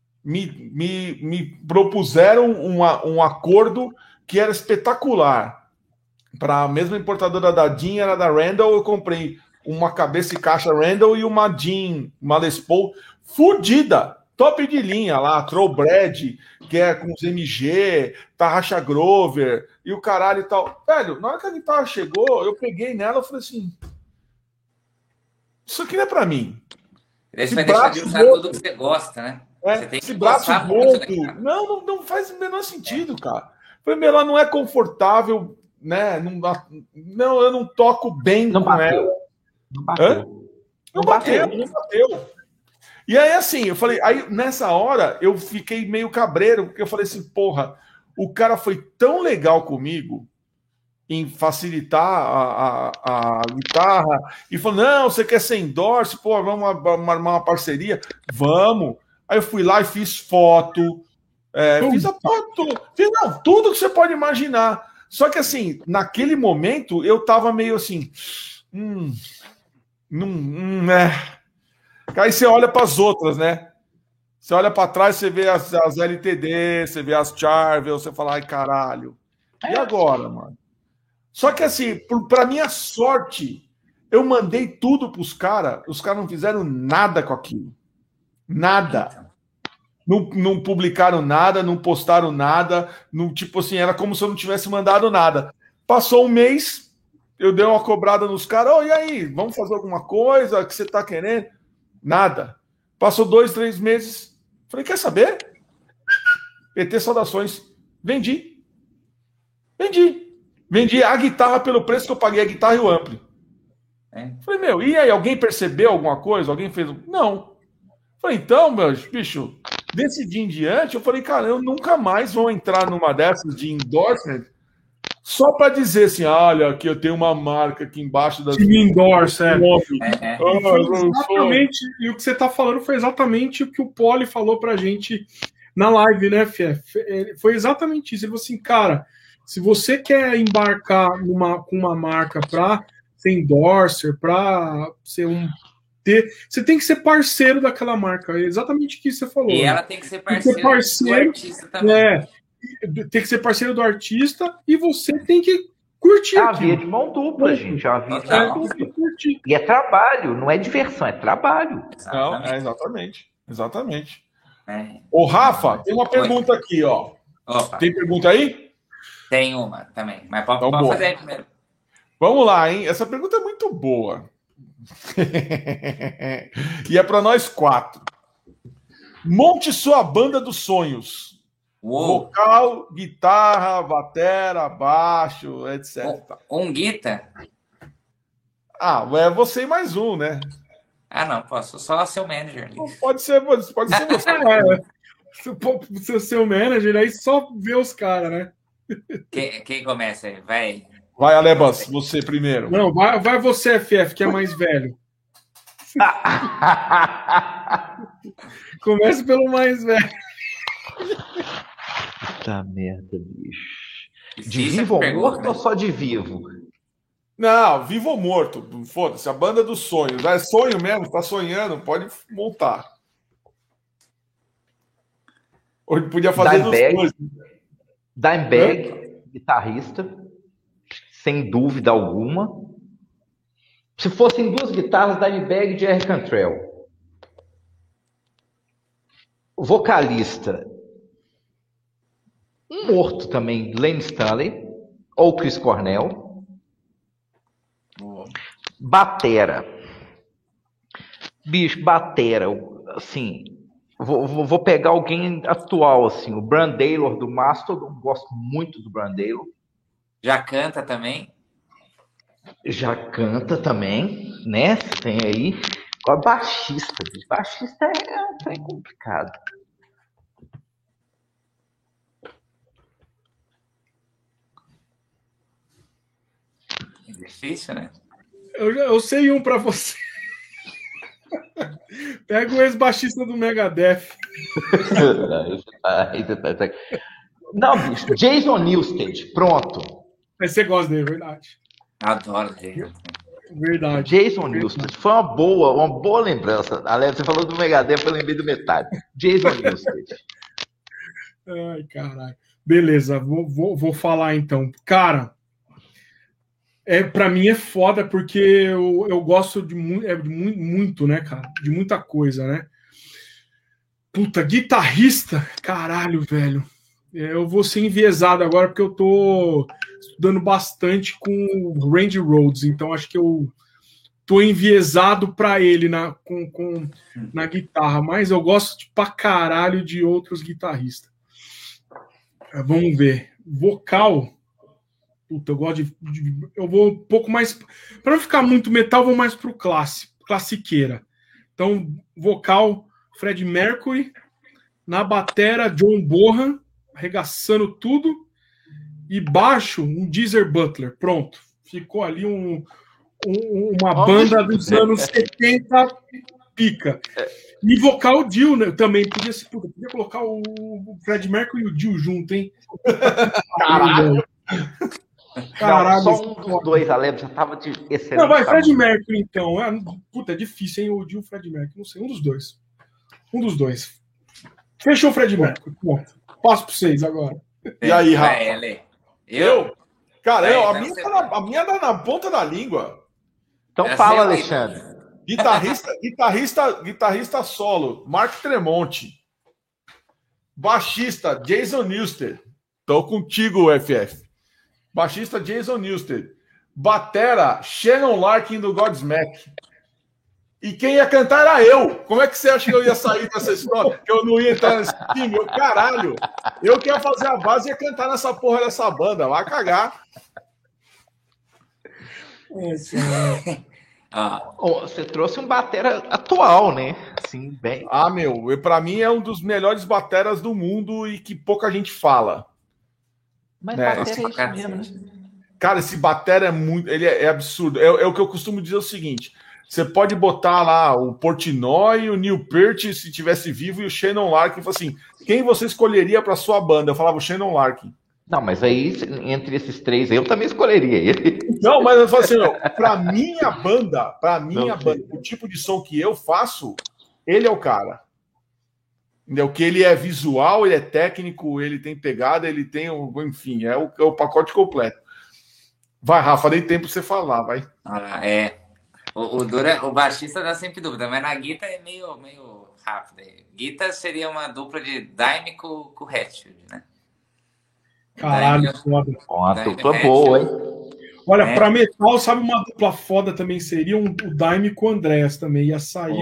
A: Me propuseram um acordo que era espetacular. Para a mesma importadora da DIN, era da Randall, eu comprei uma cabeça e caixa Randall e uma DIN, uma Les Paul, fodida, top de linha lá, Trowbred, que é com os MG, Tarraxa Grover e o caralho e tal. Velho, na hora que a guitarra chegou, eu peguei nela e falei assim, isso aqui não é para mim.
B: Você vai deixar de usar tudo que você gosta, né? Você tem
A: esse braço gordo, não faz o menor sentido, cara. Falei, ela não é confortável, né? Não, eu não toco bem com ela. Não bateu. E aí, assim, eu falei, aí nessa hora eu fiquei meio cabreiro, porque eu falei assim, porra, o cara foi tão legal comigo em facilitar a guitarra, e falou, não, você quer ser endorse? Pô, vamos armar uma parceria? Vamos. Aí eu fui lá e fiz foto, fiz a foto, fiz tudo que você pode imaginar. Só que assim, naquele momento, eu tava meio assim, Aí você olha para as outras, né? Você olha para trás, você vê as LTD, você vê as Charvel, você fala, ai caralho. E agora, mano? Só que assim, para minha sorte, eu mandei tudo pros caras, os caras não fizeram nada com aquilo. Nada. Não publicaram nada, não postaram nada, tipo assim, era como se eu não tivesse mandado nada. Passou um mês, eu dei uma cobrada nos caras, e aí, vamos fazer alguma coisa que você tá querendo? Nada. Passou 2, 3 meses, falei, quer saber? PT Saudações, vendi a guitarra pelo preço que eu paguei a guitarra e o ampli. Falei, e aí, alguém percebeu alguma coisa? Alguém fez? Não. Falei, então, bicho, desse dia em diante, eu falei, cara, eu nunca mais vou entrar numa dessas de endorsement só para dizer assim, olha, aqui eu tenho uma marca aqui embaixo da...
C: Que me endorse, exatamente, e o que você está falando foi exatamente o que o Poli falou para a gente na live, né, Fê? Foi exatamente isso. Ele falou assim, cara, se você quer embarcar com uma marca para ser endorser, para ser você tem que ser parceiro daquela marca. É exatamente o que você falou.
B: E ela tem que ser parceiro do artista também.
C: Tem que ser parceiro do artista e você tem que curtir.
D: É a via de mão dupla, gente. É a via de mão dupla. E é trabalho, não é diversão, é trabalho.
A: Exatamente. Ô, Rafa, tem uma pergunta aqui, ó.
B: Opa.
A: Tem pergunta aí?
B: Tem uma também, mas pode fazer aí primeiro.
A: Vamos lá, hein? Essa pergunta é muito boa. E é para nós 4. Monte sua banda dos sonhos. Vocal, guitarra, batera, baixo, etc.
B: Um guitar?
A: É você e mais um, né?
B: Não, posso só ser o manager.
A: Pode ser você.
C: Se o seu manager, aí só vê os caras, né?
B: Quem começa aí? Vai.
A: Vai, Alebas, você primeiro.
C: Não, vai você, FF, que é mais velho. Comece pelo mais velho.
D: Puta merda, bicho. De vivo ou morto ou só de vivo?
A: Não, vivo ou morto. Foda-se, a banda dos sonhos. É sonho mesmo, tá sonhando, pode montar. Ou ele podia fazer dos dois.
D: Dimebag, guitarrista, sem dúvida alguma. Se fossem duas guitarras, Dimebag e Jerry Cantrell. Vocalista, um morto também, Layne Staley ou Chris Cornell. Batera. Bicho, batera. Assim, vou pegar alguém atual, assim. O Brann Dailor do Mastodon. Gosto muito do Brann Dailor.
B: Já canta também?
D: Já canta também, né? Tem aí. Agora, baixista. Baixista é complicado.
B: É difícil, né?
C: Eu sei um pra você. Pega o ex-baixista do Megadeth.
D: Não, bicho. Jason Newsted. Pronto.
C: Mas você gosta dele, verdade.
B: Adoro dele.
C: Verdade.
D: Jason Newsted. Foi uma boa lembrança. Alex, você falou do Megadeth, eu lembrei do metade. Jason Newsted.
C: Ai, caralho. Beleza, vou falar então. Cara, pra mim é foda porque eu gosto de muito, né, cara? De muita coisa, né? Puta, guitarrista, caralho, velho. Eu vou ser enviesado agora porque eu tô estudando bastante com o Randy Rhoads, então acho que eu tô enviesado pra ele na guitarra, mas eu gosto pra caralho de outros guitarristas. Vamos ver. Vocal. Puta, eu gosto eu vou um pouco mais. Para não ficar muito metal, eu vou mais pro classiqueira. Então, vocal, Fred Mercury. Na batera, John Bonham, arregaçando tudo. E baixo, um Geezer Butler. Pronto. Ficou ali uma banda dos anos 70 pica. E vocal Dio, né? Também podia colocar o Fred Mercury e o Dio junto, hein?
A: Caralho!
D: Caralho, não, só um dos dois, Aleb, já tava de excelente.
C: Não, vai, Fred Mercury, então. Puta, é difícil, hein? O Dio, Fred Mercury. Não sei, um dos dois. Fechou o Fred Mercury. Pronto. Passo pra vocês agora.
A: E aí, Rafa?
B: Eu?
A: Cara, a minha tá na ponta da língua.
D: Então fala, Alexandre.
A: Guitarrista solo, Mark Tremonti. Baixista, Jason Newsted. Tô contigo, FF. Baixista, Jason Newsted. Batera, Shannon Larkin do Godsmack. E quem ia cantar era eu. Como é que você acha que eu ia sair dessa história? Que eu não ia entrar nesse time? Meu caralho. Eu que ia fazer a base e ia cantar nessa porra dessa banda. Vai cagar.
D: Você trouxe um batera atual, né? Assim, bem.
A: Pra mim é um dos melhores bateras do mundo e que pouca gente fala.
D: Mas batera é isso mesmo, né?
A: Cara, esse batera é muito. Ele é absurdo. É o que eu costumo dizer o seguinte: você pode botar lá o Portnoy, o Neil Peart, se tivesse vivo, e o Shannon Larkin. Assim, quem você escolheria para sua banda? Eu falava o Shannon Larkin.
D: Não, mas aí, entre esses três, eu também escolheria ele.
A: Não, mas eu falo assim, pra minha banda, o tipo de som que eu faço, ele é o cara. Entendeu? Que ele é visual, ele é técnico, ele tem pegada, ele tem, enfim, é o pacote completo. Vai, Rafa, dei tempo pra você falar, vai.
B: O baixista dá sempre dúvida, mas na guitarra é meio rápido. Guitarra seria uma dupla de Dime com o Hatfield, né?
C: Caralho, foda.
D: Uma dupla boa, hein?
C: Olha, pra metal, sabe uma dupla foda também seria o Dime com o Andrés também. Ia sair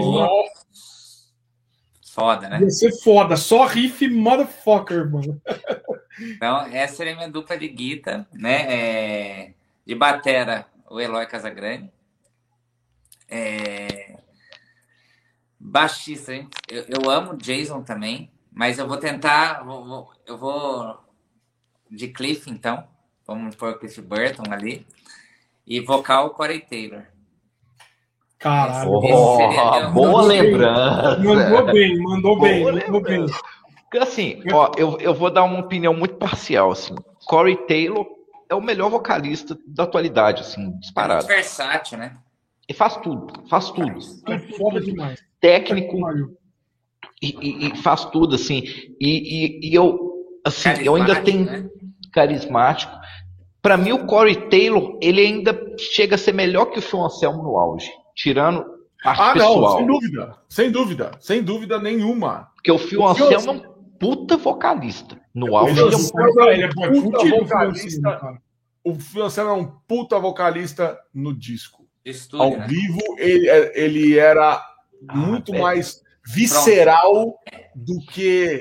B: foda, né?
C: Ia ser foda. Só riff motherfucker, mano.
B: Então, essa seria a minha dupla de guitarra, né? De batera, o Eloy Casagrande. Baixista, hein? Eu amo o Jason também, mas eu vou tentar. Eu vou de Cliff, então. Vamos pôr o Cliff Burton ali. E vocal, Corey Taylor.
C: Caralho.
D: Boa lembrança.
C: Mandou bem.
D: Porque assim, eu vou dar uma opinião muito parcial. Assim. Corey Taylor, é o melhor vocalista da atualidade, assim, disparado.
B: É muito versátil, né?
D: Ele faz tudo.
C: É foda demais.
D: Técnico e faz tudo, assim. E eu, assim, eu ainda tenho carismático. Para mim, o Corey Taylor, ele ainda chega a ser melhor que o Phil Anselmo no auge, tirando parte pessoal.
A: Não, sem dúvida nenhuma.
D: Porque o Phil Anselmo é um puta vocalista. No auge,
A: ele é um puta vocalista. O Phil Anselmo é um puta vocalista no disco.
B: Estúdio,
A: ao vivo, ele era muito mais visceral do que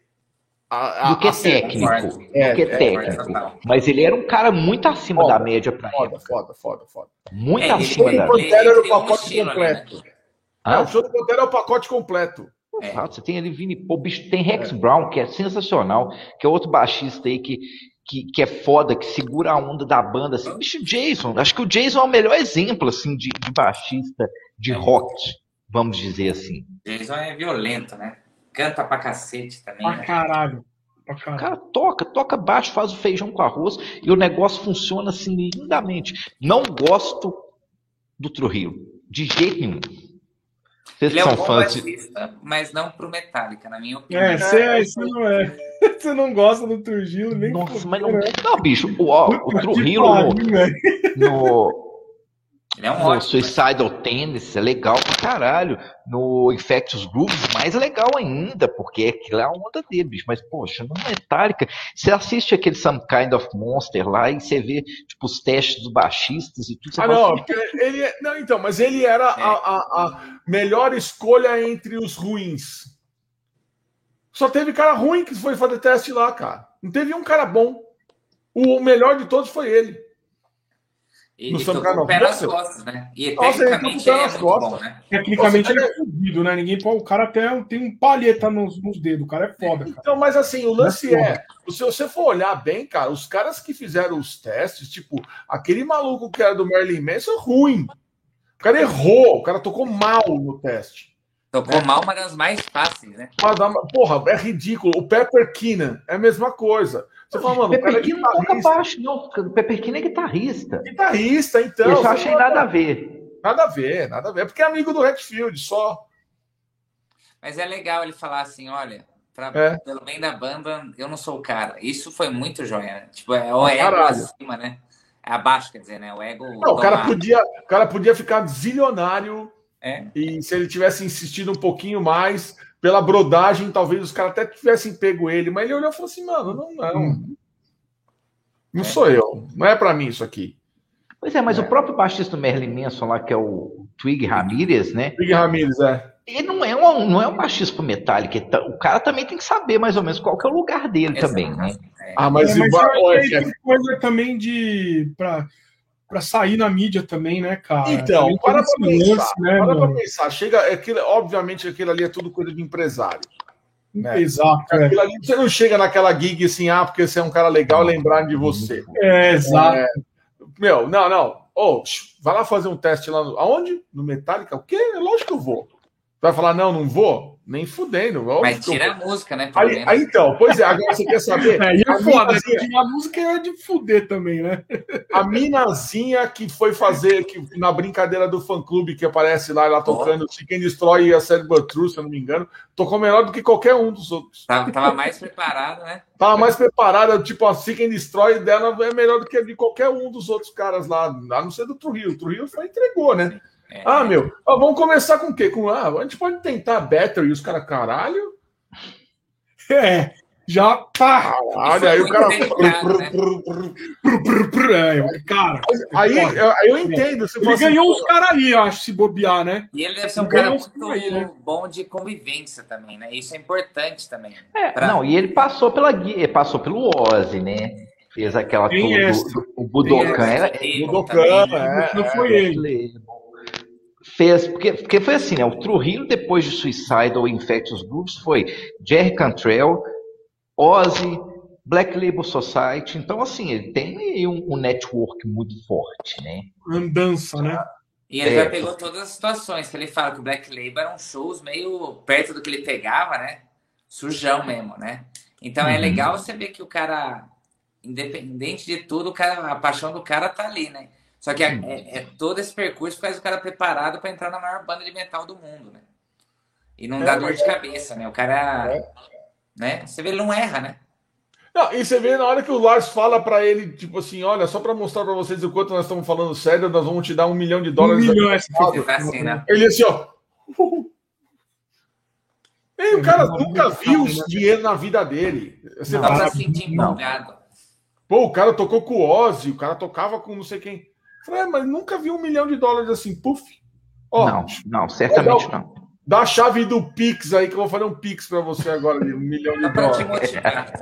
D: técnico. Mas ele era um cara muito acima da média pra época.
A: Foda.
D: Muito acima da
A: média. Era o pacote completo. O show do Pantera é o pacote completo.
D: Você tem ali Vini Paul, bicho, tem Rex Brown, que é sensacional, que é outro baixista aí que é foda, que segura a onda da banda. Assim. Bicho, Jason, acho que o Jason é o melhor exemplo assim, de baixista de rock, vamos dizer assim.
B: Jason é violento, né? Canta pra cacete também.
C: Pra caralho.
D: O cara toca baixo, faz o feijão com arroz e o negócio funciona assim lindamente. Não gosto do Trujillo, de jeito nenhum.
B: Vocês são fãs baixista, mas não pro Metallica, na minha opinião.
C: Você não é. Você não gosta do Trujillo nem.
D: Nossa, mas não, bicho. O Trujillo
B: ele é um
D: no Suicidal Tendencies é legal pra caralho. No Infectious Grooves, mais legal ainda, porque aquilo é a onda dele, bicho. Mas, poxa, no Metallica, você assiste aquele Some Kind of Monster lá e você vê, tipo, os testes dos baixistas e tudo.
A: Mas ele era a melhor escolha entre os ruins. Só teve cara ruim que foi fazer teste lá, cara. Não teve um cara bom. O melhor de todos foi ele.
B: E tocou o pé nas costas, né? E tecnicamente ele é muito bom, né?
C: Tecnicamente ele é fodido, né? O cara até tem um palheta nos dedos. O cara é foda, cara.
A: Então, mas assim, o lance se você for olhar bem, cara, os caras que fizeram os testes, tipo, aquele maluco que era do Marilyn Manson, ruim. O cara errou, o cara tocou mal no teste.
B: Tocou mal, uma das mais fáceis, né?
A: Porra, é ridículo. O Pepper Keenan é a mesma coisa. Você fala, mano, o
D: Pepper Keenan não toca baixo, não. O Pepper Keenan é guitarrista.
A: Guitarrista, então.
D: Eu só achei nada a ver.
A: Nada a ver. Porque é amigo do Hetfield, só.
B: Mas é legal ele falar assim, olha, pelo bem da banda, eu não sou o cara. Isso foi muito joia, né? Tipo, é o ego acima, né? É abaixo, quer dizer, né? O ego...
A: Não, o cara podia ficar zilionário e se ele tivesse insistido um pouquinho mais... Pela brodagem, talvez os caras até tivessem pego ele, mas ele olhou e falou assim, mano, não sou eu, não é pra mim isso aqui.
D: Pois é, mas o próprio baixista do Marilyn Manson lá, que é o Twig Ramirez, né?
A: Twig Ramirez,
D: ele não é um baixista pro Metallica, o cara também tem que saber mais ou menos qual que é o lugar dele também, né?
C: Mas tem coisa também pra sair na mídia também, né, cara?
A: Então, para pra pensar. Chega, obviamente, aquilo ali é tudo coisa de empresário. Né?
C: Exato.
A: Ali, você não chega naquela gig assim, porque você é um cara legal, lembrar de você.
C: Exato.
A: Não. Vai lá fazer um teste lá. Aonde? No Metallica? O quê? Lógico que eu vou. Vai falar, não vou? Nem fudendo.
B: Mas tira a música, né?
A: Então, pois é, agora você quer saber?
C: A música é de fuder também, né?
A: A minazinha que foi fazer, na brincadeira do fã-clube que aparece lá, ela tocando Seek and Destroy e a Sad But True, se eu não me engano, tocou melhor do que qualquer um dos outros.
B: Tava mais preparada, né?
A: Tava mais preparada, tipo, a Seek and Destroy dela é melhor do que a de qualquer um dos outros caras lá, a não ser do Trujillo. O Trujillo foi entregou, né? Vamos começar com o quê? A gente pode tentar Battery e os caras, caralho?
C: Já tá.
A: Olha, aí o cara.
C: Cara.
A: Aí eu entendo.
C: Ele ganhou os caras aí, eu acho, se bobear, né?
B: E ele deve ser um cara muito bom de convivência também, né? Isso é importante também.
D: E ele passou pelo Ozzy, né? Fez aquela o Budokan.
C: Não foi ele.
D: Fez, porque foi assim, né? O Trujillo, depois de Suicidal e Infectious Grooves, foi Jerry Cantrell, Ozzy, Black Label Society. Então, assim, ele tem um network muito forte, né?
C: Andança, né?
B: E ele já pegou todas as situações, que ele fala que o Black Label eram shows meio perto do que ele pegava, né? Sujão mesmo, né? Então é legal você ver que o cara independente de tudo, a paixão do cara tá ali, né? Só que é todo esse percurso faz o cara preparado para entrar na maior banda de metal do mundo, né? E não dá dor de cabeça, né? O cara, né? Você vê, ele não erra, né?
A: Não, e você vê na hora que o Lars fala pra ele, tipo assim, olha, só pra mostrar pra vocês o quanto nós estamos falando sério, nós vamos te dar $1 milhão.
C: $1 milhão,
B: assim, né?
A: Ele assim, ó. E o cara nunca viu esse dinheiro na vida dele. Você
B: Não, pra sentir empolgado.
A: Pô, o cara tocou com o Ozzy, o cara tocava com não sei quem. Eu falei, mas nunca vi $1 milhão assim, puf.
D: Ó, não, certamente não.
A: Dá a chave do Pix aí, que eu vou fazer um Pix pra você agora de $1 milhão.
B: Pra te motivar.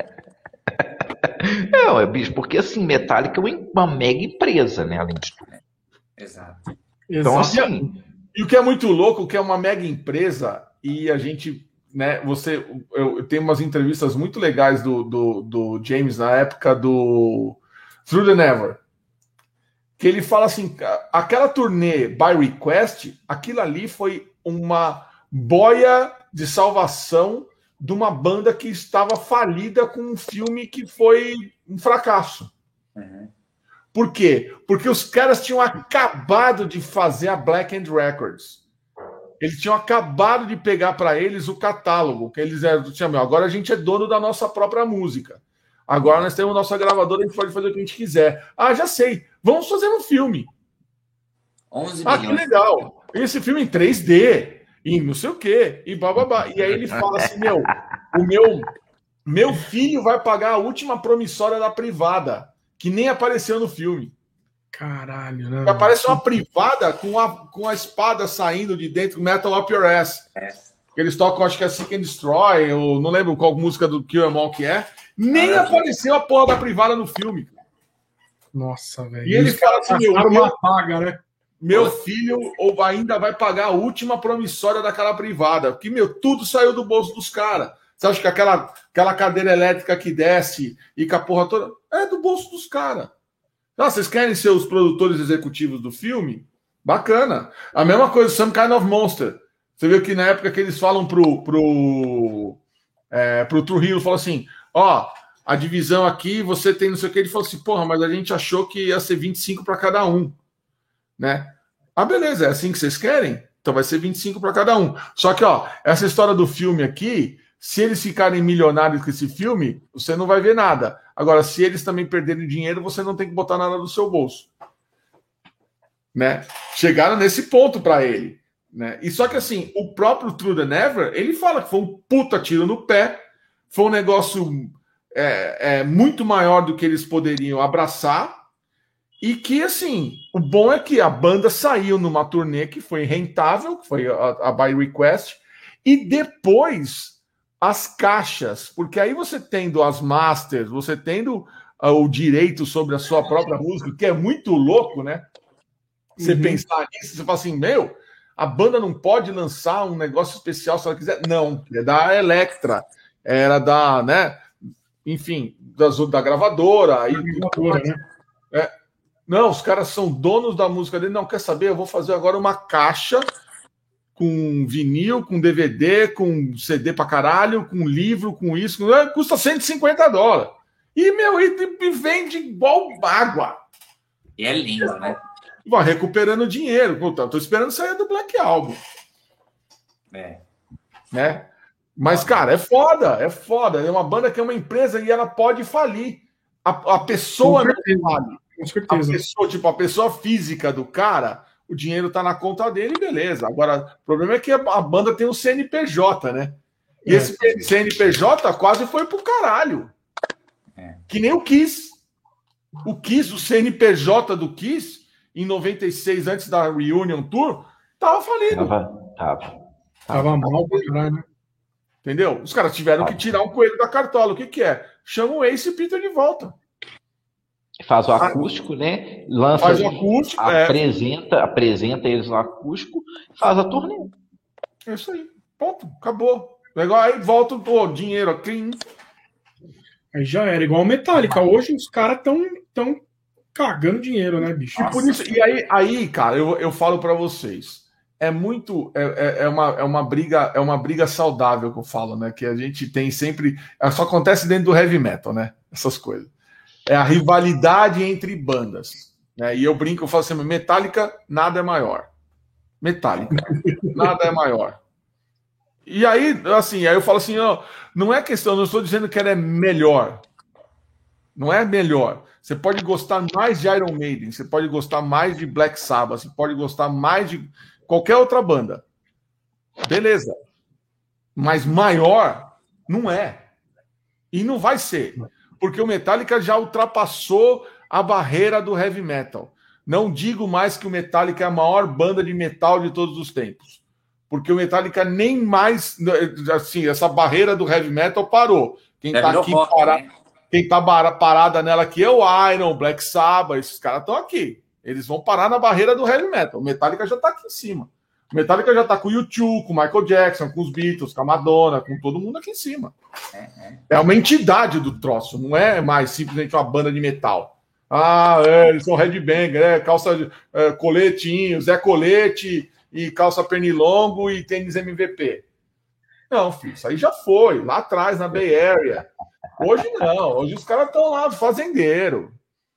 D: Bicho, porque assim, Metallica é uma mega empresa, né, além de tudo.
B: Exato.
D: Então, assim...
A: E o que é muito louco, que é uma mega empresa, e a gente, né, eu tenho umas entrevistas muito legais do James na época do Through the Never, que ele fala assim, aquela turnê By Request, aquilo ali foi uma boia de salvação de uma banda que estava falida com um filme que foi um fracasso.
B: Uhum.
A: Por quê? Porque os caras tinham acabado de fazer a Black End Records. Eles tinham acabado de pegar para eles o catálogo, que eles eram, agora a gente é dono da nossa própria música. Agora nós temos nossa gravadora, a gente pode fazer o que a gente quiser. Ah, já sei. Vamos fazer um filme.
B: 11 milhões.
A: Que legal. Esse filme em 3D. E não sei o quê, e bababá. E aí ele fala assim, meu filho vai pagar a última promissória da privada, que nem apareceu no filme.
C: Caralho, né?
A: Aparece uma privada com a espada saindo de dentro, Metal Up Your Ass. Eles tocam, acho que é Seek and Destroy, ou não lembro qual música do Kill 'Em All que é. Nem apareceu a porra da privada no filme.
C: Nossa, velho.
A: E ele fala assim,
C: paga, né?
A: Meu filho ou ainda vai pagar a última promissória daquela privada. Porque, tudo saiu do bolso dos caras. Você acha que aquela cadeira elétrica que desce e com a porra toda é do bolso dos caras. Vocês querem ser os produtores executivos do filme? Bacana. A mesma coisa, Some Kind of Monster. Você viu que na época que eles falam pro Trujillo, falou assim, a divisão aqui, você tem não sei o que. Ele falou assim, porra, mas a gente achou que ia ser 25 para cada um. Né? Beleza, é assim que vocês querem? Então vai ser 25 para cada um. Só que, essa história do filme aqui, se eles ficarem milionários com esse filme, você não vai ver nada. Agora, se eles também perderem dinheiro, você não tem que botar nada no seu bolso. Né? Chegaram nesse ponto para ele. Né? E só que, assim, o próprio Through the Never, ele fala que foi um puta tiro no pé, foi um negócio muito maior do que eles poderiam abraçar. E que, assim, o bom é que a banda saiu numa turnê que foi rentável, que foi a By Request, e depois as caixas, porque aí você tendo as masters, você tendo o direito sobre a sua própria música, que é muito louco, né? Você pensar nisso, você fala assim, a banda não pode lançar um negócio especial se ela quiser. Não, é da Elektra, era da, né? Enfim, da gravadora. Aí, né? Não, os caras são donos da música dele. Não, quer saber? Eu vou fazer agora uma caixa com vinil, com DVD, com CD pra caralho, com livro, com isso. Custa $150. E, e vende igual água.
B: E é lindo, né?
A: Vai recuperando dinheiro. Tô esperando sair do Black Album. Né? Mas, cara, é foda. É uma banda que é uma empresa e ela pode falir. A pessoa não fale.
C: Com certeza.
A: A pessoa física do cara, o dinheiro tá na conta dele, beleza. Agora, o problema é que a banda tem um CNPJ, né? E esse CNPJ quase foi pro caralho. Que nem o Kiss. O Kiss, o CNPJ do Kiss, em 96, antes da Reunion Tour, tava falido.
C: Tava mal pra caralho, né?
A: Entendeu? Os caras tiveram que tirar um coelho da cartola. O que é? Chama o Ace e Peter de volta.
D: Faz o acústico, né?
A: Faz o acústico,
D: apresenta eles no acústico, faz a turnê.
A: É isso aí. Ponto. Acabou. Legal, aí volta o dinheiro aqui.
C: Aí já era. Igual o Metallica. Hoje os caras tão cagando dinheiro, né, bicho?
A: E por isso, aí, cara, eu falo pra vocês. É muito. É uma briga saudável que eu falo, né? Que a gente tem sempre. Só acontece dentro do heavy metal, né? Essas coisas. é a rivalidade entre bandas. Né? E eu brinco, eu falo assim, Metallica, nada é maior. Metallica, nada é maior. E aí, assim, aí eu falo assim, não é questão, não estou dizendo que ela é melhor. Não é melhor. Você pode gostar mais de Iron Maiden, você pode gostar mais de Black Sabbath, você pode gostar mais de qualquer outra banda. Beleza. Mas maior não é. E não vai ser. Porque o Metallica já ultrapassou a barreira do heavy metal. Não digo mais que o Metallica é a maior banda de metal de todos os tempos. Porque o Metallica nem mais... Assim, essa barreira do heavy metal parou. Quem está aqui parado... Quem tá parada nela aqui é o Iron, Black Sabbath, esses caras estão aqui. Eles vão parar na barreira do heavy metal. O Metallica já tá aqui em cima. O Metallica já tá com o U2, com o Michael Jackson, com os Beatles, com a Madonna, com todo mundo aqui em cima. É uma entidade do troço, não é mais simplesmente uma banda de metal. Eles são headbanger, calça coletinho, Zé Colete e calça pernilongo e tênis MVP. Não, filho, isso aí já foi, lá atrás, na Bay Area. Hoje não, hoje os caras estão lá, fazendeiro.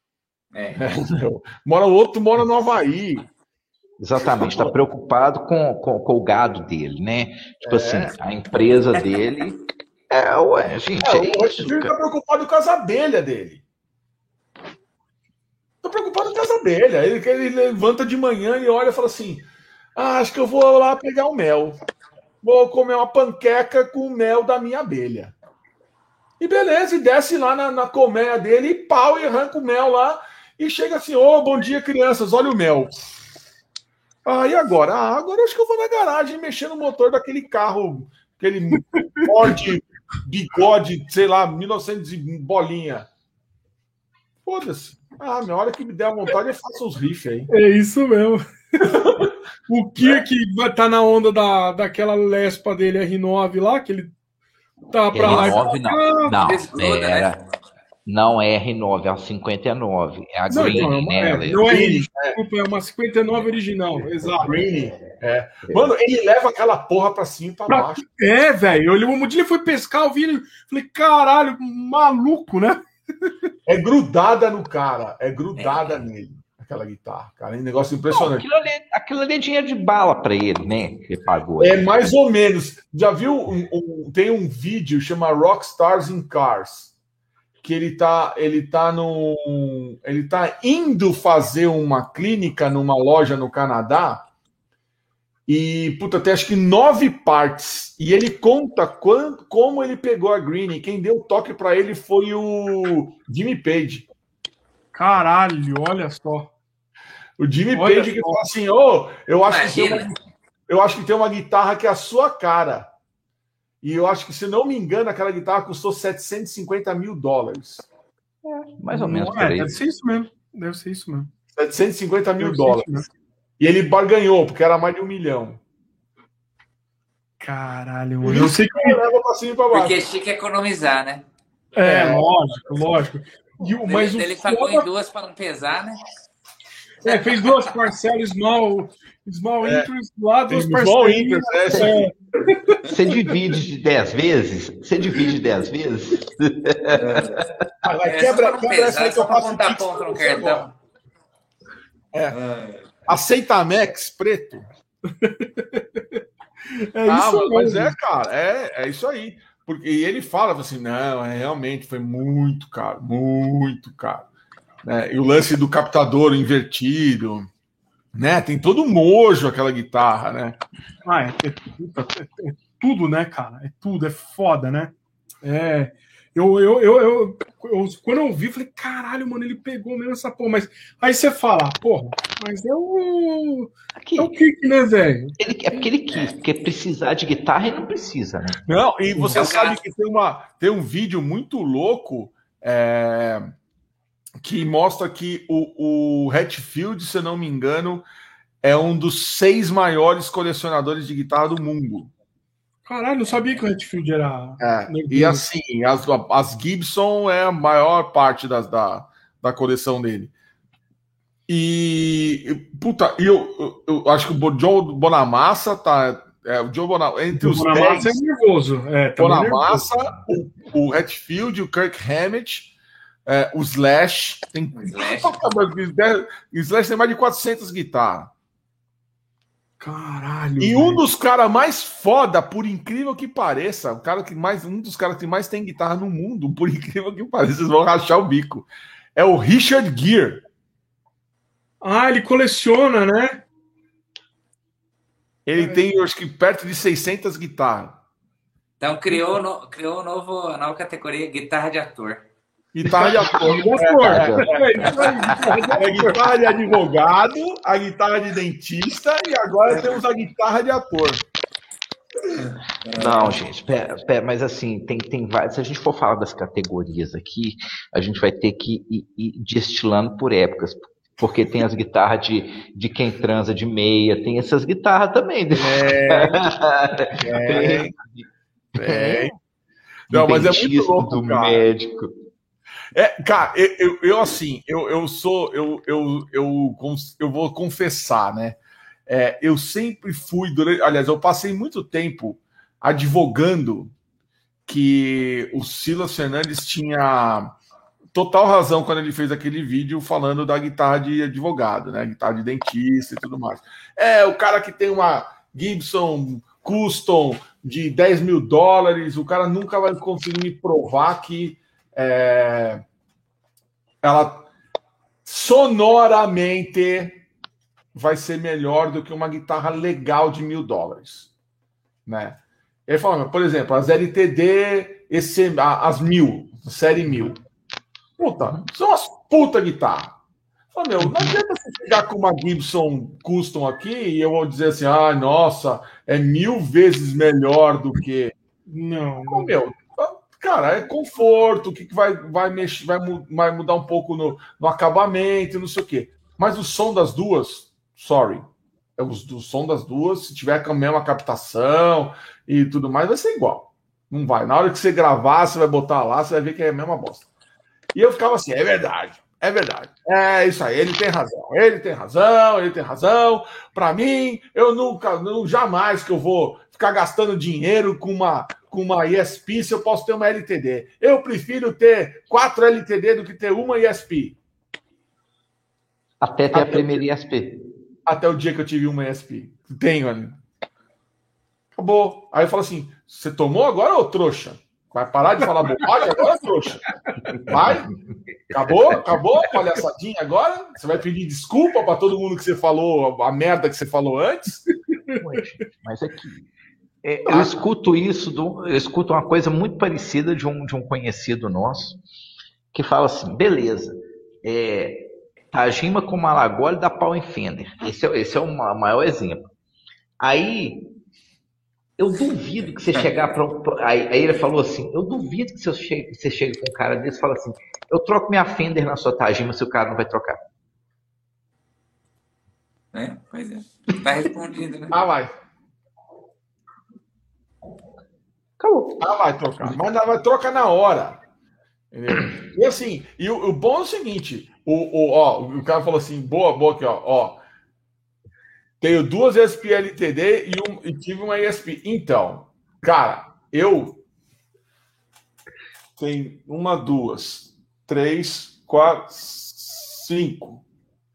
A: O outro mora no Havaí.
D: Exatamente, está preocupado com o gado dele, né? Tipo assim, a empresa dele.
A: Hoje ele está preocupado com as abelhas dele. Estou preocupado com as abelhas. Ele levanta de manhã e olha e fala assim: acho que eu vou lá pegar o mel. Vou comer uma panqueca com o mel da minha abelha. E beleza, e desce lá na colmeia dele e pau, e arranca o mel lá. E chega assim, bom dia, crianças, olha o mel. E agora? Agora eu acho que eu vou na garagem mexer no motor daquele carro, aquele Ford bigode, sei lá, 1900 bolinha. Foda-se. Minha hora que me der a vontade, eu faço uns riffs aí.
C: É isso mesmo. O que vai estar na onda daquela Lespa dele, R9 lá, que ele tá pra lá.
D: R9 não é R9, é a 59. É a Green, né?
C: Não é Green, desculpa, é uma 59 original. Exato.
A: Green, Mano, ele leva aquela porra pra cima e pra baixo.
C: Velho. Um dia ele foi pescar, eu vi ele. Falei, caralho, maluco, né?
A: É grudada no cara, é grudada nele, aquela guitarra, cara. É um negócio impressionante.
D: Não, aquilo ali é dinheiro de bala pra ele, né? Que ele pagou.
A: É mais ou menos. Já viu? Tem um vídeo chama Rockstars in Cars. Que ele tá indo fazer uma clínica numa loja no Canadá e, tem acho que 9 partes. E ele conta como ele pegou a Green. Quem deu o toque para ele foi o Jimmy Page.
C: Caralho, olha só.
A: O Jimmy Page que fala assim, eu acho que tem uma guitarra que é a sua cara. E eu acho que, se não me engano, aquela guitarra custou $750 mil.
D: Mais ou menos por aí.
C: Deve ser isso mesmo.
A: $750 mil. E ele barganhou, porque era mais de $1 milhão.
C: Caralho, mano. Eu sei que
A: leva pra cima e pra baixo.
B: Porque chique é economizar, né?
C: Lógico. Mas
B: ele pagou em duas para não pesar, né?
C: Fez duas parcelas, small interest lá, duas
A: parcelas.
D: Você divide de 10 vezes?
A: Quebra essa aí que eu faço
B: ponto no cartão.
A: Aceita Amex preto? Mas cara, é isso aí. Porque ele fala assim, não, realmente foi muito caro. Né? E o lance do captador invertido, né? Tem todo um mojo aquela guitarra, né?
C: É tudo, né, cara? É tudo, é foda, né? Quando eu vi, falei, caralho, mano, ele pegou mesmo essa porra. Mas aí você fala, porra, mas é o kick, né, velho?
D: É porque ele quis, porque precisar de guitarra ele não precisa, né?
A: Não, e você sabe que tem um vídeo muito louco que mostra que o Hetfield, se eu não me engano, é um dos 6 maiores colecionadores de guitarra do mundo.
C: Caralho, não sabia que o Hetfield era...
A: E assim, as Gibson é a maior parte da coleção dele. E eu acho que o Joe Bonamassa tá... o Joe Bonamassa, entre os 10...
C: é nervoso.
A: Bonamassa, o Hetfield, o Kirk Hammett, O Slash tem. O Slash tem mais de 400 guitarras.
C: Caralho.
A: E um dos caras mais foda, por incrível que pareça, um dos caras que mais tem guitarra no mundo, por incrível que pareça, vocês vão rachar o bico. É o Richard Gere.
C: Ele coleciona, né?
A: Ele tem, acho que, perto de 600 guitarras.
B: Então criou a nova categoria, guitarra de ator.
A: Guitarra de ator. A guitarra de advogado, a guitarra de dentista e agora temos a guitarra de ator.
D: Não, gente, pera, mas assim, tem várias. Se a gente for falar das categorias aqui, a gente vai ter que ir destilando por épocas. Porque tem as guitarras de quem transa de meia, tem essas guitarras também.
A: Não, mas é muito louco,
D: do
A: cara.
D: Médico.
A: Cara, eu vou confessar, né? Eu sempre fui, aliás, eu passei muito tempo advogando que o Silas Fernandes tinha total razão quando ele fez aquele vídeo falando da guitarra de advogado, né? Guitarra de dentista e tudo mais. O cara que tem uma Gibson Custom de $10 mil, o cara nunca vai conseguir me provar que ela sonoramente vai ser melhor do que uma guitarra legal de $1.000, né? Ele fala, por exemplo, as LTD, as 1000, série 1000. Puta, são umas puta guitarra. Fala, não adianta você chegar com uma Gibson Custom aqui e eu vou dizer assim, nossa, é 1000 vezes melhor do que...
C: Não.
A: Cara, é conforto, que vai mexer, vai mudar um pouco no acabamento, não sei o quê. Mas o som das duas, o som das duas, se tiver com a mesma captação e tudo mais, vai ser igual. Não vai. Na hora que você gravar, você vai botar lá, você vai ver que é a mesma bosta. E eu ficava assim, é verdade. É isso aí, ele tem razão. Pra mim, jamais que eu vou ficar gastando dinheiro com uma ESP se eu posso ter uma LTD. Eu prefiro ter 4 LTD do que ter uma ESP.
D: Até ter a primeira ESP.
A: Até o dia que eu tive uma ESP. Tenho ali. Acabou. Aí eu falo assim, você tomou agora, ô trouxa? Vai parar de falar bobagem agora, trouxa? Vai? Acabou a palhaçadinha agora? Você vai pedir desculpa para todo mundo que você falou, a merda que você falou antes?
D: Mas é que eu escuto eu escuto uma coisa muito parecida de um conhecido nosso, que fala assim, beleza, Tajima com Malagoli dá pau em Fender. Esse é o maior exemplo. Aí... eu duvido que você chegar para... Aí ele falou assim, eu duvido que você chegue com um cara desse e fala assim, eu troco minha Fender na sua Tajima se o cara não vai trocar.
B: Pois é. Tá respondido, né?
A: Vai.
D: Acabou.
A: Vai trocar. Mas vai trocar na hora. Entendeu? E assim, o bom é o seguinte, o cara falou assim, boa aqui, ó. Tenho 2 ESP LTD e tive uma ESP. Então, cara, eu tenho 1, 2, 3, 4, 5.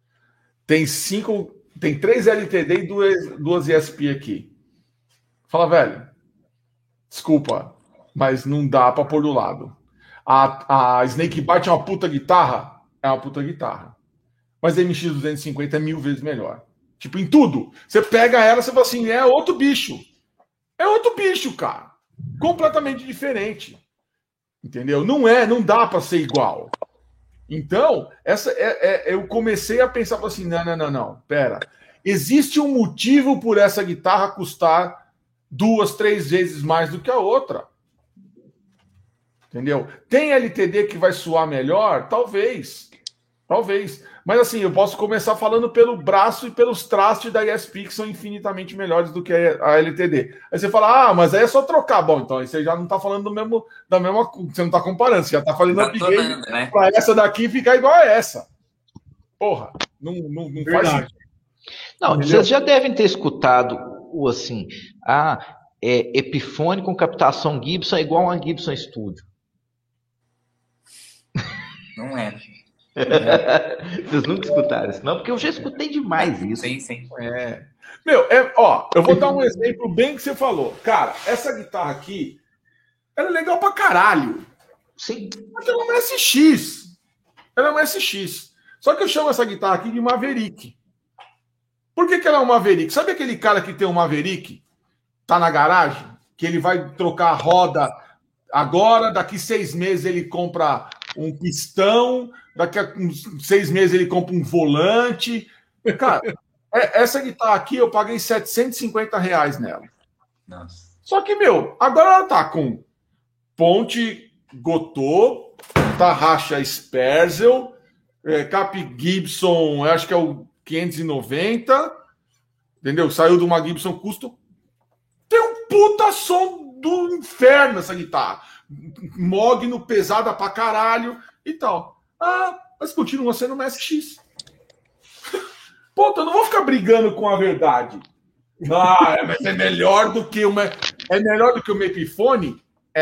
A: Tem 3 LTD e 2 ESP aqui. Fala, velho, desculpa, mas não dá pra pôr do lado. A Snakebite é uma puta guitarra? É uma puta guitarra. Mas a MX-250 é 1000 vezes melhor. Tipo, em tudo. Você pega ela, você fala assim, é outro bicho. É outro bicho, cara. Completamente diferente. Entendeu? Não dá para ser igual. Então, eu comecei a pensar assim, não, pera. Existe um motivo por essa guitarra custar 2, 3 vezes mais do que a outra. Entendeu? Tem LTD que vai soar melhor? Talvez. Mas assim, eu posso começar falando pelo braço e pelos trastes da ESP, que são infinitamente melhores do que a LTD. Aí você fala, mas aí é só trocar. Bom, então aí você já não está falando da mesma. Você não está comparando, você já está fazendo upgrade, né? Para essa daqui ficar igual a essa. Porra, não faz sentido.
D: Não, entendeu? Vocês já devem ter escutado o assim, Epiphone com captação Gibson é igual a uma Gibson Studio.
B: Não era.
D: Vocês nunca escutaram isso, não? Porque eu já escutei demais isso.
B: Sim.
A: Eu vou dar um exemplo bem que você falou. Cara, essa guitarra aqui, ela é legal pra caralho.
D: Sim.
A: Mas ela é uma SX. Ela é uma SX. Só que eu chamo essa guitarra aqui de Maverick. Por que ela é um Maverick? Sabe aquele cara que tem um Maverick? Tá na garagem? Que ele vai trocar a roda agora, daqui 6 meses ele compra um pistão, daqui a 6 meses ele compra um volante. Cara, essa guitarra aqui eu paguei R$750 nela.
B: Nossa.
A: Só que, agora ela tá com ponte Gotô, tarraxa Sperzel, cap Gibson, eu acho que é o 590, entendeu? Saiu de uma Gibson custo. Tem um puta som do inferno essa guitarra. Mogno, pesada pra caralho e tal. Mas continua sendo uma SX. Puta, eu não vou ficar brigando com a verdade. Mas é melhor do que uma. É melhor do que uma Epiphone?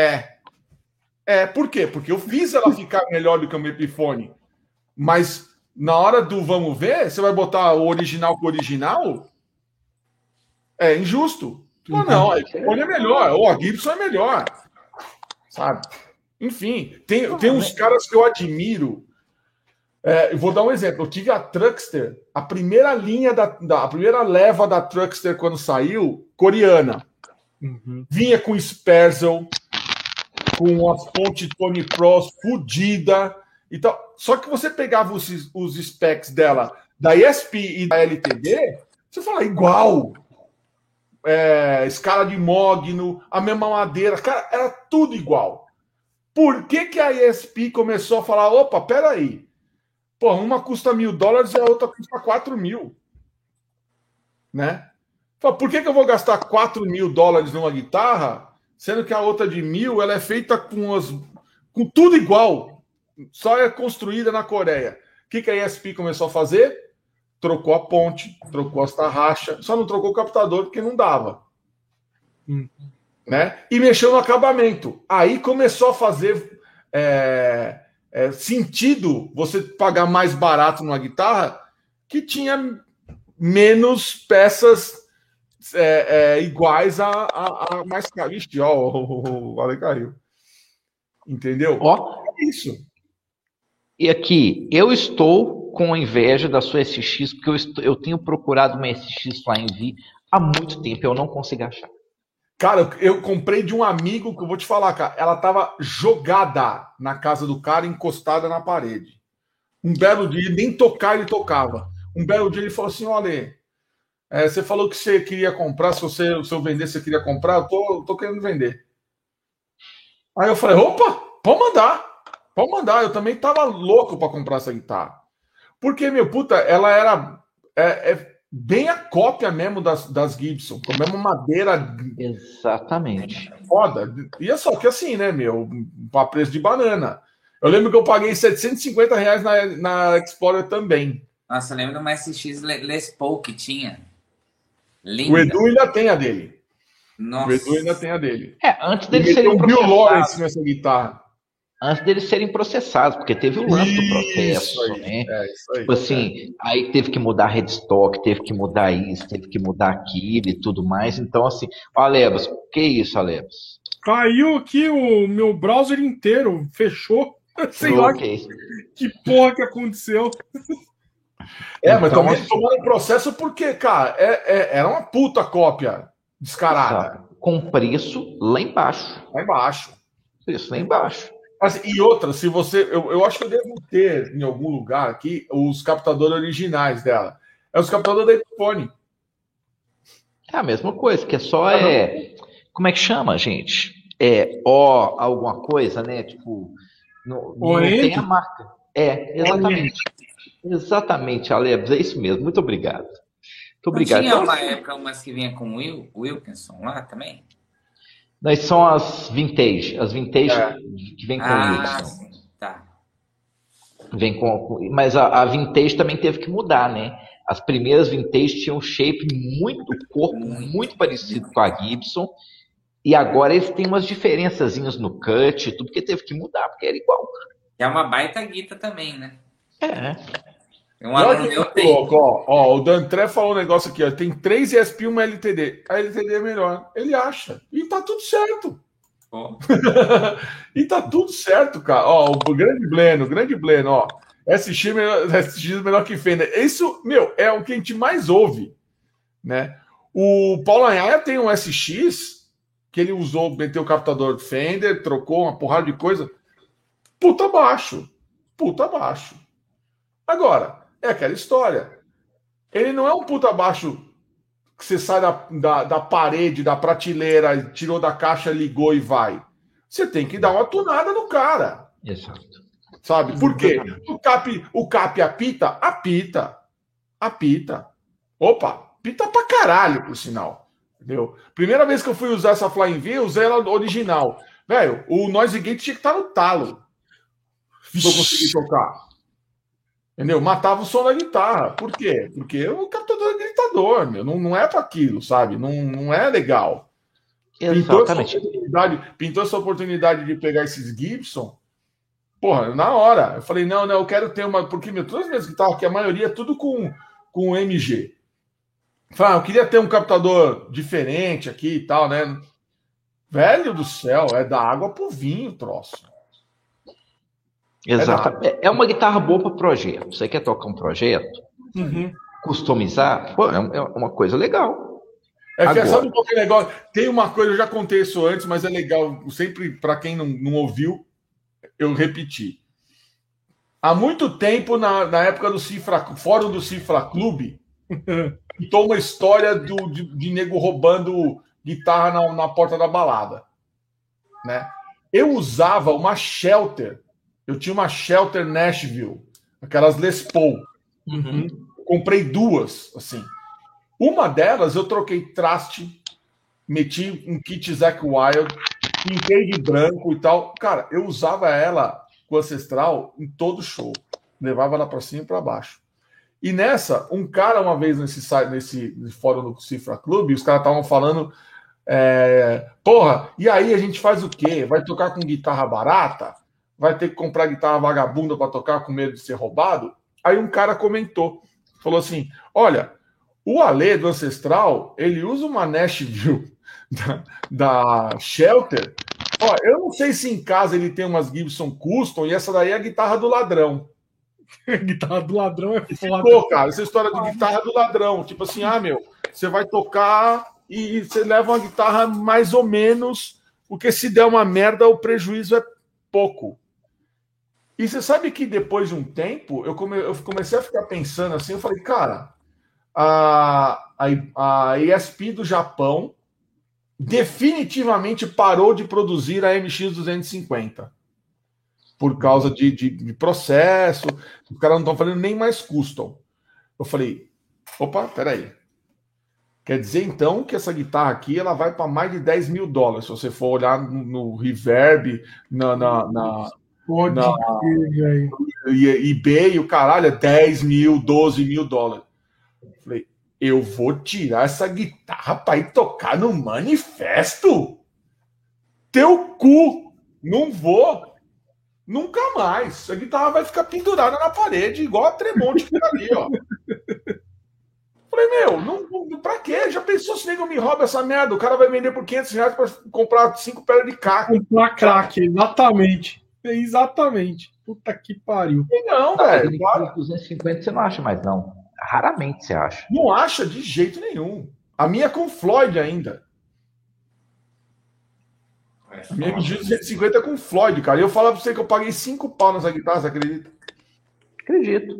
A: Por quê? Porque eu fiz ela ficar melhor do que uma Epiphone. Mas na hora do vamos ver, você vai botar o original com o original? É injusto. Não, a Epiphone é melhor, ou a Gibson é melhor. Sabe? Enfim, tem uns caras que eu admiro. Eu vou dar um exemplo. Eu tive a Truckster, a primeira linha a primeira leva da Truckster quando saiu, coreana. Vinha com Sperzel, com as pontes Tony Cross fodida e tal. Só que você pegava os specs dela, da ESP e da LTD, você fala igual. Escala de mogno, a mesma madeira, cara, era tudo igual. Por que a ESP começou a falar, opa, peraí, pô, uma custa $1.000 e a outra custa 4.000, né? Por que eu vou gastar $4.000 numa guitarra, sendo que a outra de 1.000, ela é feita com tudo igual, só é construída na Coreia. O que a ESP começou a fazer? Trocou a ponte, trocou as tarraxas, só não trocou o captador porque não dava. Né? E mexeu no acabamento. Aí começou a fazer sentido você pagar mais barato numa guitarra que tinha menos peças iguais a mais caras. Ixi, o Ale caiu. Entendeu?
D: É isso. E aqui, eu estou com inveja da sua SX, porque eu tenho procurado uma SX Flying V há muito tempo, eu não consigo achar.
A: Cara, eu comprei de um amigo que eu vou te falar, cara, ela tava jogada na casa do cara, encostada na parede. Um belo dia, nem tocar ele tocava. Um belo dia ele falou assim, olha, você falou que você queria comprar, se eu vender, você queria comprar, eu tô querendo vender. Aí eu falei, opa, pode mandar, eu também tava louco para comprar essa guitarra. Porque, ela era bem a cópia mesmo das Gibson, com a mesma madeira.
D: Exatamente.
A: Foda. E é só que assim, né, para preço de banana. Eu lembro que eu paguei R$750 na Explorer também.
B: Nossa, eu lembro de uma SX Les Paul que tinha. Linda.
A: O Edu ainda tem a dele.
B: Nossa.
A: O Edu ainda tem a dele.
D: Antes deles serem
A: Bill Lawrence nessa guitarra.
D: Antes deles serem processados, porque teve o lance do processo,
A: aí,
D: né?
A: Isso aí,
D: tipo assim, aí teve que mudar headstock, teve que mudar isso, teve que mudar aquilo e tudo mais. Então, assim, Alebas, o que é isso, Alebas?
C: Caiu aqui o meu browser inteiro, fechou. Sei lá que porra que aconteceu.
A: Mas também tomaram processo porque, cara, era uma puta cópia descarada.
D: Com preço lá embaixo. Preço lá embaixo.
A: Assim, e outra, se você. Eu acho que eu devo ter em algum lugar aqui os captadores originais dela. É os captadores da Epiphone.
D: É a mesma coisa, que é só. Como é que chama, gente? Alguma coisa, né? Tipo. Não tem a marca. Exatamente. Exatamente, Alebs, é isso mesmo. Muito obrigado. Muito obrigado.
B: Tinha uma época umas que vinha com o Wilkinson lá também?
D: Nós são as vintage que vem com o Wilson.
B: Tá.
D: Vem mas a vintage também teve que mudar, né? As primeiras vintage tinham um shape muito parecido com a Gibson, e agora eles têm umas diferençazinhas no cut, tudo que teve que mudar, porque era igual.
B: É uma baita guita também, né?
A: Um aluno meu tem. O Dantré falou um negócio aqui, ó. Tem 3 ESP e uma LTD. A LTD é melhor. Ele acha. E tá tudo certo. E tá tudo certo, cara. Ó, o grande Bleno, ó. SX melhor que Fender. Isso, é o que a gente mais ouve, né? O Paulo Anhaia tem um SX que ele usou, meteu o captador Fender, trocou uma porrada de coisa. Puta baixo. Agora, é aquela história. Ele não é um puta baixo que você sai da parede, da prateleira, tirou da caixa, ligou e vai. Você tem que dar uma tunada no cara.
D: Exato.
A: Sabe? Por quê? O cap apita? Apita. Opa, apita pra caralho, por sinal. Entendeu? Primeira vez que eu fui usar essa Flying V, eu usei ela original. Velho, o Noise Gate tinha que estar no talo. Se eu conseguir tocar. Entendeu? Matava o som da guitarra. Por quê? Porque o captador é gritador, não é para aquilo, sabe? Não é legal.
D: Exatamente.
A: Pintou essa oportunidade de pegar esses Gibson. Porra, na hora. Eu falei, não, eu quero ter uma. Porque todas as minhas guitarras, que a maioria é tudo com MG. Eu falei, eu queria ter um captador diferente aqui e tal, né? Velho do céu, é da água pro vinho, troço.
D: Exato. É uma guitarra boa para projeto. Você quer tocar um projeto? Customizar? Pô, é uma coisa legal.
A: Sabe qual que é legal? Tem uma coisa, eu já contei isso antes, mas é legal, sempre para quem não ouviu, eu repeti. Há muito tempo, na época do Fórum do Cifra Clube, contou uma história de nego roubando guitarra na porta da balada. Né? Eu usava uma Shelter. Eu tinha uma Shelter Nashville, aquelas Les Paul. Comprei 2, assim. Uma delas eu troquei traste, meti um kit Zakk Wylde, pintei de branco e tal. Cara, eu usava ela com Ancestral em todo show. Levava ela para cima e para baixo. E nessa, um cara uma vez nesse fórum do Cifra Clube, os caras estavam falando, porra, e aí a gente faz o quê? Vai tocar com guitarra barata? Vai ter que comprar guitarra vagabunda para tocar com medo de ser roubado? Aí um cara comentou, falou assim, olha, o Ale do Ancestral, ele usa uma Nashville da Shelter. Ó, eu não sei se em casa ele tem umas Gibson Custom e essa daí é a guitarra do ladrão.
C: Guitarra do ladrão é foda.
A: Pô, cara, essa história de guitarra do ladrão. Tipo assim, você vai tocar e você leva uma guitarra mais ou menos, porque se der uma merda, o prejuízo é pouco. E você sabe que depois de um tempo, eu comecei a ficar pensando assim, eu falei, cara, a ESP do Japão definitivamente parou de produzir a MX250 por causa de processo, os caras não estão fazendo nem mais custom. Eu falei, opa, peraí. Quer dizer, então, que essa guitarra aqui ela vai para mais de $10 mil, se você for olhar no Reverb, eBay, o caralho, é 10 mil, 12 mil dólares. Falei, eu vou tirar essa guitarra para ir tocar no Manifesto? Teu cu! Não vou! Nunca mais. A guitarra vai ficar pendurada na parede, igual a Tremonte que tá ali, ó. Falei, pra quê? Já pensou se nego me rouba essa merda? O cara vai vender por R$500 para comprar 5 pedras de crack.
C: Comprar crack, exatamente. Puta que pariu.
A: Não, velho.
D: 250 você não acha mais, não. Raramente você acha.
A: Não acha de jeito nenhum. A minha é com Floyd ainda. A minha MG250 é com Floyd, cara. E eu falo pra você que eu paguei 5 pau nessa guitarra, você acredita?
D: Acredito.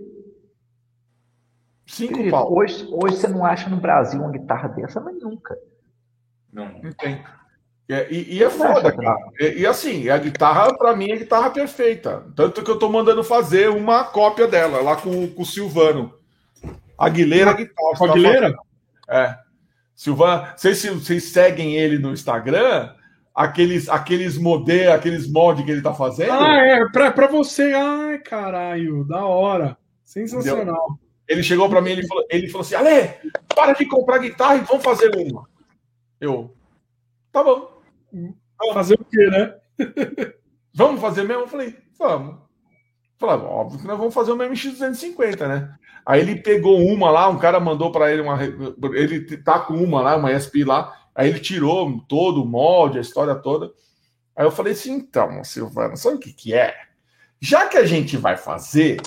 A: 5 pau.
D: Hoje você não acha no Brasil uma guitarra dessa, mas nunca.
A: Não tem. E é foda, cara. E assim, a guitarra, pra mim, é a guitarra perfeita. Tanto que eu tô mandando fazer uma cópia dela, lá com o Silvano. Aguilera Guitarra.
C: Com a Aguilera?
A: Silvano, não sei se vocês seguem ele no Instagram, aqueles moldes que ele tá fazendo.
C: Pra você. Ai, caralho, da hora. Sensacional.
A: Entendeu? Ele chegou pra mim, ele falou assim, Ale, para de comprar guitarra e vamos fazer uma. Tá bom.
C: Fazer o quê, né?
A: Vamos fazer mesmo? Eu falei, vamos. Falei, óbvio que nós vamos fazer uma MX-250, né? Aí ele pegou uma lá, um cara mandou para ele ele tá com uma lá, uma ESP lá, aí ele tirou todo o molde, a história toda. Aí eu falei assim, então, Silvano, sabe o que é? Já que a gente vai fazer,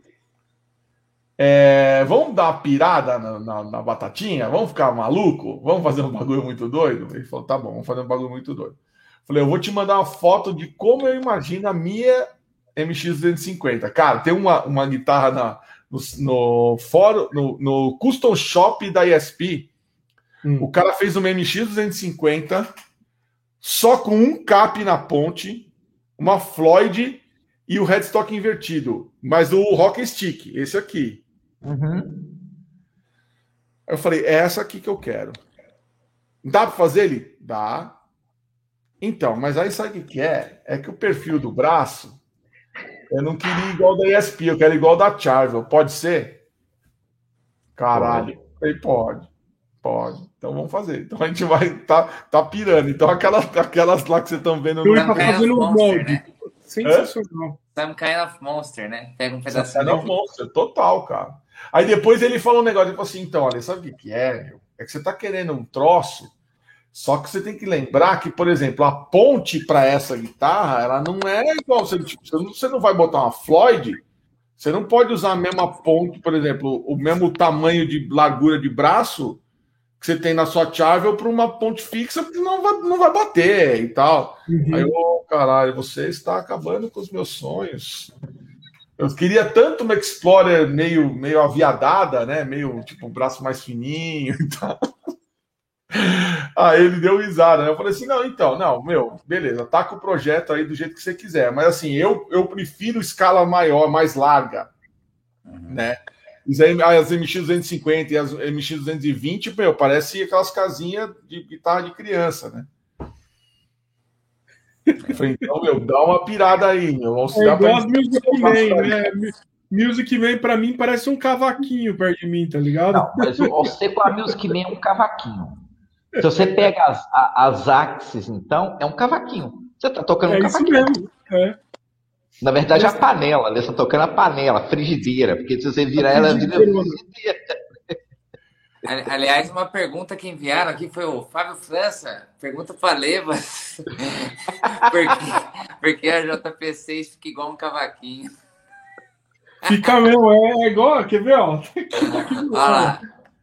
A: vamos dar uma pirada na batatinha? Vamos ficar maluco? Vamos fazer um bagulho muito doido? Ele falou, tá bom, vamos fazer um bagulho muito doido. Falei, eu vou te mandar uma foto de como eu imagino a minha MX-250. Cara, tem uma guitarra no fórum, no Custom Shop da ESP. O cara fez uma MX-250 só com um cap na ponte, uma Floyd e o headstock invertido. Mas o Rock Stick, esse aqui.
D: Uhum.
A: Eu falei, é essa aqui que eu quero. Dá para fazer ele? Dá. Então, mas aí sabe o que é? É que o perfil do braço, eu não queria igual da ESP, eu quero igual da Charvel. Pode ser? Caralho. Falei, pode. Então vamos fazer. Então a gente vai tá pirando. Então aquelas lá que vocês estão vendo
C: no tá fazendo o molde. Né?
B: Sensacional. Some kind of monster, né? Pega um pedacinho.
A: Some kind of monster, total, cara. Aí depois ele falou um negócio, ele falou assim, então, olha, sabe o que é, meu? É que você tá querendo um troço, só que você tem que lembrar que, por exemplo, a ponte para essa guitarra, ela não é igual, você não vai botar uma Floyd, você não pode usar a mesma ponte, por exemplo, o mesmo tamanho de largura de braço que você tem na sua Charvel para uma ponte fixa, porque não vai bater e tal. Aí eu, caralho, você está acabando com os meus sonhos. Eu queria tanto uma Explorer meio aviadada, né? Meio tipo braço mais fininho e tal. Aí ele deu risada, né? Eu falei assim, beleza, tá com o projeto aí do jeito que você quiser, mas assim, eu prefiro escala maior, mais larga, né? As MX-250 e as MX-220, parece aquelas casinhas de guitarra de criança, né? Eu falei, então, dá uma pirada aí, meu.
C: Eu gosto do Music Man, né? Music Man, pra mim, parece um cavaquinho perto de mim, tá ligado?
D: Não, mas você com a Music Man é um cavaquinho. Se você pega as Axis, então, é um cavaquinho. Você tá tocando um cavaquinho. Isso mesmo, Na verdade, a panela, você tá tocando a panela, a frigideira, porque se você virar ela, vira frigideira.
B: Aliás, uma pergunta que enviaram aqui foi o Fábio França. Pergunta para Lebas. porque a JP6 fica igual um cavaquinho.
C: Fica mesmo, é igual, quer ver, ó?
B: Olha lá.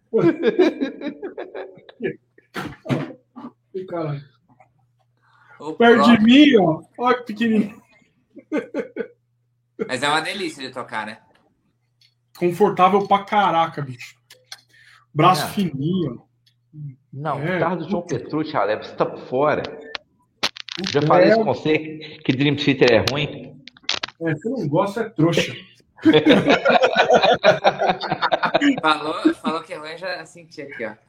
C: Caralho. Perto de mim, ó. Olha que pequenininho.
B: Mas é uma delícia de tocar, né?
C: Confortável pra caraca, bicho. Braço fininho.
D: Não, guitarra do João Petrucci, Alep, você tá por fora. Já falei isso com você, que Dream Theater é ruim.
C: Você não gosta, é trouxa.
B: falou que é ruim, já senti aqui, ó.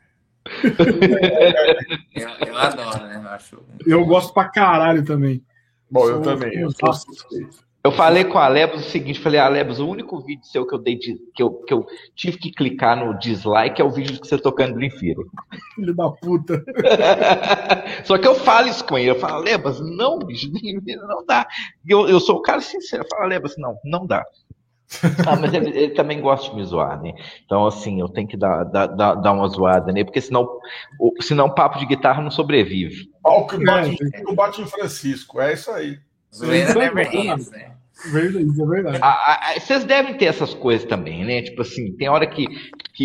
B: Eu adoro, né?
C: Eu gosto pra caralho também.
A: Bom, eu também.
D: Eu falei com a Alebos o seguinte, falei, Alebos, o único vídeo seu que eu dei que eu tive que clicar no dislike é o vídeo que você tocando Dream Theater.
C: Filho da puta.
D: Só que eu falo isso com ele, eu falo, Alebos, não, bicho, não dá. Eu sou o cara sincero, eu falo, Alebos, não dá. Mas ele também gosta de me zoar, né? Então, assim, eu tenho que dar uma zoada, né? Porque senão o papo de guitarra não sobrevive.
A: Olha o bate em Francisco, é isso aí.
B: Zoeira never ends, né?
C: Verdade, é verdade.
D: Vocês devem ter essas coisas também, né? Tipo assim, tem hora que...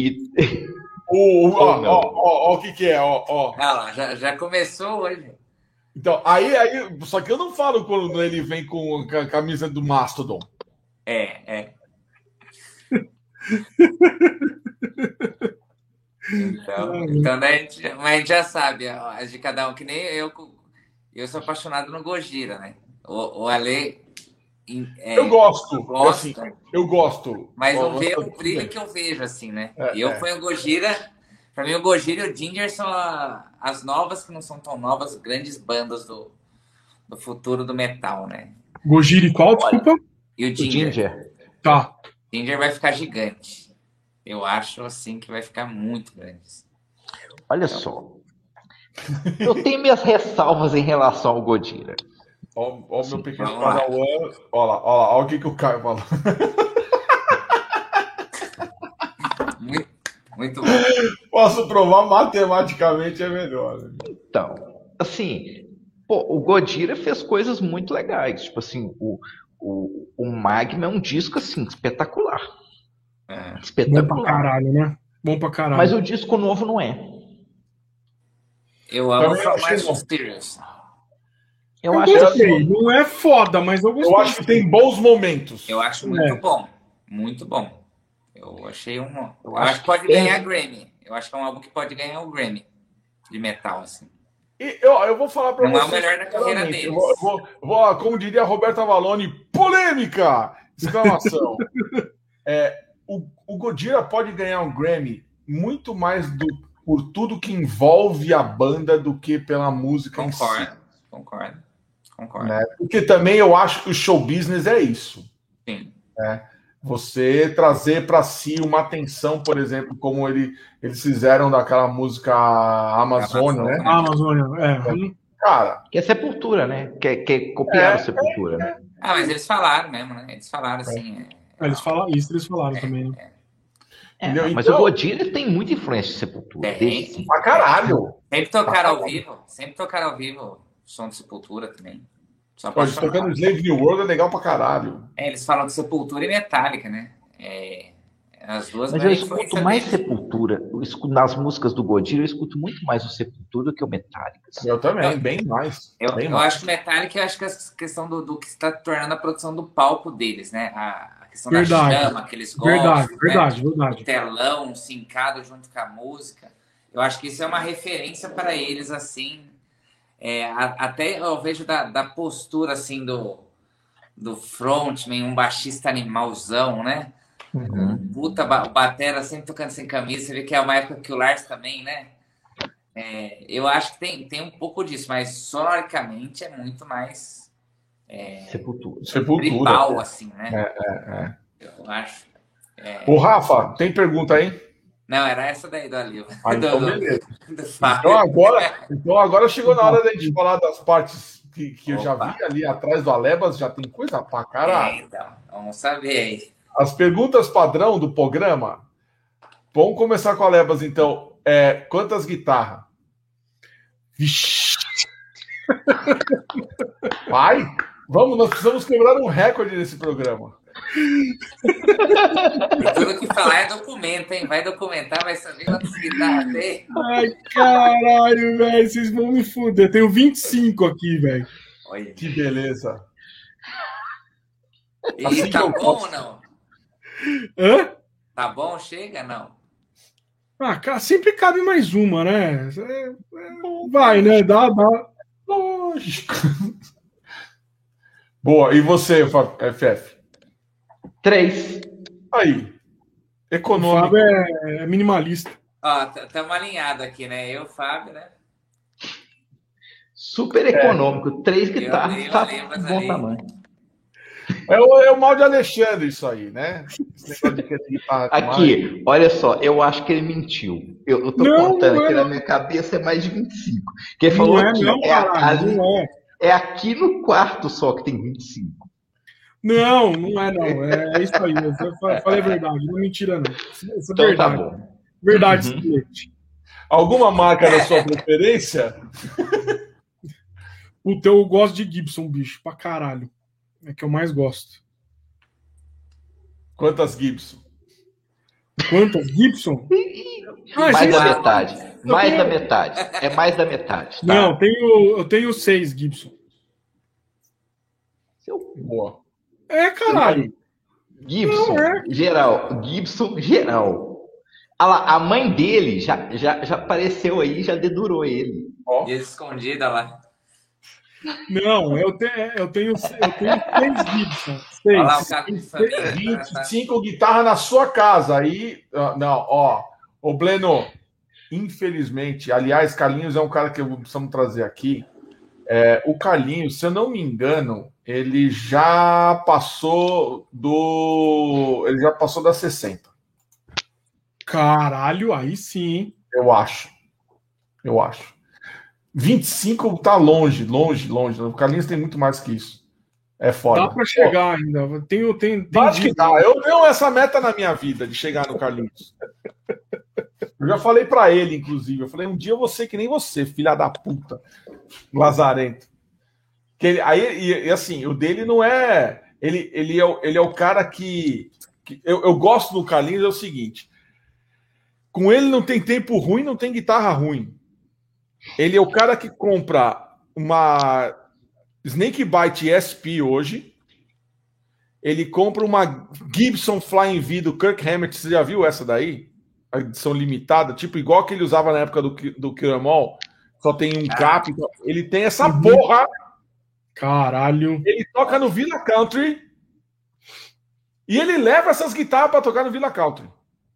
A: O que é? Ó.
B: Ah lá, já começou hoje.
A: Então, aí, só que eu não falo quando ele vem com a camisa do Mastodon.
B: Então mas a gente já sabe as de cada um, que nem eu sou apaixonado no Gojira, né? O Ale
A: eu gosto, assim, eu gosto,
B: mas não vê o brilho que eu vejo, assim, né? Fui o Gojira. Pra mim, o Gojira e o Ginger são as novas, que não são tão novas, grandes bandas do futuro do metal, né?
C: Gojira e qual, desculpa?
B: E o Ginger.
C: Tá.
B: Ginger vai ficar gigante. Eu acho, assim, que vai ficar muito grande.
D: Olha só. Eu tenho minhas ressalvas em relação ao Gojira.
A: Ó o meu pequeno padawan. Olha lá, olha o que o Caio falou.
B: Muito bom.
A: Posso provar matematicamente é melhor. Né?
D: Então, assim, o Gojira fez coisas muito legais. Tipo assim, o Magma é um disco assim, espetacular.
C: Espetacular. Bom pra caralho, né? Bom pra caralho.
D: Mas o disco novo não é.
B: Eu amo From Last to Serious.
C: Eu gostei. Não é foda, mas eu gostei.
A: Eu acho que tem bons momentos.
B: Eu acho muito bom. Muito bom. Eu achei um. Eu acho que pode ganhar Grammy. Eu acho que é um álbum que pode ganhar o Grammy de metal, assim.
A: E eu vou falar pra vocês.
B: Não é o melhor da carreira deles.
A: Eu vou, como diria a Roberta Valoni, polêmica! Exclamação. O Gojira pode ganhar um Grammy muito mais por tudo que envolve a banda do que pela música em si.
B: Concordo.
A: Né? Porque também eu acho que o show business é isso.
B: Sim.
A: Né? Você trazer para si uma atenção, por exemplo, como eles fizeram daquela música Amazônia, né?
C: Amazônia,
A: Cara.
D: Que é Sepultura, né? Que copiaram Sepultura, né?
B: Mas eles falaram mesmo, né? Eles falaram assim.
C: Eles falaram também, né?
D: Mas o Gojira tem muita influência de Sepultura.
A: Tem. Pra caralho.
B: Sempre tocaram ao vivo o som de Sepultura também.
A: Pode tocando Slave New World é legal pra caralho.
B: Eles falam de Sepultura e Metallica, né? As duas.
D: Mas eu escuto mais Sepultura. Nas músicas do Gojira, eu escuto muito mais o Sepultura do que o Metallica.
A: Eu também, bem mais.
B: Eu acho que o Metallica, eu acho que a questão do que está tornando a produção do palco deles, né? A questão da chama que eles gostam.
C: Verdade.
B: O telão sincado junto com a música. Eu acho que isso é uma referência para eles, assim. Até eu vejo da postura assim do frontman, um baixista animalzão, né? Puta, o batera sempre tocando sem camisa. Você vê que é uma época que o Lars também, né? Eu acho que tem um pouco disso, mas sonoricamente é muito mais
D: Sepultura.
B: tribal, assim, né? Eu acho.
A: O Rafa, tem pergunta aí?
B: Não, era essa daí do Alil.
A: Então, beleza. Então agora chegou na hora da gente falar das partes que eu já vi ali atrás do Alebas, já tem coisa pra caralho.
B: Então, vamos saber aí.
A: As perguntas padrão do programa. Vamos começar com o Alebas, então. Quantas guitarras? Vixe! Vai! Vamos, nós precisamos quebrar um recorde nesse programa.
B: E tudo que falar é documento, hein? Vai documentar, vai saber quantas guitarras tem.
C: Ai, caralho, velho. Vocês vão me fuder. Eu tenho 25 aqui, velho.
A: Que beleza.
B: E assim tá bom ou não?
C: Hã?
B: Tá bom? Chega? Não?
C: Cara, sempre cabe mais uma, né? Vai, né? Dá.
A: Lógico. Boa. E você, FF?
D: 3.
A: Aí. Econômico.
C: O Fábio é minimalista.
B: Ó, estamos alinhados aqui, né? Eu, Fábio, né?
D: Super econômico. 3 guitarras, tá bom tamanho.
A: É o mal de Alexandre isso aí, né?
D: Aqui, olha só, eu acho que ele mentiu. Eu tô contando aqui na minha cabeça é mais de 25. Porque ele falou aqui, é aqui no quarto só que tem 25.
C: Não é não. É isso aí. Eu falei a verdade, não é mentira não. Isso é
D: então,
C: verdade.
D: Tá bom.
C: Verdade, simplesmente.
A: Alguma marca da sua preferência?
C: Puta, eu gosto de Gibson, bicho, pra caralho. É que eu mais gosto.
A: Quantas Gibson?
C: Quantas Gibson?
D: Mais da metade. Mais da metade. É mais da metade. Tá?
C: Não, eu tenho 6 Gibson.
A: Boa.
C: Caralho.
D: Gibson, geral. Gibson, geral. Olha lá, a mãe dele já apareceu aí, já dedurou ele.
B: E escondida lá.
C: Não, eu tenho 6 Gibson. 6.
B: Olha lá o carro de família.
A: 25 guitarras na sua casa. Aí, não, ó. Ô, Bleno, infelizmente, aliás, Carlinhos é um cara que precisamos trazer aqui. O Carlinhos, se eu não me engano, ele já passou das 60.
C: Caralho, aí sim.
A: Eu acho. 25 tá longe. O Carlinhos tem muito mais que isso. É foda.
C: Dá para chegar ainda. Tem
A: acho que dá. Eu tenho essa meta na minha vida de chegar no Carlinhos. Eu já falei para ele, inclusive. Eu falei, um dia eu vou ser que nem você, filha da puta. Lazarento. E assim, o dele não é... Ele é o cara que eu gosto do Carlinhos, é o seguinte. Com ele não tem tempo ruim, não tem guitarra ruim. Ele é o cara que compra uma Snakebite SP hoje. Ele compra uma Gibson Flying V do Kirk Hammett. Você já viu essa daí? A edição limitada, tipo igual que ele usava na época do Kill 'Em All. Só tem um cap. Ele tem essa porra.
C: Caralho.
A: Ele toca no Villa Country. E ele leva essas guitarras para tocar no Villa Country.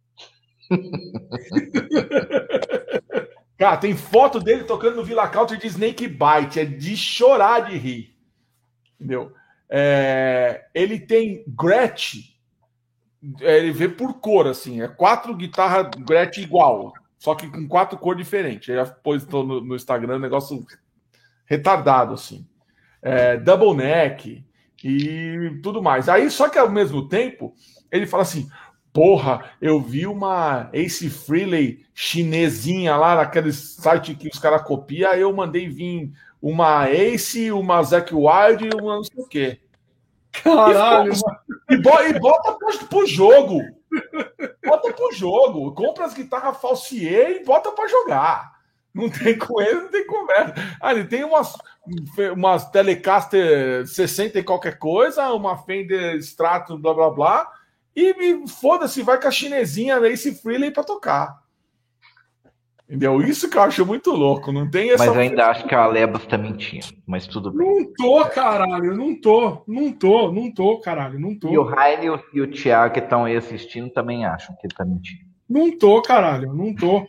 A: Cara, tem foto dele tocando no Villa Country de Snakebite. É de chorar de rir. Entendeu? Ele tem Gretsch. Ele vê por cor, assim. É 4 guitarras Gretsch igual. Só que com 4 cores diferentes. Ele já pôs no Instagram um negócio retardado, assim. Double neck e tudo mais. Aí, só que ao mesmo tempo, ele fala assim: porra, eu vi uma Ace Frehley chinesinha lá naquele site que os caras copiam, aí eu mandei vir uma Ace, uma Zakk Wylde e uma não sei o quê.
C: Caralho,
A: e bota pro jogo. Bota pro jogo. Compra as guitarras falsier e bota pra jogar. Não tem com ele, não tem conversa. Ele tem umas Telecaster 60 e qualquer coisa, uma Fender Strato, blá blá blá, e foda-se, vai com a chinesinha Ace Frehley pra tocar. Entendeu? Isso que eu acho muito louco. Não tem essa.
D: Mas eu ainda acho que a Alebas tá mentindo. Mas tudo bem.
C: Não tô, caralho. Não tô, caralho. Não tô.
D: E o Rainer e o Thiago que estão aí assistindo também acham que ele tá mentindo.
C: Não tô, caralho. Não tô.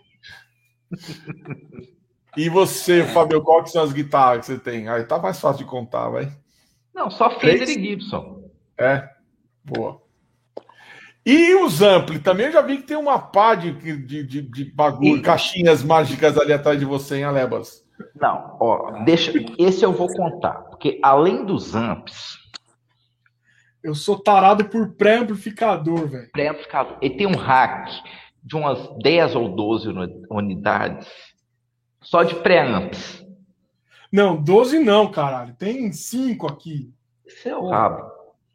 A: E você, Fabio, qual que são as guitarras que você tem? Aí tá mais fácil de contar, vai.
D: Não, só Fender e Gibson.
A: Boa. E os ampli, também eu já vi que tem uma pá de bagulho, caixinhas mágicas ali atrás de você, hein, Alebas?
D: Não, esse eu vou contar, porque além dos amps...
C: Eu sou tarado por pré-amplificador, velho.
D: Pré-amplificador. Ele tem um rack de umas 10 ou 12 unidades só de pré-amps.
C: Não, 12 não, caralho. Tem 5 aqui.
D: Isso é o rabo.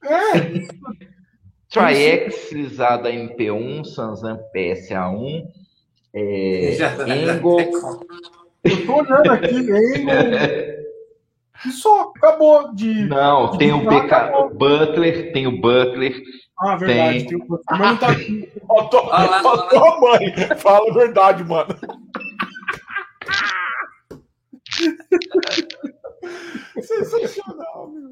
D: Tri-X, Lisada MP1, Sansan PSA1, Engo.
C: Eu tô olhando aqui, Engo. E só, acabou de...
D: Não, tem o Butler, tem o Butler.
C: Ah, verdade, tem o Butler, mas não tá aqui.
A: Ó, mãe, fala a verdade, mano. Sensacional, meu.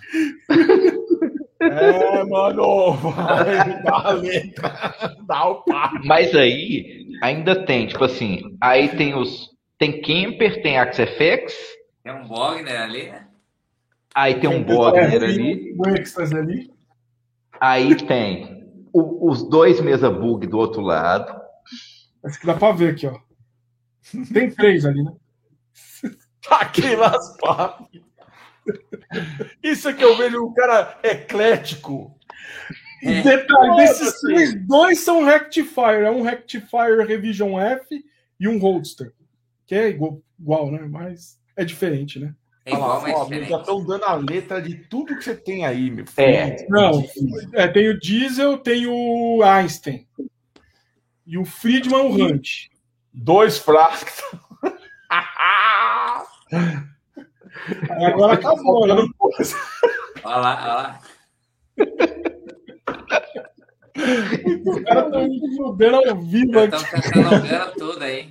A: Mano, vai dar a letra, dá o papo.
D: Mas aí, ainda tem, tipo assim, aí tem Kemper, tem Axe FX.
B: Tem um Bogner ali, né?
D: Aí tem um Bogner ali.
C: O Extras ali.
D: Aí tem os 2 mesa bug do outro lado.
C: Acho que dá pra ver aqui, ó. Tem 3 ali, né?
A: Tá aqui nas papas. Isso é que eu vejo um cara eclético.
C: E detalhe, desses 2 são Rectifier. É um Rectifier Revision F e um Roadster. Que é igual, né? Mas é diferente, né?
B: É igual, mas diferente.
A: Já estão dando a letra de tudo que você tem aí, meu filho.
C: Não, tem o Diesel, tem o Einstein. E o Friedman, o Hunt.
A: 2 frascos.
C: Agora acabou, né?
B: Olha lá.
C: Os caras estão me fudendo ao vivo aqui.
B: Estão catalogando tudo aí.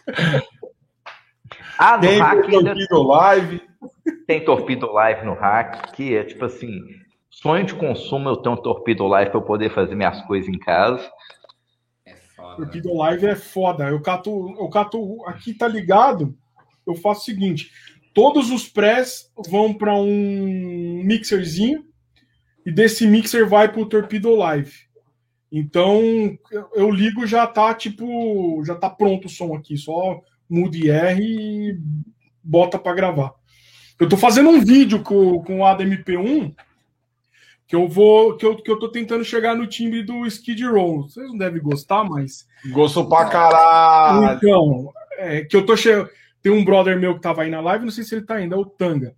D: No
A: tem
D: hack
A: Torpedo Live.
D: Tem Torpedo Live no hack, que é tipo assim, sonho de consumo eu ter um Torpedo Live para eu poder fazer minhas coisas em casa.
B: É foda.
C: Torpedo Live é foda. Eu cato aqui, tá ligado? Eu faço o seguinte: todos os prés vão para um mixerzinho e desse mixer vai pro Torpedo Live. Então eu ligo, já tá pronto o som aqui, só mudo R e bota para gravar. Eu tô fazendo um vídeo com o ADMP1 que eu tô tentando chegar no timbre do Skid Row. Vocês não devem gostar, mas...
A: Gostou pra caralho!
C: Então, que eu tô chegando... Tem um brother meu que tava aí na live, não sei se ele tá ainda, é o Tanga.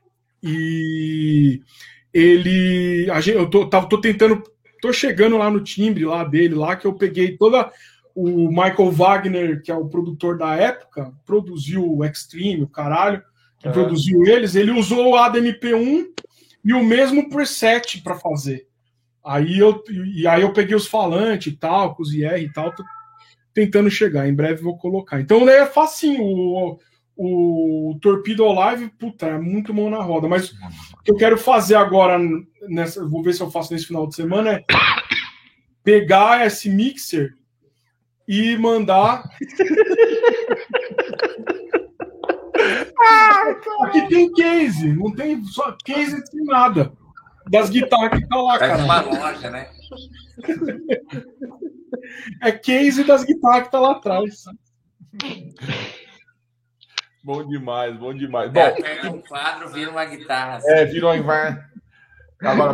C: E eu tô tentando... Tô chegando lá no timbre lá dele, lá que eu peguei toda... O Michael Wagner, que é o produtor da época, produziu o Extreme, o caralho, que produziu eles, ele usou o ADMP1 e o mesmo preset para fazer. Aí eu peguei os falantes e tal, com os IR e tal, tô tentando chegar, em breve vou colocar. Então é facinho, o Torpedo Live, puta, é muito mão na roda, mas o que eu quero fazer agora, vou ver se eu faço nesse final de semana, é pegar esse mixer e mandar... Aqui tem case, não tem só case sem nada. Das guitarras que tá lá, cara.
B: É uma loja, né?
C: É case das guitarras que tá lá atrás.
A: Bom demais, bom demais.
B: Bom, pega um quadro, vira uma guitarra.
A: Assim. Vira uma guitarra. Agora,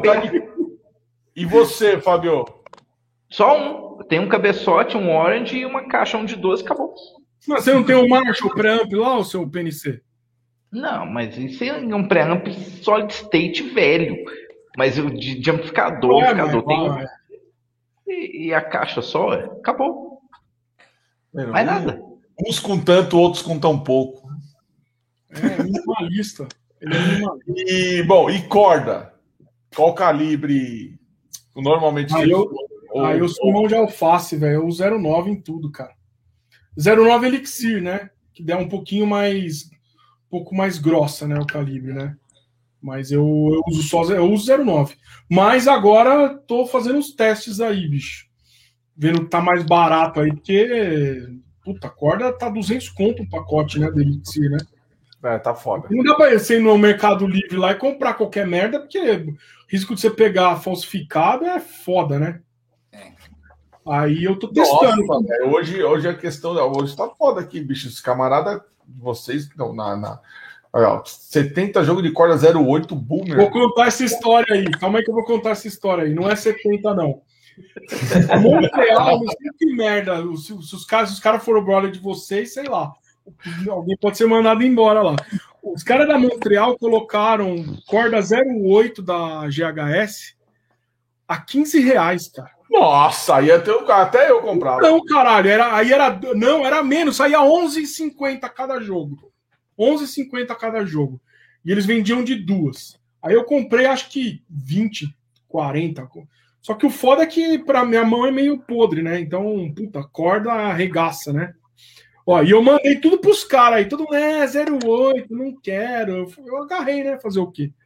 A: e você, Fábio?
D: Só um. Tem um cabeçote, um orange e uma caixa de 12, acabou.
C: Mas você não tem um Marshall preamp lá, o seu PNC?
D: Não, mas isso é um preamp solid state velho. Mas o de amplificador, tem. E a caixa só, acabou. Mais nada.
A: Uns com tanto, outros com tão pouco.
C: É minimalista. Ele é minimalista.
A: E corda? Qual calibre? Normalmente.
C: Eu sou mão de alface, velho. Eu uso 0,9 em tudo, cara. 0,9 Elixir, né? Que der um pouco mais grossa, né? O calibre, né? Mas eu uso 0,9. Mas agora tô fazendo uns testes aí, bicho. Vendo que tá mais barato aí, porque... Puta, a corda tá 200 conto o pacote, né? Do Elixir, né?
A: Tá foda.
C: Não dá pra ir no Mercado Livre lá e comprar qualquer merda, porque o risco de você pegar falsificado é foda, né? Aí eu tô testando.
A: Nossa, hoje a questão... Hoje tá foda aqui, bicho. Esse camarada... Vocês... Não, 70 jogo de corda 08 Boomer.
C: Vou contar essa história aí. Calma aí que eu vou contar essa história aí. Não é 70, não. A Montreal, não sei que merda. Se os caras foram brother de vocês, sei lá. Alguém pode ser mandado embora lá. Os caras da Montreal colocaram corda 08 da GHS a R$15, cara.
A: Nossa, aí até eu comprava.
C: Não, caralho, era menos, saía R$11,50 cada jogo. R$11,50 cada jogo. E eles vendiam de duas. Aí eu comprei, acho que 20, 40. Só que o foda é que pra minha mão é meio podre, né? Então, puta, corda arregaça, né? Ó, e eu mandei tudo pros caras aí. Todo mundo, 08, não quero. Eu agarrei, né? Fazer o quê?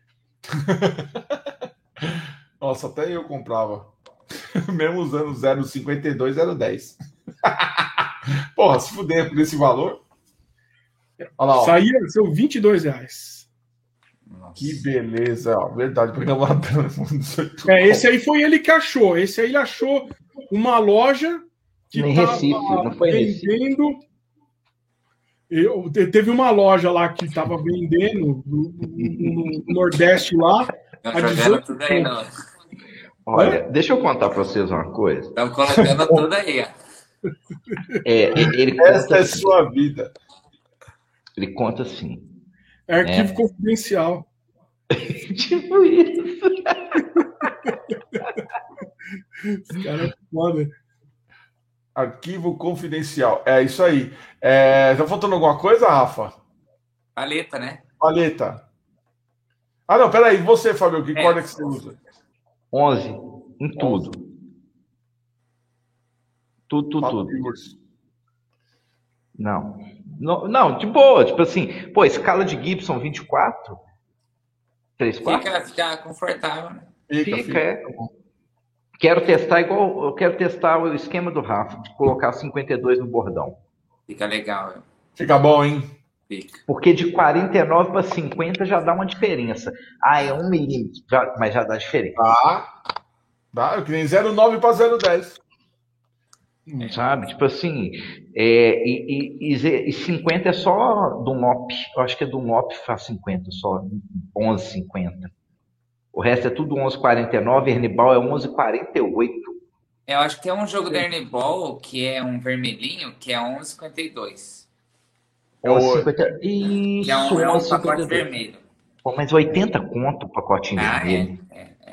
A: Nossa, até eu comprava. Mesmo usando 0,52, 0,10. Porra, se fuder por esse valor.
C: Olha lá, ó. Saía seu R$22.
A: Nossa. Que beleza, ó. Verdade, programa.
C: Esse aí foi ele que achou. Esse aí ele achou uma loja que
D: não foi
C: vendendo. Teve uma loja lá que estava vendendo no Nordeste lá.
B: Não jogando tudo aí, não.
D: Olha, deixa eu contar para vocês uma coisa.
B: Estão colocando tudo aí, ó.
A: Essa é sua vida.
D: Ele conta assim.
C: É arquivo confidencial.
D: Tipo isso.
C: Os caras podem.
A: Arquivo confidencial. É isso aí. Tá faltando alguma coisa, Rafa?
B: Paleta, né?
A: Paleta. Ah, não, peraí. Você, Fábio, que corda que você usa?
D: 11. Em tudo. Tudo. Não, de boa. Tipo assim, pô, escala de Gibson 24? 3/4?
B: Fica confortável, né?
D: Fica. Quero testar o esquema do Rafa, de colocar 52 no bordão.
B: Fica legal, viu?
A: Fica bom, hein?
D: Fica. Porque de 49 para 50 já dá uma diferença. É 1 milímetro, mas já dá diferença.
A: Dá, que nem 0,9 para 0,10.
D: Sabe? Tipo assim, e 50 é só Dunlop. Eu acho que é Dunlop faz 50, só 11,50. O resto é tudo 11,49. Hernibal é 11,48.
B: Eu acho que tem um jogo da Hernibal que é um vermelhinho, que é 11,52.
D: 11,50.
B: Que é um pacote vermelho.
D: Pô, mas 80 conto o pacotinho vermelho.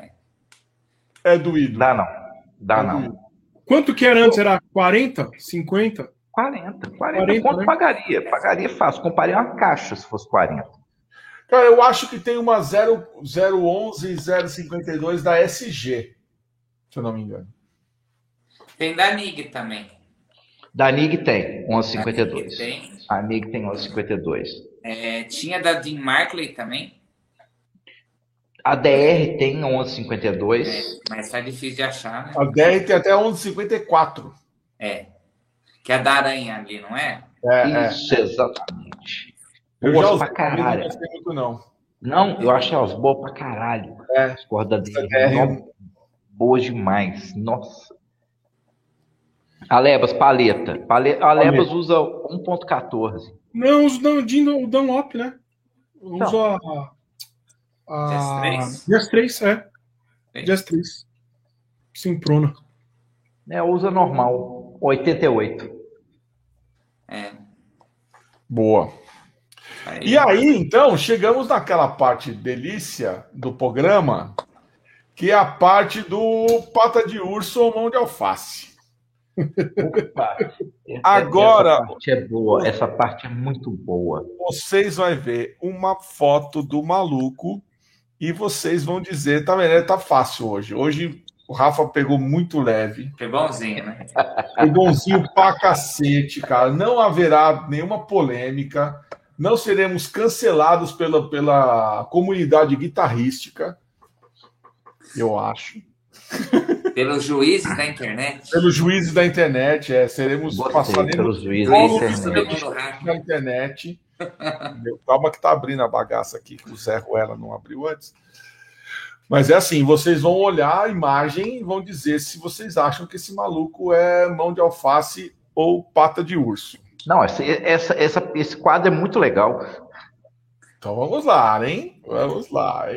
A: É doído.
D: Dá não.
C: Quanto que era antes? Era 40? 50?
D: 40 conto, né? Pagaria fácil. Comparei uma caixa se fosse 40.
A: Cara, eu acho que tem uma 011 e 052 da SG, se eu não me engano.
B: Tem da NIG também.
D: Da NIG tem 11,52. A NIG tem 11,52.
B: Tinha da Dean Markley também.
D: A DR tem 11,52.
B: Mas tá difícil de achar, né?
A: A DR tem até 11,54.
B: Que é da Aranha ali, não é?
D: Isso, exatamente.
A: Eu
D: boas
A: já
D: pra caralho.
A: Não gostei muito, não.
D: Não, eu acho elas boas pra caralho. As cordas dele. Boas demais. Nossa. Alebas, paleta. Alebas usa 1,14.
C: Não, o Dunlop, né? Usa Jazz 3, Jazz 3. Simprona.
D: Usa normal. 88.
A: Boa. E aí, então, chegamos naquela parte delícia do programa, que é a parte do pata de urso ou mão de alface.
D: Opa,
A: agora,
D: essa parte é boa, essa parte é muito boa.
A: Vocês vão ver uma foto do maluco e vocês vão dizer, tá vendo? Tá fácil hoje. Hoje o Rafa pegou muito leve.
B: Foi bonzinho, né?
A: Foi bonzinho pra cacete, cara. Não haverá nenhuma polêmica. Não seremos cancelados pela comunidade guitarrística, eu acho.
B: Pelos juízes da internet.
A: Pelos juízes da internet, seremos
D: passados pelos juízes
A: da internet. Calma que tá abrindo a bagaça aqui, que o Zé Ruela não abriu antes. Mas é assim, vocês vão olhar a imagem e vão dizer se vocês acham que esse maluco é mão de alface ou pata de urso.
D: Não, esse quadro é muito legal.
A: Então vamos lá, hein? Vamos lá.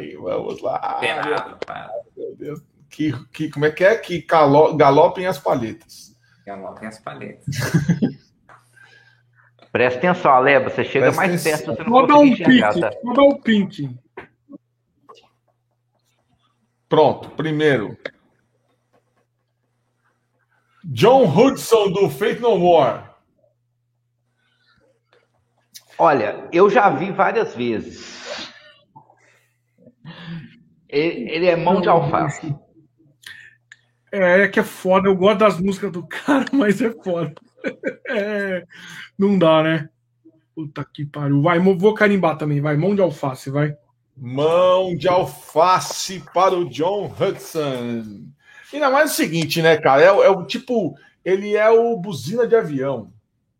A: Meu Deus. Como é que é? Que galopem as palhetas.
B: Galopem as palhetas.
D: Presta atenção, Aleba. Você chega mais perto, você não
C: consegue enxergar, tá? Vou dar um pink.
A: Pronto, primeiro. John Hudson, do Faith No More.
D: Olha, eu já vi várias vezes. Ele é mão de alface.
C: Que é foda. Eu gosto das músicas do cara, mas é foda. Não dá, né? Puta que pariu. Vai, vou carimbar também. Vai, mão de alface, vai.
A: Mão de alface para o John Hudson. Ainda mais o seguinte, né, cara? É o tipo... Ele é o buzina de avião.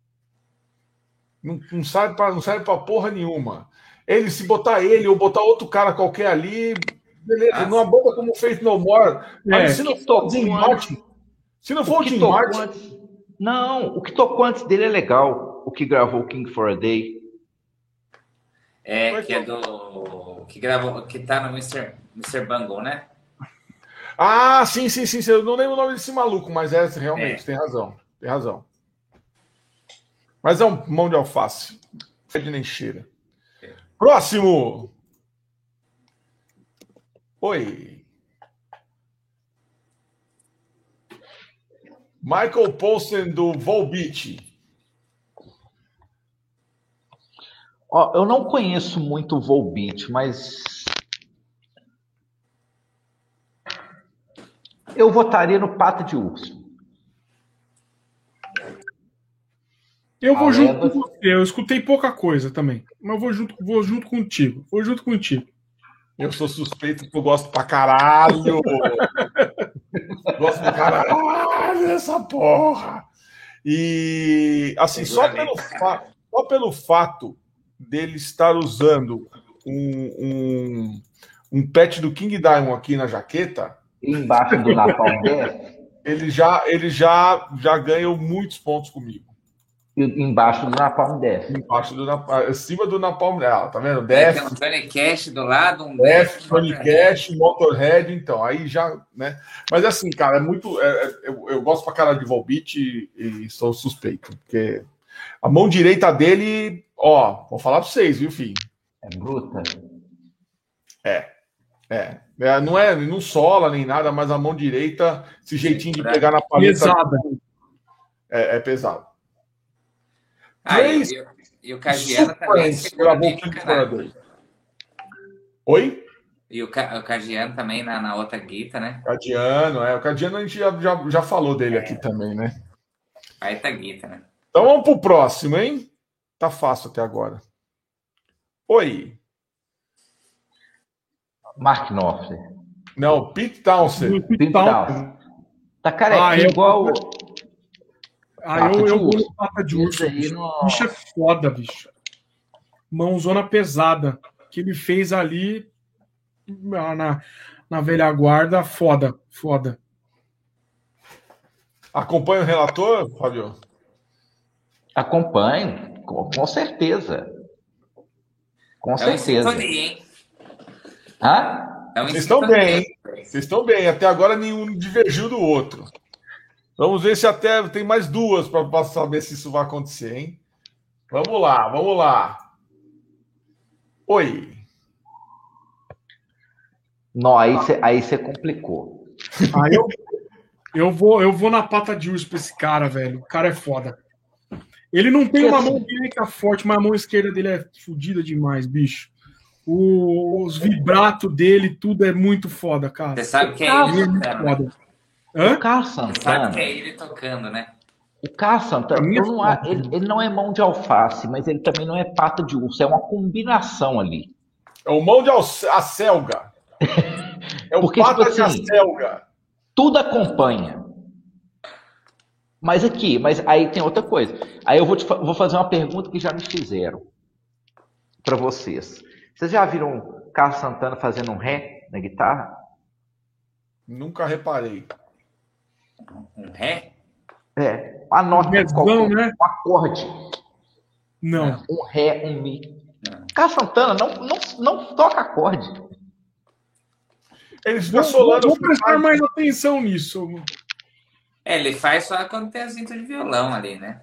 A: Não serve pra porra nenhuma. Se botar ele ou botar outro cara qualquer ali, beleza. Numa banda como Faith No More, se não for o Jim Martin, se não for o Jim Martin...
D: Não, o que tocou antes dele é legal. O que gravou King for a Day.
B: Que é do... Que gravou... Que tá no Mr. Bungle, né?
A: Ah, sim. Eu não lembro o nome desse maluco, mas realmente, tem razão. Mas é um mão de alface. Fede nem cheira. Próximo! Oi. Michael Poulsen, do Volbeat.
D: Eu não conheço muito o Volbeat, mas... eu votaria no pata de urso.
C: Eu vou junto com você. Eu escutei pouca coisa também. Mas vou junto contigo.
A: Eu sou suspeito porque eu gosto pra caralho. Gosto pra caralho dessa porra. E, assim, só pelo fato dele estar usando um patch do King Diamond aqui na jaqueta...
D: Embaixo do Napalm Death.
A: Ele já ganhou muitos pontos comigo.
D: Embaixo do Napalm Death.
A: Acima do Napalm, tá vendo?
B: Death. Tem um Johnny Cash do lado, um
A: Death, Johnny Cash, Motorhead, então, aí já, né? Mas assim, cara, é muito. Eu gosto pra cara de Volbeat e sou suspeito, porque a mão direita dele, ó, vou falar pra vocês, viu, filho?
D: É bruta.
A: Não sola nem nada, mas a mão direita, esse jeitinho de pegar na paleta.
C: Pesada.
A: É pesado.
B: E o Cagiano também
A: gravou o Oi?
B: E o Cagiano também na outra guita, né?
A: O Cagiano a gente já falou dele aqui também, né?
B: Aí tá guita, né?
A: Então vamos pro próximo, hein? Tá fácil até agora. Oi.
D: Mark Knopfler.
A: Não, Pete Townshend.
D: Pete Townshend. Tá carequinho igual...
C: eu vou no Pata de Urso. Bicho é foda, bicho. Mãozona pesada. Que ele fez ali na velha guarda, foda.
A: Acompanha o relator, Fábio?
D: Acompanho, com certeza. Com certeza.
B: Hein?
A: Vocês estão bem, hein? Vocês estão bem. Até agora nenhum divergiu do outro. Vamos ver se até tem mais duas para saber se isso vai acontecer, hein? Vamos lá. Oi.
D: Não, aí você complicou.
C: Eu vou na Pata de Urso pra esse cara, velho. O cara é foda. Ele não tem uma mão direita forte, mas a mão esquerda dele é fodida demais, bicho. Os vibratos dele, tudo é muito foda, cara.
B: Você sabe que é ele
C: tocando.
D: O Carlos Santana.
B: Você sabe que é ele tocando, né?
D: O Carlos Santana, ele não é mão de alface, mas ele também não é pata de urso. É uma combinação ali.
A: É o mão de acelga. É o
D: porque,
A: pata
D: tipo
A: de
D: assim,
A: acelga.
D: Tudo acompanha. Mas aí tem outra coisa. Aí eu vou fazer uma pergunta que já me fizeram para vocês. Vocês já viram o Carlos Santana fazendo um ré na guitarra?
A: Nunca reparei.
B: Um ré?
D: A nota,
C: né?
D: um acorde.
C: Não.
D: Um ré, um mi. Carlos Santana não toca acorde.
A: Ele fica solando.
C: Vou prestar mais atenção nisso.
B: Ele faz só quando tem a cinta de violão ali, né?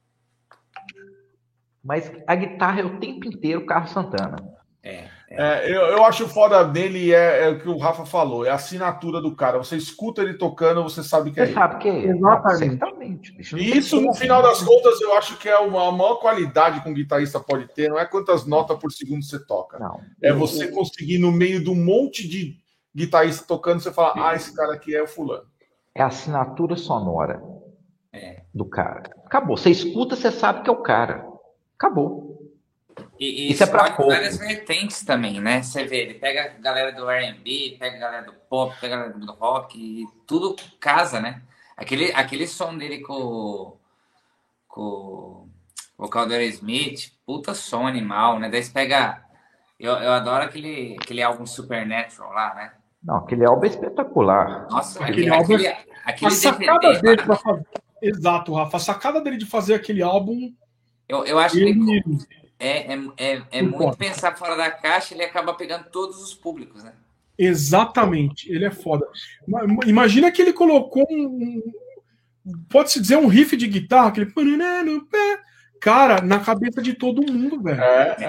D: Mas a guitarra é o tempo inteiro Carlos Santana.
A: Eu acho foda dele é o que o Rafa falou, é a assinatura do cara. Você escuta ele tocando, você sabe que é ele.
D: Você sabe que é ele. Exatamente.
A: E isso, no final das contas, eu acho que é a maior qualidade que um guitarrista pode ter. Não é quantas notas por segundo você toca.
D: Não.
A: É você conseguir, no meio de um monte de guitarrista tocando, você fala, esse cara aqui é o fulano.
D: É a assinatura sonora do cara. Acabou. Você escuta, você sabe que é o cara. Acabou.
B: E
D: isso é para
B: várias vertentes também, né? Você vê, ele pega a galera do R&B, pega a galera do pop, pega a galera do rock, e tudo casa, né? Aquele som dele com o vocal do Aerosmith, puta som animal, né? Daí você pega... Eu adoro aquele álbum Supernatural lá, né?
D: Não, aquele álbum é espetacular.
B: Nossa,
C: aquele a sacada DVD, dele para fazer... Exato, Rafa. A sacada dele de fazer aquele álbum...
B: Eu acho que é muito pensar fora da caixa, ele acaba pegando todos os públicos, né?
C: Exatamente, ele é foda. Imagina que ele colocou pode-se dizer um riff de guitarra, aquele... Cara, na cabeça de todo mundo, velho.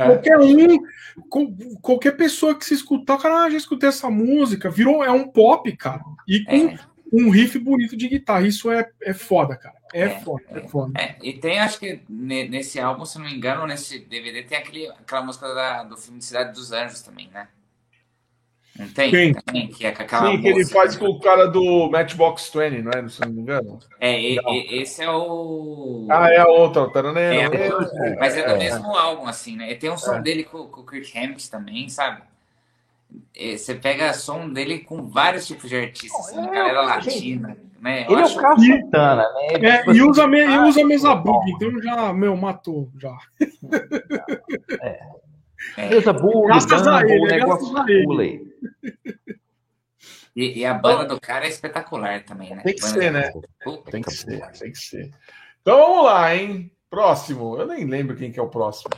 C: Qualquer pessoa que se escutar, cara, já escutei essa música, é um pop, cara. E com um riff bonito de guitarra. Isso é foda, cara. É foda.
B: E tem, acho que nesse álbum, se não me engano, nesse DVD, tem aquela música do filme Cidade dos Anjos também, né? Não tem? Tem, que é com aquela
A: que ele faz com o cara do Matchbox 20, não é? Se não me engano.
B: Esse é o...
A: é a outra.
B: Mas é do mesmo álbum, assim, né? E tem um som dele com o Kirk Hammett também, sabe? Você pega som dele com vários tipos de artistas, assim, galera latina, né?
D: Ele é o Carlos Santana, né?
C: E usa a mesa bug, então já, matou, já.
D: Mesa bug,
C: graças a ele,
D: negócio pula aí.
B: E a banda do cara é espetacular também, né?
A: Tem que
B: banda
A: ser, né? Tem que ser, tem que ser. Então vamos lá, hein? Próximo. Eu nem lembro quem que é o próximo.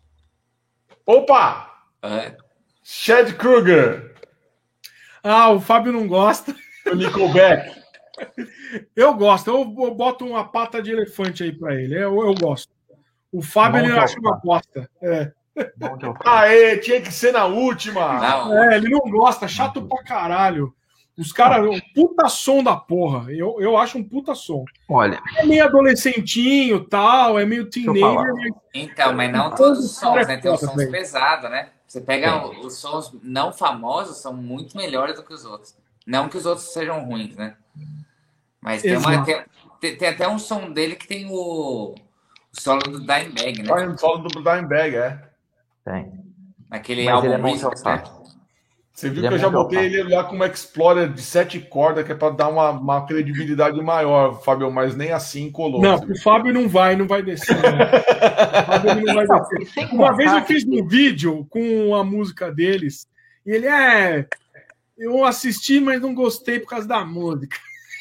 A: Opa! Chad Kroeger.
C: O Fábio não gosta.
A: O Nickelback.
C: Eu gosto. Eu boto uma pata de elefante aí pra ele. Eu gosto. O Fábio, ele acha uma bosta.
A: Aê, tinha que ser na última.
C: Ele não gosta. Chato pra caralho. Os caras, um puta som da porra. Eu acho um puta som.
D: Olha.
C: É meio adolescentinho tal, é meio teenager.
B: Então, mas não todos os sons, né? Tem os sons pesados, né? Você pega os sons não famosos, são muito melhores do que os outros. Não que os outros sejam ruins, né? Mas tem até um som dele que tem o solo do Dimebag, né?
A: O solo do Dimebag,
D: Tem.
B: Naquele álbum Reasons, né?
A: Você viu que eu já botei ele lá com uma Explorer de 7 cordas, que é para dar uma credibilidade maior, Fábio, mas nem assim colou.
C: Não, o Fábio não vai descer. O Fábio não vai descer. Uma vez eu fiz um vídeo com a música deles, e ele eu assisti, mas não gostei por causa da música.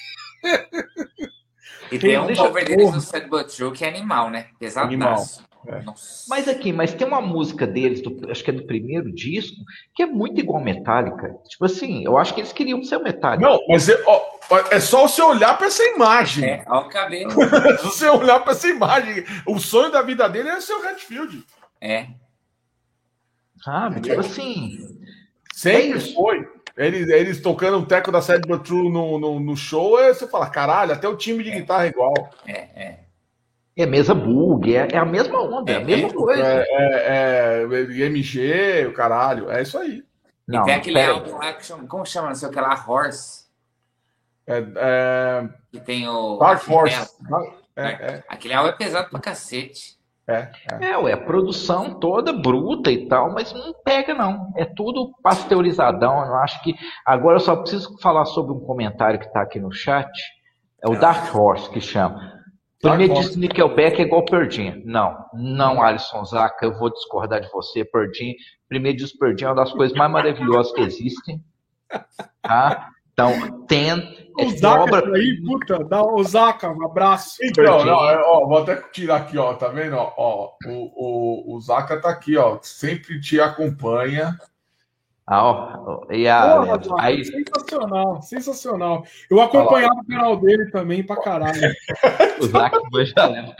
B: E tem um cover deles no Sad But True que é animal, né? Pesadaço.
D: Mas tem uma música deles, acho que é do primeiro disco, que é muito igual Metallica. Tipo assim, eu acho que eles queriam ser o Metallica.
A: Não, mas é só você olhar para essa imagem.
B: Olha o cabelo.
A: Se você olhar para essa imagem, o sonho da vida dele é ser o Redfield.
D: Tipo assim.
A: Sempre foi. Eles tocando um teco da Sad But True no show, você fala, caralho, até o time de guitarra é igual.
D: É mesa bug, é a mesma onda, é a mesma coisa.
A: MG, o caralho, é isso aí.
B: E tem aquele álbum lá que chama, como chama, não sei o que lá, Horse. Que tem o...
A: Dark Horse.
B: Aquele álbum é pesado pra cacete.
D: A produção toda bruta e tal, mas não pega não. É tudo pasteurizadão. Eu acho que... Agora eu só preciso falar sobre um comentário que tá aqui no chat. É o Dark Horse que chama. Primeiro disco Nickelback é igual Pearl Jam. Não, Alisson Zaca, eu vou discordar de você, Pearl Jam. Primeiro disco Pearl Jam é uma das coisas mais maravilhosas que existem. Tá? Então,
C: o Zaca aí, puta, dá o Zaca, um abraço.
A: Então, vou até tirar aqui, ó, tá vendo? O Zaca tá aqui, ó, sempre te acompanha.
C: Aí... Sensacional. Eu acompanhava o canal dele também pra caralho.
D: O Zac já leva.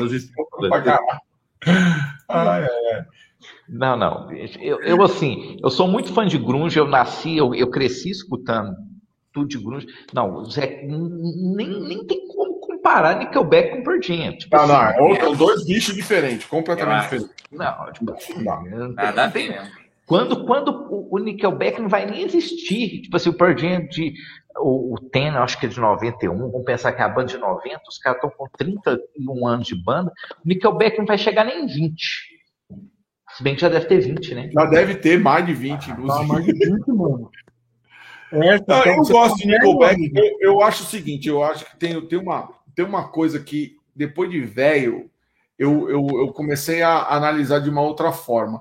D: Não. Eu assim, eu sou muito fã de grunge, eu cresci escutando tudo de grunge. Não, Zé, nem tem como comparar Nickelback com Pearl Jam. Tipo
A: são dois bichos diferentes, completamente diferentes.
D: Não,
B: nada a ver mesmo.
D: Quando o Nickelback não vai nem existir. Tipo assim, o Pearl Jam o Ten, acho que é de 91, vamos pensar que é a banda de 90, os caras estão com 31 anos de banda, o Nickelback não vai chegar nem em 20. Se bem que já deve ter 20, né?
A: Já deve ter mais de 20, inclusive.
C: Mais de 20, mano.
A: Eu gosto de Nickelback. Eu acho o seguinte, eu acho que tem uma coisa que, depois de velho, eu comecei a analisar de uma outra forma.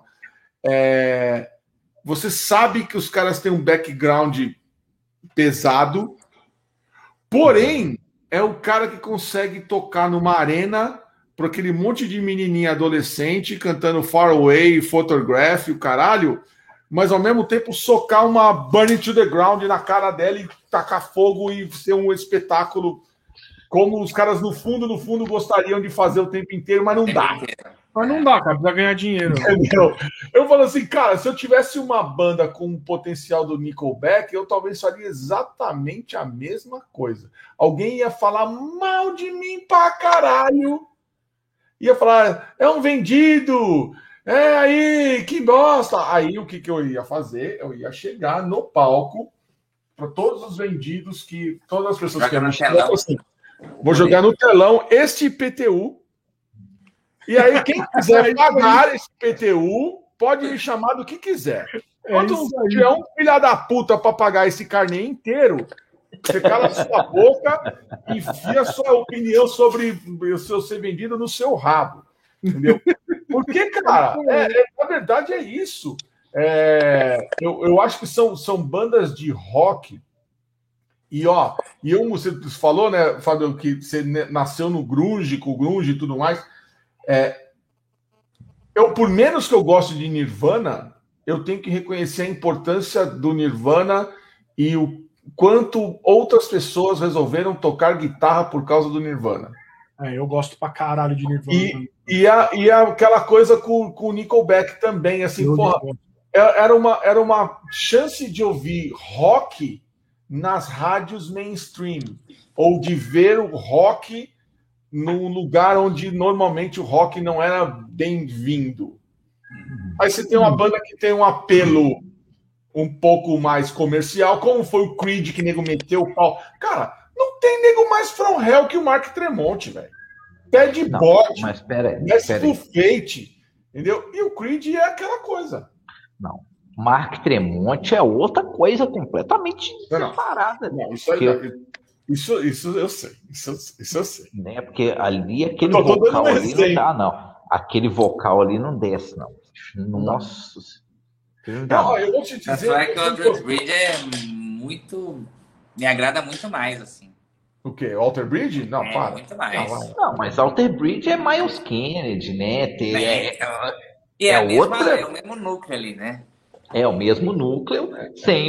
A: Você sabe que os caras têm um background pesado, porém é o cara que consegue tocar numa arena para aquele monte de menininha adolescente cantando Far Away, Photograph, o caralho, mas ao mesmo tempo socar uma Burning to the Ground na cara dela e tacar fogo e ser um espetáculo como os caras no fundo gostariam de fazer o tempo inteiro, mas não dá.
C: Mas não dá, cara, precisa ganhar dinheiro.
A: Entendeu? Eu falo assim, cara, se eu tivesse uma banda com o potencial do Nickelback, eu talvez faria exatamente a mesma coisa. Alguém ia falar mal de mim pra caralho. Ia falar, é um vendido. Aí, que bosta. Aí o que eu ia fazer? Eu ia chegar no palco para todos os vendidos que todas as pessoas que eram assim, vou jogar no telão este IPTU. E aí, quem quiser pagar esse IPTU, pode me chamar do que quiser. Quando tiver um filho da puta para pagar esse carnê inteiro, você cala sua boca e enfia sua opinião sobre o seu ser vendido no seu rabo. Entendeu? Porque, cara, na verdade é isso. Eu acho que são bandas de rock E você falou, né, Fábio, que você nasceu no grunge, com o grunge e tudo mais. Por menos que eu goste de Nirvana, eu tenho que reconhecer a importância do Nirvana e o quanto outras pessoas resolveram tocar guitarra por causa do Nirvana.
C: Eu gosto pra caralho de Nirvana.
A: E aquela coisa com o Nickelback também, assim, era uma chance de ouvir rock nas rádios mainstream, ou de ver o rock num lugar onde normalmente o rock não era bem-vindo. Aí você tem uma banda que tem um apelo um pouco mais comercial, como foi o Creed, que nego meteu o pau. Cara, não tem nego mais from hell que o Mark Tremonti, velho. Pé de bode,
D: mas peraí.
A: Fate, entendeu? E o Creed é aquela coisa.
D: Não. Mark Tremonti é outra coisa completamente separada.
A: Não, isso eu sei. Isso eu sei.
D: Né? Porque ali, aquele vocal ali não dá, não. Aquele vocal ali não desce, não. Nossa.
A: Não, eu vou te dizer.
B: É que o Alter Bridge é muito. Me agrada muito mais, assim.
A: O quê? Alter Bridge? Não, para.
B: Muito mais.
D: Não, mas Alter Bridge é Miles Kennedy, né?
B: É o mesmo núcleo ali, né?
D: É o mesmo núcleo, sem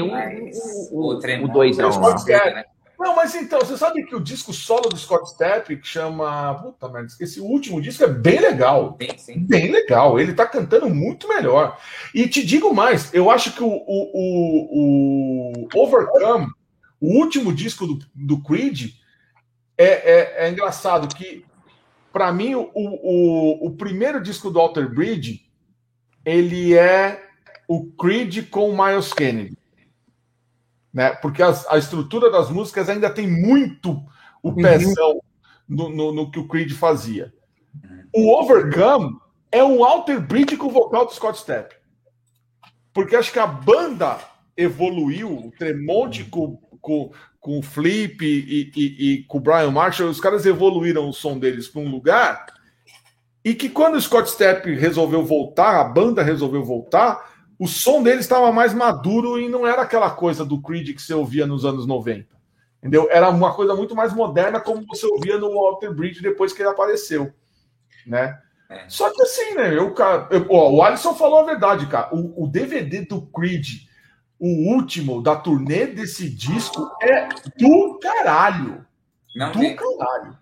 D: o doidão lá.
A: Né? Não, mas então, você sabe que o disco solo do Scott Stapp, que chama... Puta merda, esqueci. O último disco é bem legal.
B: Sim.
A: Bem legal. Ele tá cantando muito melhor. E te digo mais, eu acho que o Overcome, o último disco do Creed, é engraçado que, para mim, o primeiro disco do Alter Bridge, ele é o Creed com o Miles Kennedy. Né? Porque a estrutura das músicas ainda tem muito o pezão no que o Creed fazia. O Overcome é um Alter Bridge com o vocal do Scott Stapp. Porque acho que a banda evoluiu, o Tremonti com o Flip e com o Brian Marshall, os caras evoluíram o som deles para um lugar, e que quando o Scott Stapp resolveu voltar, a banda resolveu voltar, o som deles estava mais maduro e não era aquela coisa do Creed que você ouvia nos anos 90. Entendeu? Era uma coisa muito mais moderna, como você ouvia no Alter Bridge depois que ele apareceu. Né? Só que assim, né? O Alisson falou a verdade, cara. O DVD do Creed, o último da turnê desse disco, é do caralho. Caralho.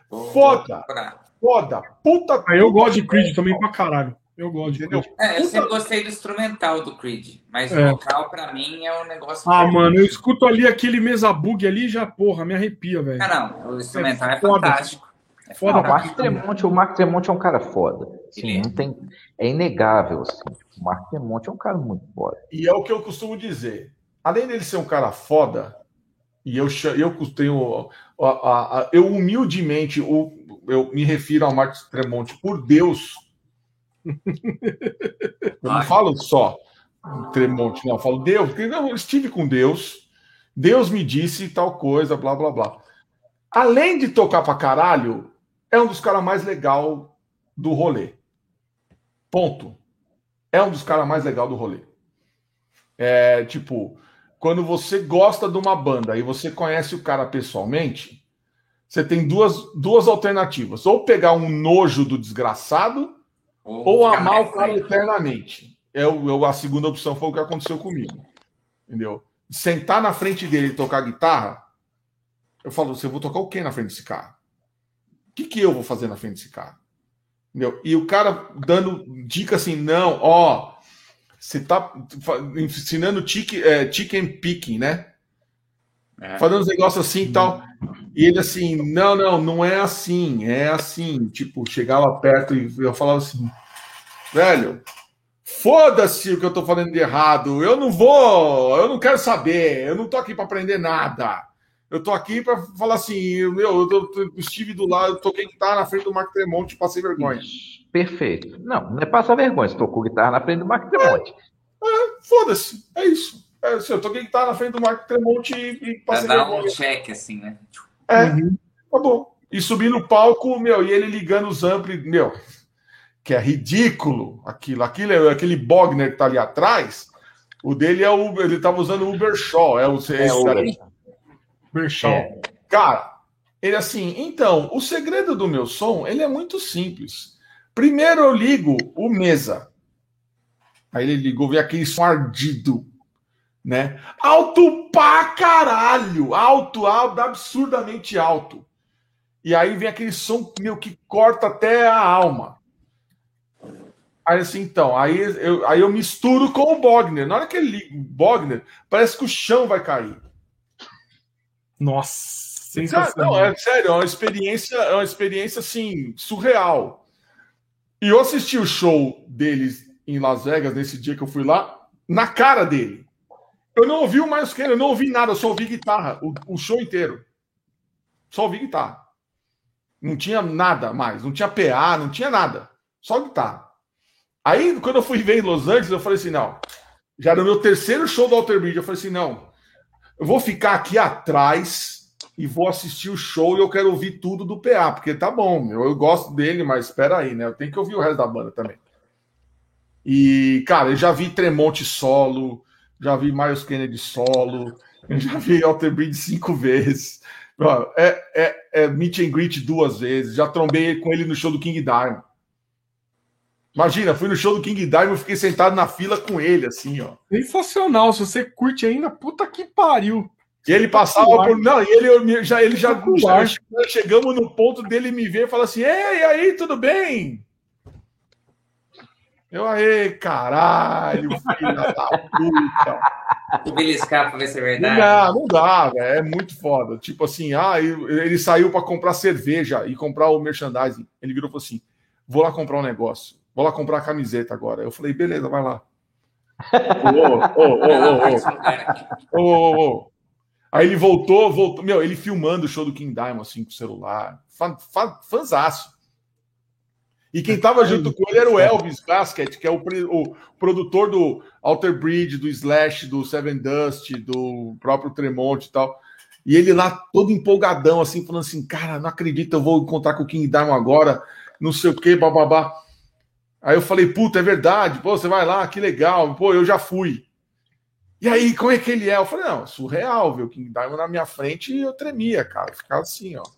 A: Foda. Puta.
C: Eu gosto de Creed também pra caralho. Eu gosto de Creed.
B: Eu sempre gostei do instrumental do Creed, mas o vocal pra mim é um negócio...
C: Mano, eu escuto ali aquele mesa bug ali já, porra, me arrepia, velho.
B: Não, o instrumental é fantástico.
D: Foda. O Mark Tremonti é um cara foda. Sim, não tem, é inegável. Assim. O Mark Tremonti é um cara muito foda.
A: E é o que eu costumo dizer. Além dele ser um cara foda, e eu tenho... eu humildemente eu me refiro ao Mark Tremonti por Deus. Eu não falo só Tremonti, não. Eu falo Deus, porque eu estive com Deus. Deus me disse tal coisa, blá, blá, blá. Além de tocar pra caralho, é um dos caras mais legais do rolê. Ponto. É um dos caras mais legais do rolê. Tipo, quando você gosta de uma banda e você conhece o cara pessoalmente, você tem duas alternativas. Ou pegar um nojo do desgraçado, ou amar o cara eternamente. A segunda opção foi o que aconteceu comigo. Entendeu? Sentar na frente dele e tocar guitarra, eu falo, você vou tocar o quê na frente desse cara? O que eu vou fazer na frente desse cara? Entendeu? E o cara dando dica assim, não, você tá ensinando chicken picking, né? Fazendo uns negócios assim e tal. E ele assim, não é assim, é assim. Tipo, chegava perto e eu falava assim, velho, foda-se o que eu tô falando de errado, eu não quero saber, eu não tô aqui para aprender nada. Eu tô aqui para falar assim, eu estive do lado, eu toquei guitarra na frente do Mark Tremonti e passei vergonha.
D: Perfeito. Não é passar vergonha, você tocou guitarra na frente do Mark Tremonti.
A: Foda-se, é isso. Eu toquei guitarra na frente do Mark Tremonti e passei
B: vergonha. Pra dar um check, assim, né?
A: Acabou. E subi no palco, e ele ligando os ampli, que é ridículo aquilo. Aquilo é aquele Bogner que tá ali atrás. O dele ele tava usando o Ubershaw.
C: Berchal.
A: Cara, ele assim, então, o segredo do meu som, ele é muito simples. Primeiro eu ligo o mesa. Aí ele ligou, veio aquele som ardido, né? Alto pra caralho! Alto, absurdamente alto. E aí vem aquele som meu que corta até a alma. Aí assim, então, aí eu misturo com o Bogner. Na hora que ele liga o Bogner, parece que o chão vai cair.
C: Nossa, sensacional.
A: Não, é sério, é uma experiência assim, surreal. E eu assisti o show deles em Las Vegas, nesse dia que eu fui lá, na cara dele. Eu não ouvi o Miles Kennedy, eu não ouvi nada, eu só ouvi guitarra, o show inteiro. Só ouvi guitarra. Não tinha nada mais, não tinha PA, não tinha nada. Só guitarra. Aí, quando eu fui ver em Los Angeles, eu falei assim, não. Já era o meu terceiro show do Alter Bridge. Eu falei assim, não. Eu vou ficar aqui atrás e vou assistir o show e eu quero ouvir tudo do PA, porque tá bom, eu gosto dele, mas espera aí, né? Eu tenho que ouvir o resto da banda também. E, cara, eu já vi Tremonti solo, já vi Miles Kennedy solo, eu já vi Alter Bridge 5 vezes. Meet and Greet 2 vezes, já trombei com ele no show do King Diamond. Imagina, fui no show do King Diamond e fiquei sentado na fila com ele, assim, ó.
C: Sensacional, se você curte ainda, puta que pariu.
A: E ele passava por... Não, e ele já chegamos no ponto dele me ver e falar assim, ei, e aí, tudo bem? Eu, aí, caralho, filha da puta.
B: E beliscar pra ver se é verdade.
A: Não dá, velho, é muito foda. Tipo assim, ele saiu pra comprar cerveja e comprar o merchandising. Ele virou e falou assim, vou lá comprar um negócio. Vou lá comprar a camiseta agora. Eu falei, beleza, vai lá. Aí ele voltou. Meu, ele filmando o show do King Diamond, assim, com o celular. Fanzaço. E quem tava junto com ele era o Elvis Gasket, que é o produtor do Alter Bridge, do Slash, do Seven Dust, do próprio Tremonti e tal. E ele lá todo empolgadão, assim, falando assim, cara, não acredito, eu vou encontrar com o King Diamond agora, não sei o que, bababá. Aí eu falei, puta, é verdade, pô, você vai lá, que legal, pô, eu já fui. E aí, como é que ele é? Eu falei, não, surreal, viu, King Diamond na minha frente e eu tremia, cara, ficava assim, ó.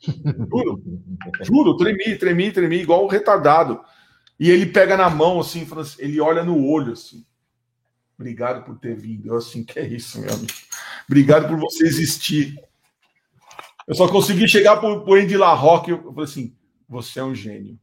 A: Juro, tremi, igual um retardado. E ele pega na mão, assim, ele olha no olho, assim. Obrigado por ter vindo. Eu, assim, que é isso, meu amigo. Obrigado por você existir. Eu só consegui chegar pro Andy LaRocque, eu falei assim, você é um gênio.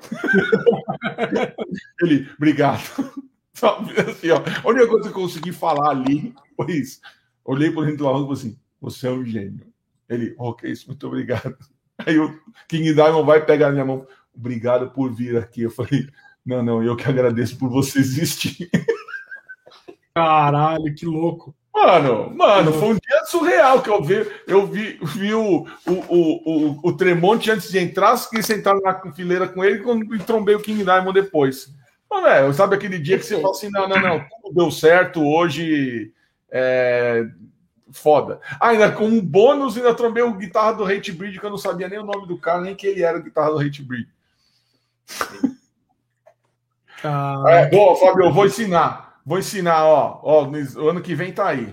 A: Ele, obrigado. Assim, ó, a única coisa que eu consegui falar ali foi isso. Olhei pro Andy LaRocque e falei assim, você é um gênio. Ele, ok, muito obrigado. Aí o King Diamond vai pegar na minha mão, obrigado por vir aqui. Eu falei, não, eu que agradeço por você existir.
C: Caralho, que louco.
A: Mano, foi um dia surreal que eu vi o Tremonti antes de entrar, fiquei sentado na fileira com ele e trombei o King Diamond depois. Mano, sabe aquele dia que você fala assim, não, tudo deu certo, hoje foda. Ainda com um bônus, ainda trombei o guitarra do Hate Breed, que eu não sabia nem o nome do cara, nem que ele era o guitarra do Hate Breed. Boa, Fábio, eu vou ensinar. Ó, o ano que vem tá aí.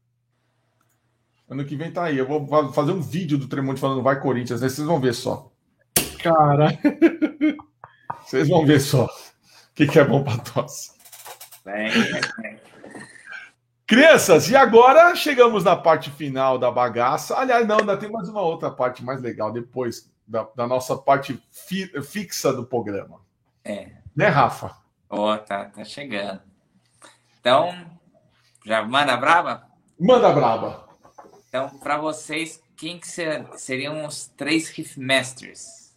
A: Eu vou fazer um vídeo do Tremonti falando vai Corinthians, né? Vocês vão ver só.
C: Cara.
A: Vocês vão ver só. O que é bom pra tosse.
B: Bem.
A: Crianças, e agora chegamos na parte final da bagaça. Aliás, não, ainda tem mais uma outra parte mais legal depois da nossa parte fixa do programa. Né, Rafa?
B: Tá chegando. Então, já manda braba?
A: Manda braba.
B: Então, para vocês, quem que seriam os 3 Riffmasters?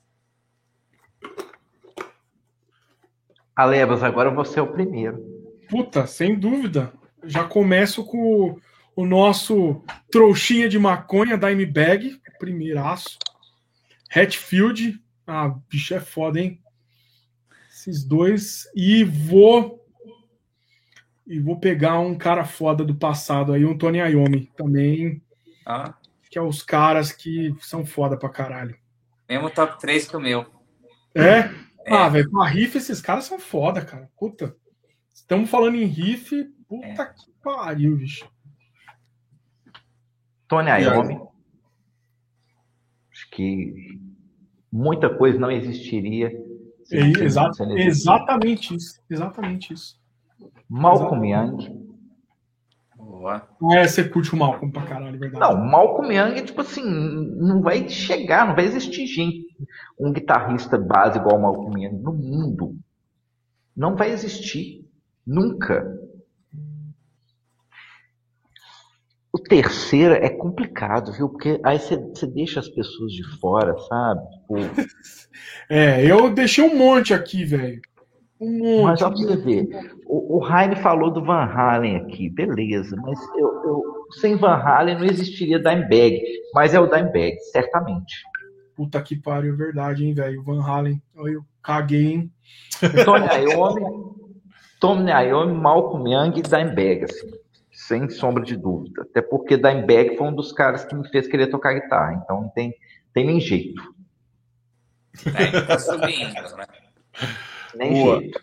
D: Alebas, agora eu vou ser o primeiro.
C: Puta, sem dúvida. Já começo com o nosso trouxinha de maconha da Dimebag, primeiraço. Hatfield, bicho, é foda, hein? Esses dois. E vou pegar um cara foda do passado aí, um Tony Iommi também. Que é os caras que são foda pra caralho.
B: Mesmo top 3 que o meu.
C: Velho, com a riff esses caras são foda, cara. Puta. Estamos falando em riff, puta que pariu, bicho.
D: Tony Iommi. Acho que muita coisa não existiria.
C: Exatamente isso.
D: Malcolm Young.
C: Você curte o Malcolm pra caralho, verdade.
D: Não, Malcolm Young, tipo assim, não vai chegar, não vai existir um guitarrista base igual o Malcolm Young no mundo. Não vai existir. Nunca. O terceiro é complicado, viu? Porque aí você deixa as pessoas de fora, sabe? Tipo...
C: eu deixei um monte aqui, velho. Um monte.
D: Mas ó pra você ver, o Heine falou do Van Halen aqui, beleza, mas sem Van Halen não existiria Dimebag, mas é o Dimebag, certamente.
C: Puta que pariu, verdade, hein, velho? Van Halen, eu caguei, hein?
D: Tony Iommi, Malcolm Young e Dimebag, assim, sem sombra de dúvida. Até porque Dimebag foi um dos caras que me fez querer tocar guitarra, então não tem nem jeito.
B: Tá subindo, né?
D: Nem jeito.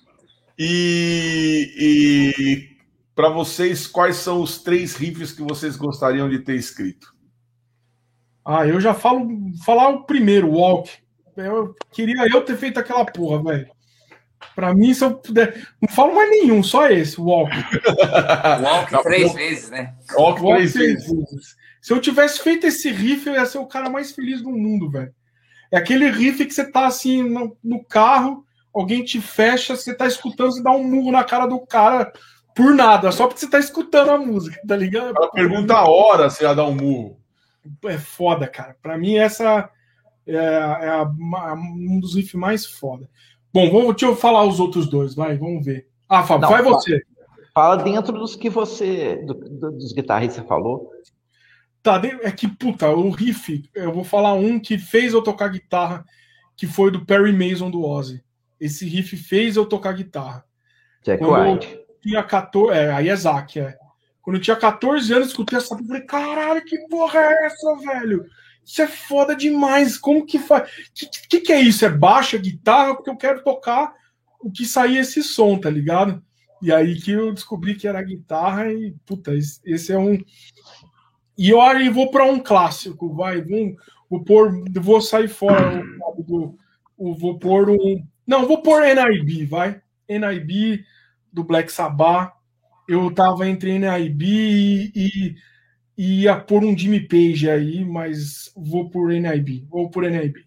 A: E para vocês, quais são os 3 riffs que vocês gostariam de ter escrito?
C: Eu já falar o primeiro, Walk. Eu queria ter feito aquela porra, velho. Pra mim, se eu puder... Não falo mais nenhum, só esse, Walk.
B: Walk 3 vezes, né?
C: Walk 3 vezes. Se eu tivesse feito esse riff, eu ia ser o cara mais feliz do mundo, velho. É aquele riff que você tá assim no carro, alguém te fecha, você tá escutando, você dá um murro na cara do cara por nada, só porque você tá escutando a música, tá ligado?
A: Ela pergunta a hora se ia dar um murro.
C: É foda, cara. Pra mim, essa é um dos riffs mais foda. Bom, deixa eu falar os outros 2, vamos ver. Fábio, vai você.
D: Fala dentro dos que dos guitarristas que você falou.
C: Tá, é que, puta, o riff, eu vou falar um que fez eu tocar guitarra, que foi do Perry Mason do Ozzy. Esse riff fez eu tocar guitarra.
D: Jack White.
C: Eu tinha 14... aí é Zac, Quando eu tinha 14 anos, escutei essa porra e falei, caralho, que porra é essa, velho? Isso é foda demais. Como que faz? Que é isso? É baixo, é guitarra? Porque eu quero tocar o que sair esse som, tá ligado? E aí que eu descobri que era guitarra e, puta, esse é um... E eu vou para um clássico, vou sair fora vou pôr um... Não, vou pôr NIB, vai. NIB do Black Sabbath. Eu tava entre NIB e ia pôr um Jimmy Page aí, mas vou por NIB. Vou por NIB.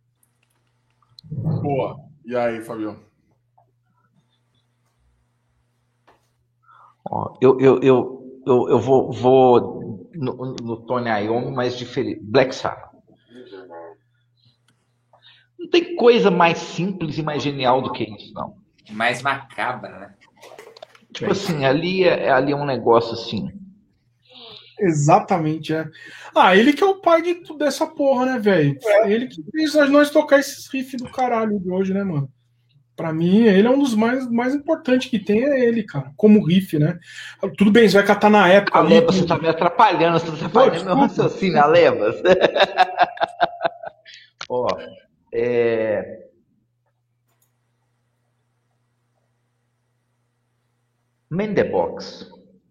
A: Boa. E aí, Fabião?
D: Eu vou no Tony Iommi, mas diferente. Black Sabbath. Não tem coisa mais simples e mais genial do que isso, não.
B: Mais macabra, né?
D: Tipo assim, ali é um negócio assim.
C: Exatamente, ele que é o pai dessa porra, né, velho? Ele que fez nós tocar esses riffs do caralho de hoje, né, mano? Pra mim, ele é um dos mais importantes que tem, é ele, cara, como riff, né? Tudo bem, você vai catar na época.
D: Alebas, você tá me atrapalhando, você tá atrapalhando meu raciocínio, Alebas. Man in the Box.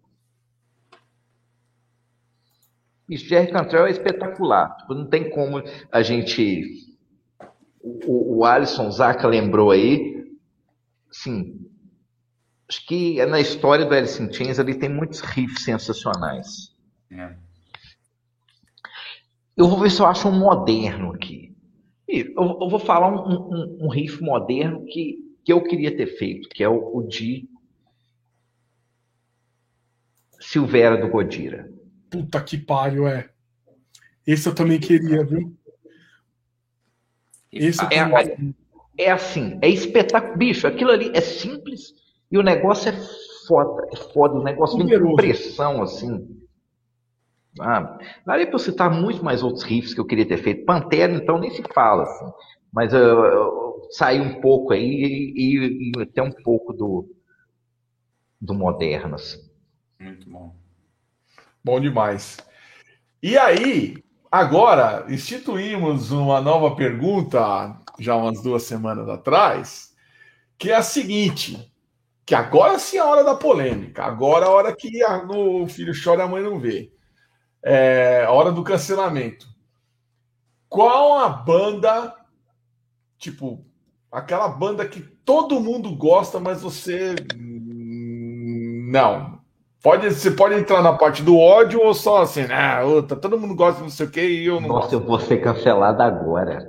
D: Isso, Jerry Cantrell é espetacular. Não tem como a gente... O Alisson Zaca lembrou aí. Sim. Acho que na história do Alice in Chains ali tem muitos riffs sensacionais. Eu vou ver se eu acho um moderno aqui. Eu vou falar um riff moderno que eu queria ter feito, que é o de Silvera do Gojira.
C: Puta que pariu, Esse eu também queria, viu? Esse eu também...
D: É assim, é espetacular. Bicho, aquilo ali é simples e o negócio é foda. É foda, o negócio vem com pressão, assim. Daria pra eu citar muito mais outros riffs que eu queria ter feito. Pantera, então, nem se fala, assim. Mas eu saí um pouco aí e até um pouco do moderno, assim.
B: Muito bom.
A: Bom demais. E aí, agora, instituímos uma nova pergunta, já umas 2 semanas atrás, que é a seguinte, que agora sim é a hora da polêmica, agora é a hora que o filho chora e a mãe não vê. A hora do cancelamento. Qual a banda, tipo, aquela banda que todo mundo gosta, mas você não. Você pode entrar na parte do ódio ou só assim, todo mundo gosta de não sei o que e eu não gosto.
D: Nossa, eu vou ser cancelado agora.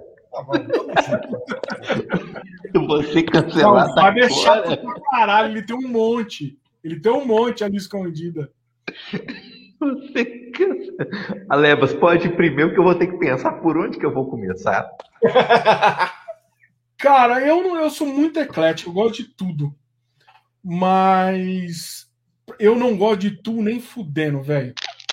D: Eu vou ser cancelado agora.
C: Vai deixar pra caralho, ele tem um monte. Ele tem um monte ali escondida.
D: Você Alebas, pode ir primeiro que eu vou ter que pensar por onde que eu vou começar.
C: Cara, eu sou muito eclético, eu gosto de tudo. Mas eu não gosto de tu nem fudendo, velho.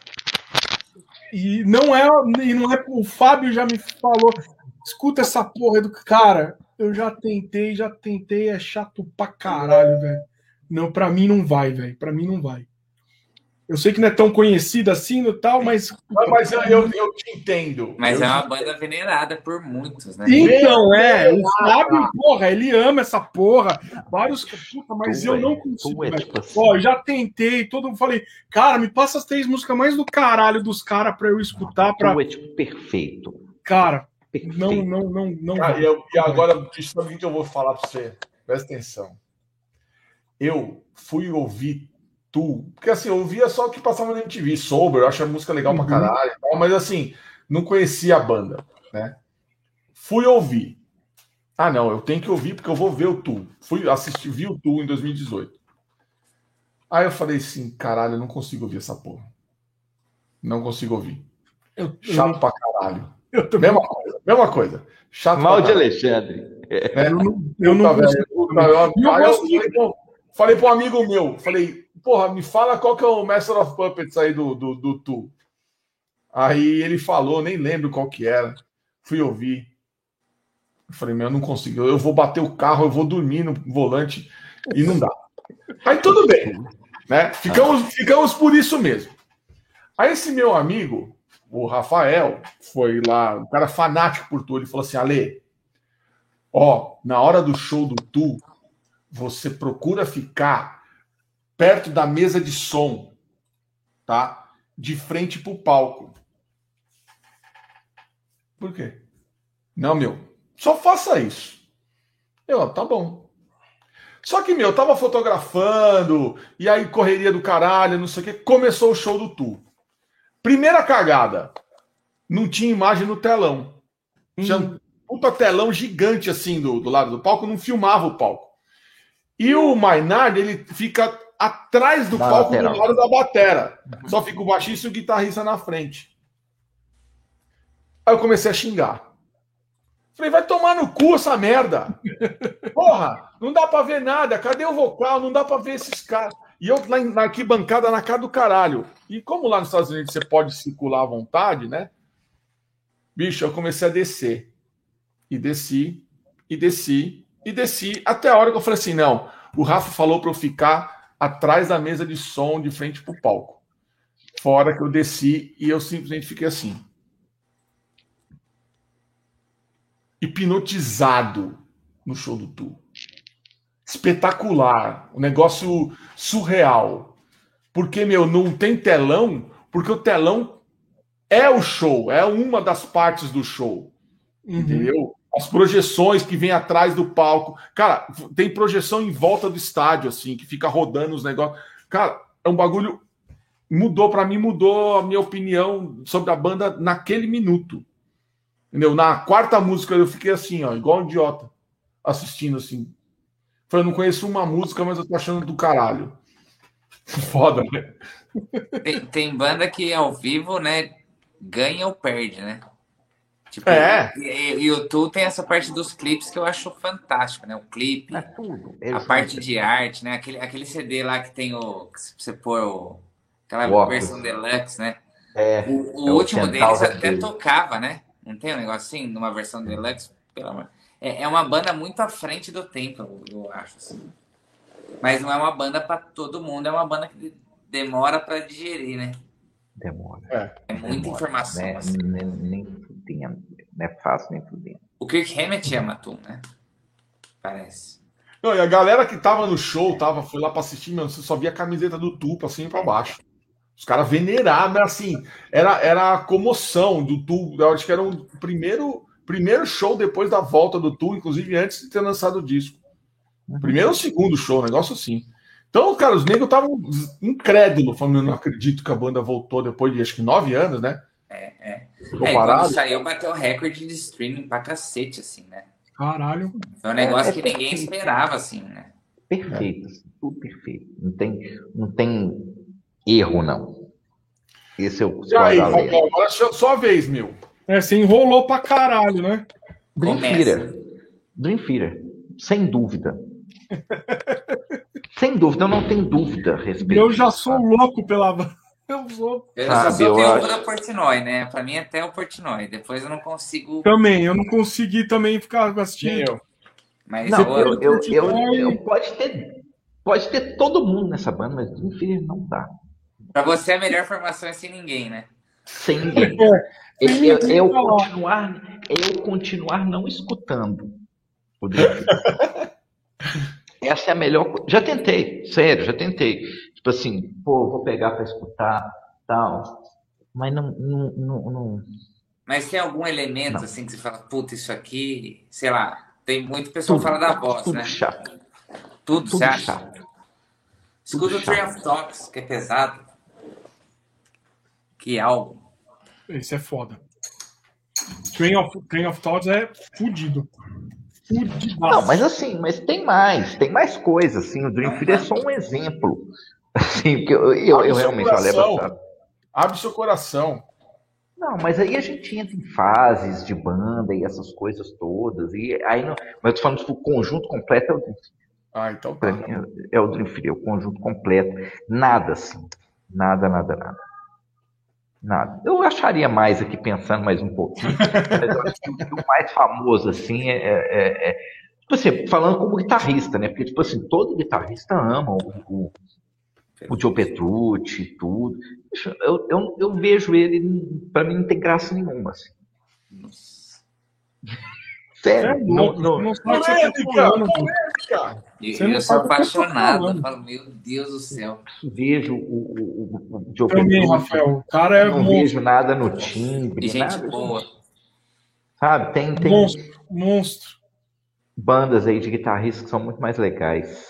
C: E não é. O Fábio já me falou. Escuta essa porra do cara. Eu já tentei, é chato pra caralho, velho. Não, pra mim não vai, velho. Pra mim não vai. Eu sei que não é tão conhecida assim no tal, mas.
A: Mas eu te entendo.
B: Mas é uma banda venerada por muitos, né?
C: Então, o Fábio, porra, ele ama essa porra. Vários. Puta, mas eu não consigo.
D: Tipo assim.
C: Ó, eu já tentei, todo mundo falei, cara, me passa as 3 músicas mais do caralho dos caras pra eu escutar.
D: Perfeito.
C: Cara,
D: perfeito.
C: Não.
A: Cara, e agora, sabe o que eu vou falar pra você? Presta atenção. Eu fui ouvir porque assim, eu ouvia só o que passava na MTV, Sober, eu acho a música legal pra caralho, mas assim, não conhecia a banda, né? Fui ouvir. Não, eu tenho que ouvir porque eu vou ver o Tu. Vi o Tu em 2018. Aí eu falei assim, caralho, eu não consigo ouvir essa porra. Não consigo ouvir. Chato pra caralho. Mesma coisa. Chato
D: Mal de Alexandre.
C: Eu não consigo.
A: Falei para um amigo meu, porra, me fala qual que é o Master of Puppets aí do Tu. Aí ele falou, nem lembro qual que era. Fui ouvir. Eu falei, eu não consigo. Eu vou bater o carro, eu vou dormir no volante e não dá. Aí tudo bem, né? Ficamos por isso mesmo. Aí esse meu amigo, o Rafael, foi lá, um cara fanático por Tu, ele falou assim, Ale, na hora do show do Tu, você procura ficar perto da mesa de som, tá? De frente pro palco. Por quê? Não, só faça isso. Tá bom. Só que, eu tava fotografando, e aí correria do caralho, não sei o quê, começou o show do Tu. Primeira cagada, não tinha imagem no telão. Tinha um puta telão gigante assim do lado do palco, não filmava o palco. E o Maynard, ele fica atrás do palco, do lado da batera. Só fica o baixista e o guitarrista na frente. Aí eu comecei a xingar. Falei, vai tomar no cu essa merda. Porra, não dá pra ver nada. Cadê o vocal? Não dá pra ver esses caras. E eu lá na arquibancada na cara do caralho. E como lá nos Estados Unidos você pode circular à vontade, né? Bicho, eu comecei a descer. E desci, até a hora que eu falei assim, não, o Rafa falou para eu ficar atrás da mesa de som, de frente pro palco. Fora que eu desci e eu simplesmente fiquei assim. Hipnotizado no show do Tu. Espetacular. Um negócio surreal. Porque, não tem telão, porque o telão é o show, é uma das partes do show. Entendeu? As projeções que vem atrás do palco. Cara, tem projeção em volta do estádio, assim, que fica rodando os negócios. Cara, é um bagulho. Mudou a minha opinião sobre a banda naquele minuto. Entendeu? Na 4ª música eu fiquei assim, igual um idiota, assistindo assim. Falei, eu não conheço uma música, mas eu tô achando do caralho. Foda, né?
B: Tem banda que ao vivo, né, ganha ou perde, né? Tipo, e o Tu tem essa parte dos clipes que eu acho fantástico, né? O clipe, a parte de arte, né? Aquele CD lá que tem você pôr aquela versão deluxe, né? O último deles até tocava, né? Não tem um negócio assim, numa versão deluxe? Pelo amor. É uma banda muito à frente do tempo, eu acho, assim. Mas não é uma banda para todo mundo, é uma banda que demora para digerir, né?
D: Demora.
B: É muita informação.
D: Né?
B: Assim.
D: Nem fudendo. Não é fácil nem fudendo.
B: O Kirk Hammett ama Tu, né? Parece.
A: Não, e a galera que tava no show, foi lá pra assistir, você só via a camiseta do Tu pra cima e pra baixo. Os caras veneravam, assim, era a comoção do Tu. Eu acho que era o primeiro show depois da volta do Tu, inclusive antes de ter lançado o disco. Primeiro ou segundo show, um negócio assim. Então, cara, os negros estavam incrédulos, falando, eu não acredito que a banda voltou depois de acho que 9 anos, né?
B: Quando saiu, bateu recorde de streaming pra cacete, assim, né?
C: Caralho.
B: Foi um negócio que ninguém esperava, assim, né?
D: Perfeito, tudo perfeito. Não tem erro, não. Esse é o
A: E aí, Rafael, agora é só a vez, meu.
C: Você enrolou pra caralho, né?
D: Dream Theater, sem dúvida. Sem dúvida, eu não tenho dúvida a respeito.
C: Eu já sou louco pela.
B: Eu só sou viúva da Portnoy, né? Pra mim até o Portnoy. Depois eu não consigo.
C: Também, eu não consegui também ficar assistindo.
B: Mas
D: não, pode ter todo mundo nessa banda, mas Dream Theater não dá.
B: Pra você a melhor formação é sem ninguém, né?
D: Sem ninguém. Eu continuar não escutando o Dream Theater. Essa é a melhor coisa. Já tentei, sério, já tentei. Tipo assim, vou pegar pra escutar, tal. Mas não.
B: Mas tem algum elemento assim que você fala, puta, isso aqui, sei lá, tem muito pessoal que fala da voz,
D: tudo
B: né?
D: Chato.
B: Tudo, você acha?
D: Chato.
B: Escuta o Train of Thoughts, que é pesado. Que álbum.
C: Esse é foda. Train of Thoughts é fudido.
D: Não, mas tem mais coisas, assim. O Dream Theater é só um exemplo. Assim, porque eu realmente levo.
A: Abre seu coração.
D: Não, mas aí a gente entra em fases de banda e essas coisas todas. E aí não, mas eu tô falando do conjunto completo é o Dream Theater.
A: Então
D: tá. É o Dream Theater, é o conjunto completo. Nada assim. Nada. Eu acharia mais aqui, pensando mais um pouquinho, mas eu acho que o mais famoso, assim, tipo assim, falando como guitarrista, né? Porque, tipo assim, todo guitarrista ama o Joe Petrucci e tudo. Eu vejo ele, pra mim, não tem graça nenhuma, assim. Sério.
C: Não sabe o que você tá falando,
B: eu sou apaixonado. Eu falo, meu Deus do céu.
D: Vejo o Joe
C: Petrucci. Rafael. O cara é
D: não vejo nada no timbre.
B: Gente
D: nada,
B: boa.
D: Sabe? Tem
C: monstro.
D: Bandas aí de guitarristas que são muito mais legais.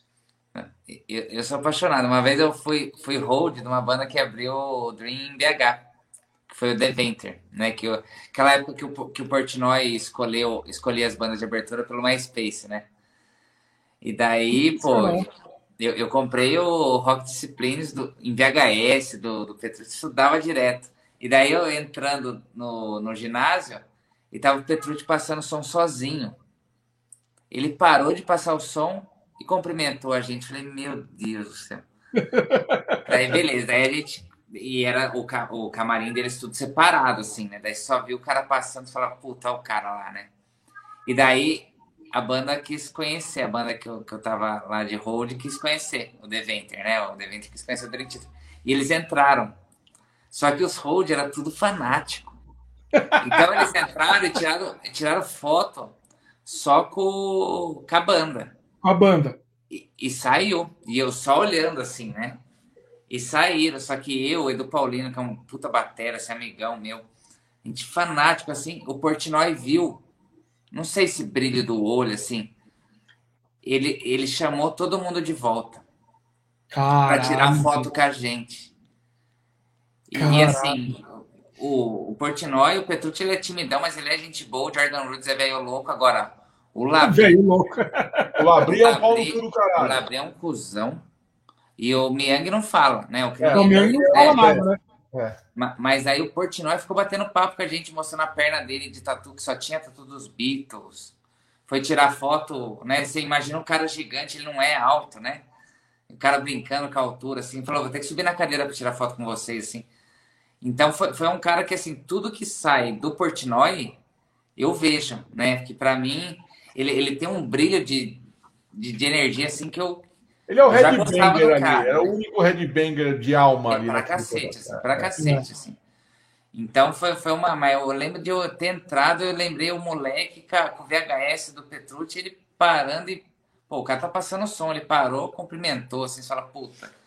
B: Eu sou apaixonado. Uma vez eu fui hold de uma banda que abriu o Dream BH. Que foi o The Venter, né? Aquela época que o Portnoy escolhia as bandas de abertura pelo MySpace, né? E daí, eu comprei o Rock Disciplines em VHS do Petrucci, estudava direto. E daí eu entrando no ginásio e tava o Petrucci passando o som sozinho. Ele parou de passar o som e cumprimentou a gente. Falei, meu Deus do céu. Daí, beleza. Daí a gente... E era o camarim deles tudo separado, assim, né? Daí só viu o cara passando e falava, puta, o cara lá, né? E daí a banda quis conhecer, a banda que eu tava lá de hold quis conhecer o The Venter, né? O The Venter quis conhecer o Dream Theater. E eles entraram. Só que os hold era tudo fanático. Então eles entraram e tiraram foto só com a banda.
C: Com a banda.
B: E saiu. E eu só olhando assim, né? E saíram, só que o Edu Paulino, que é um puta batera, esse amigão meu, a gente fanático, assim, o Portnoy viu, não sei se brilho do olho, assim, ele chamou todo mundo de volta. Para tirar foto com a gente. E assim, o Portnoy, o Petrucci, ele é timidão, mas ele é gente boa, o Jordan Rhodes é velho louco, agora, o Labri...
A: O Labri é um pau no cu do caralho.
B: O Labri é um cuzão. E o Miang não fala, né?
C: O Miang não fala nada, né?
B: Mas aí o Portnoy ficou batendo papo com a gente, mostrando a perna dele de tatu, que só tinha tatu dos Beatles. Foi tirar foto, né? Você imagina um cara gigante, ele não é alto, né? O cara brincando com a altura, assim. Falou, vou ter que subir na cadeira para tirar foto com vocês, assim. Então foi um cara que, assim, tudo que sai do Portnoy, eu vejo, né? Porque para mim, ele tem um brilho de energia, assim, que eu...
A: Ele é o headbanger ali, é o único headbanger de alma ali.
B: Pra cacete, assim, pra cacete, assim. Então foi uma... Mas eu lembro de eu ter entrado, eu lembrei o moleque com o VHS do Petrucci, ele parando e... Pô, o cara tá passando o som, ele parou, cumprimentou, assim, fala, puta.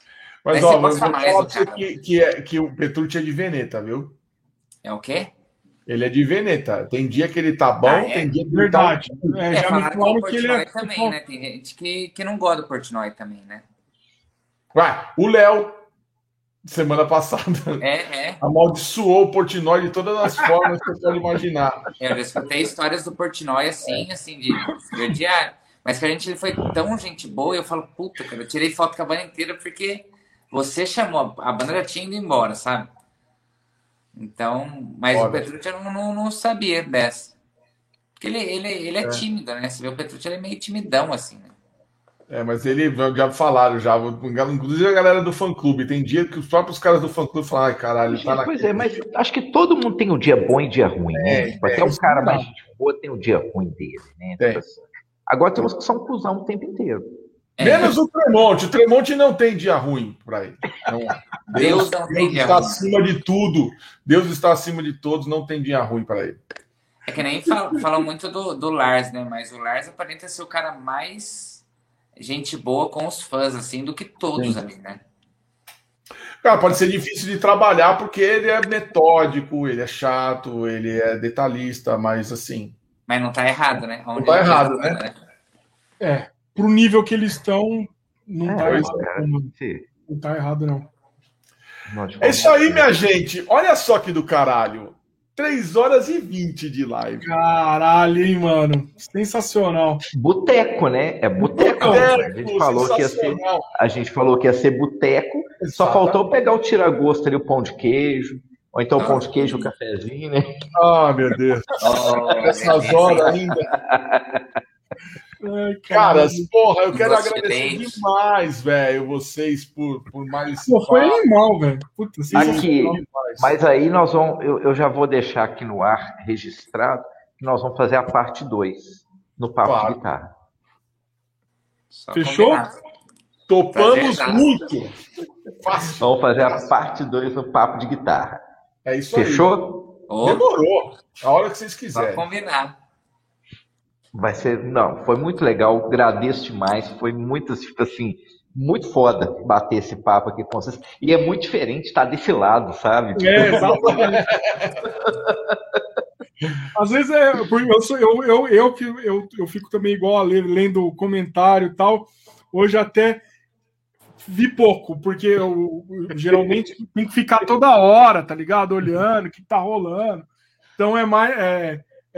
A: Mas ó, vou falar pra você que o Petrucci é de Veneta, viu?
B: É o quê?
A: Ele é de Veneta. Tem dia que ele tá bom, tem dia que ele
C: verdade.
B: Já me falaram que ele também, né? Tem gente que não gosta do Portnoy também, né?
A: Ué, o Léo, semana passada, amaldiçoou o Portnoy de todas as formas que você pode imaginar.
B: Eu já escutei histórias do Portnoy assim, de diário. Mas que ele foi tão gente boa, e eu falo, puta, cara, eu tirei foto com a banda inteira porque você chamou, a banda já tinha ido embora, sabe? Então, mas o Petrucci eu não sabia dessa. Porque ele é tímido, né? Você vê o Petrucci, ele é meio timidão, assim, né?
A: Mas ele já falaram, inclusive a galera do fã-clube. Tem dia que os próprios caras do fã-clube falam, ai, caralho, tá
D: Pois mas acho que todo mundo tem um dia bom e dia ruim, né? Até o cara mais gente boa tem um dia ruim dele, né? Tipo assim. Agora tem uns que são cuzão o tempo inteiro.
A: Menos o Tremonti. O Tremonti não tem dia ruim para ele. Deus está acima de tudo. Deus está acima de todos, não tem dia ruim para ele.
B: É que nem falam muito do Lars, né? Mas o Lars aparenta ser o cara mais gente boa com os fãs, assim, do que todos ali, né?
A: Cara, pode ser difícil de trabalhar porque ele é metódico, ele é chato, ele é detalhista, mas assim...
B: Mas não tá errado, né?
A: Não tá errado, né?
C: Pro nível que eles estão, não tá errado, não. Não tá errado, não.
A: É isso aí, minha gente. Olha só que do caralho. 3h20 de live.
C: Caralho, hein, mano? Sensacional.
D: Boteco, né? É boteco. A gente falou que ia ser boteco. Só faltou pegar o tira-gosto ali, o pão de queijo. Ou então o pão de queijo, o cafezinho, né?
A: Ah, meu Deus. Essas horas ainda. Ai, cara, porra, eu quero agradecer demais, velho, vocês por mais.
C: Pô, foi animal, velho. Puta,
D: aqui, mas aí nós vamos. Eu já vou deixar aqui no ar registrado que nós vamos fazer a parte 2 no Papo de Guitarra.
C: Fechou?
A: Topamos muito.
D: Vamos fazer a parte 2 no Papo de Guitarra.
A: É isso
D: Fechou?
A: aí. Demorou. A hora que vocês quiserem.
B: Vamos combinar.
D: Vai ser, foi muito legal, agradeço demais, foi muito, assim, muito foda bater esse papo aqui com vocês, e é muito diferente estar desse lado, sabe?
C: Exatamente. Às vezes eu fico também igual a lendo o comentário e tal, hoje até vi pouco, porque eu geralmente tem que ficar toda hora, tá ligado? Olhando o que tá rolando, então é mais...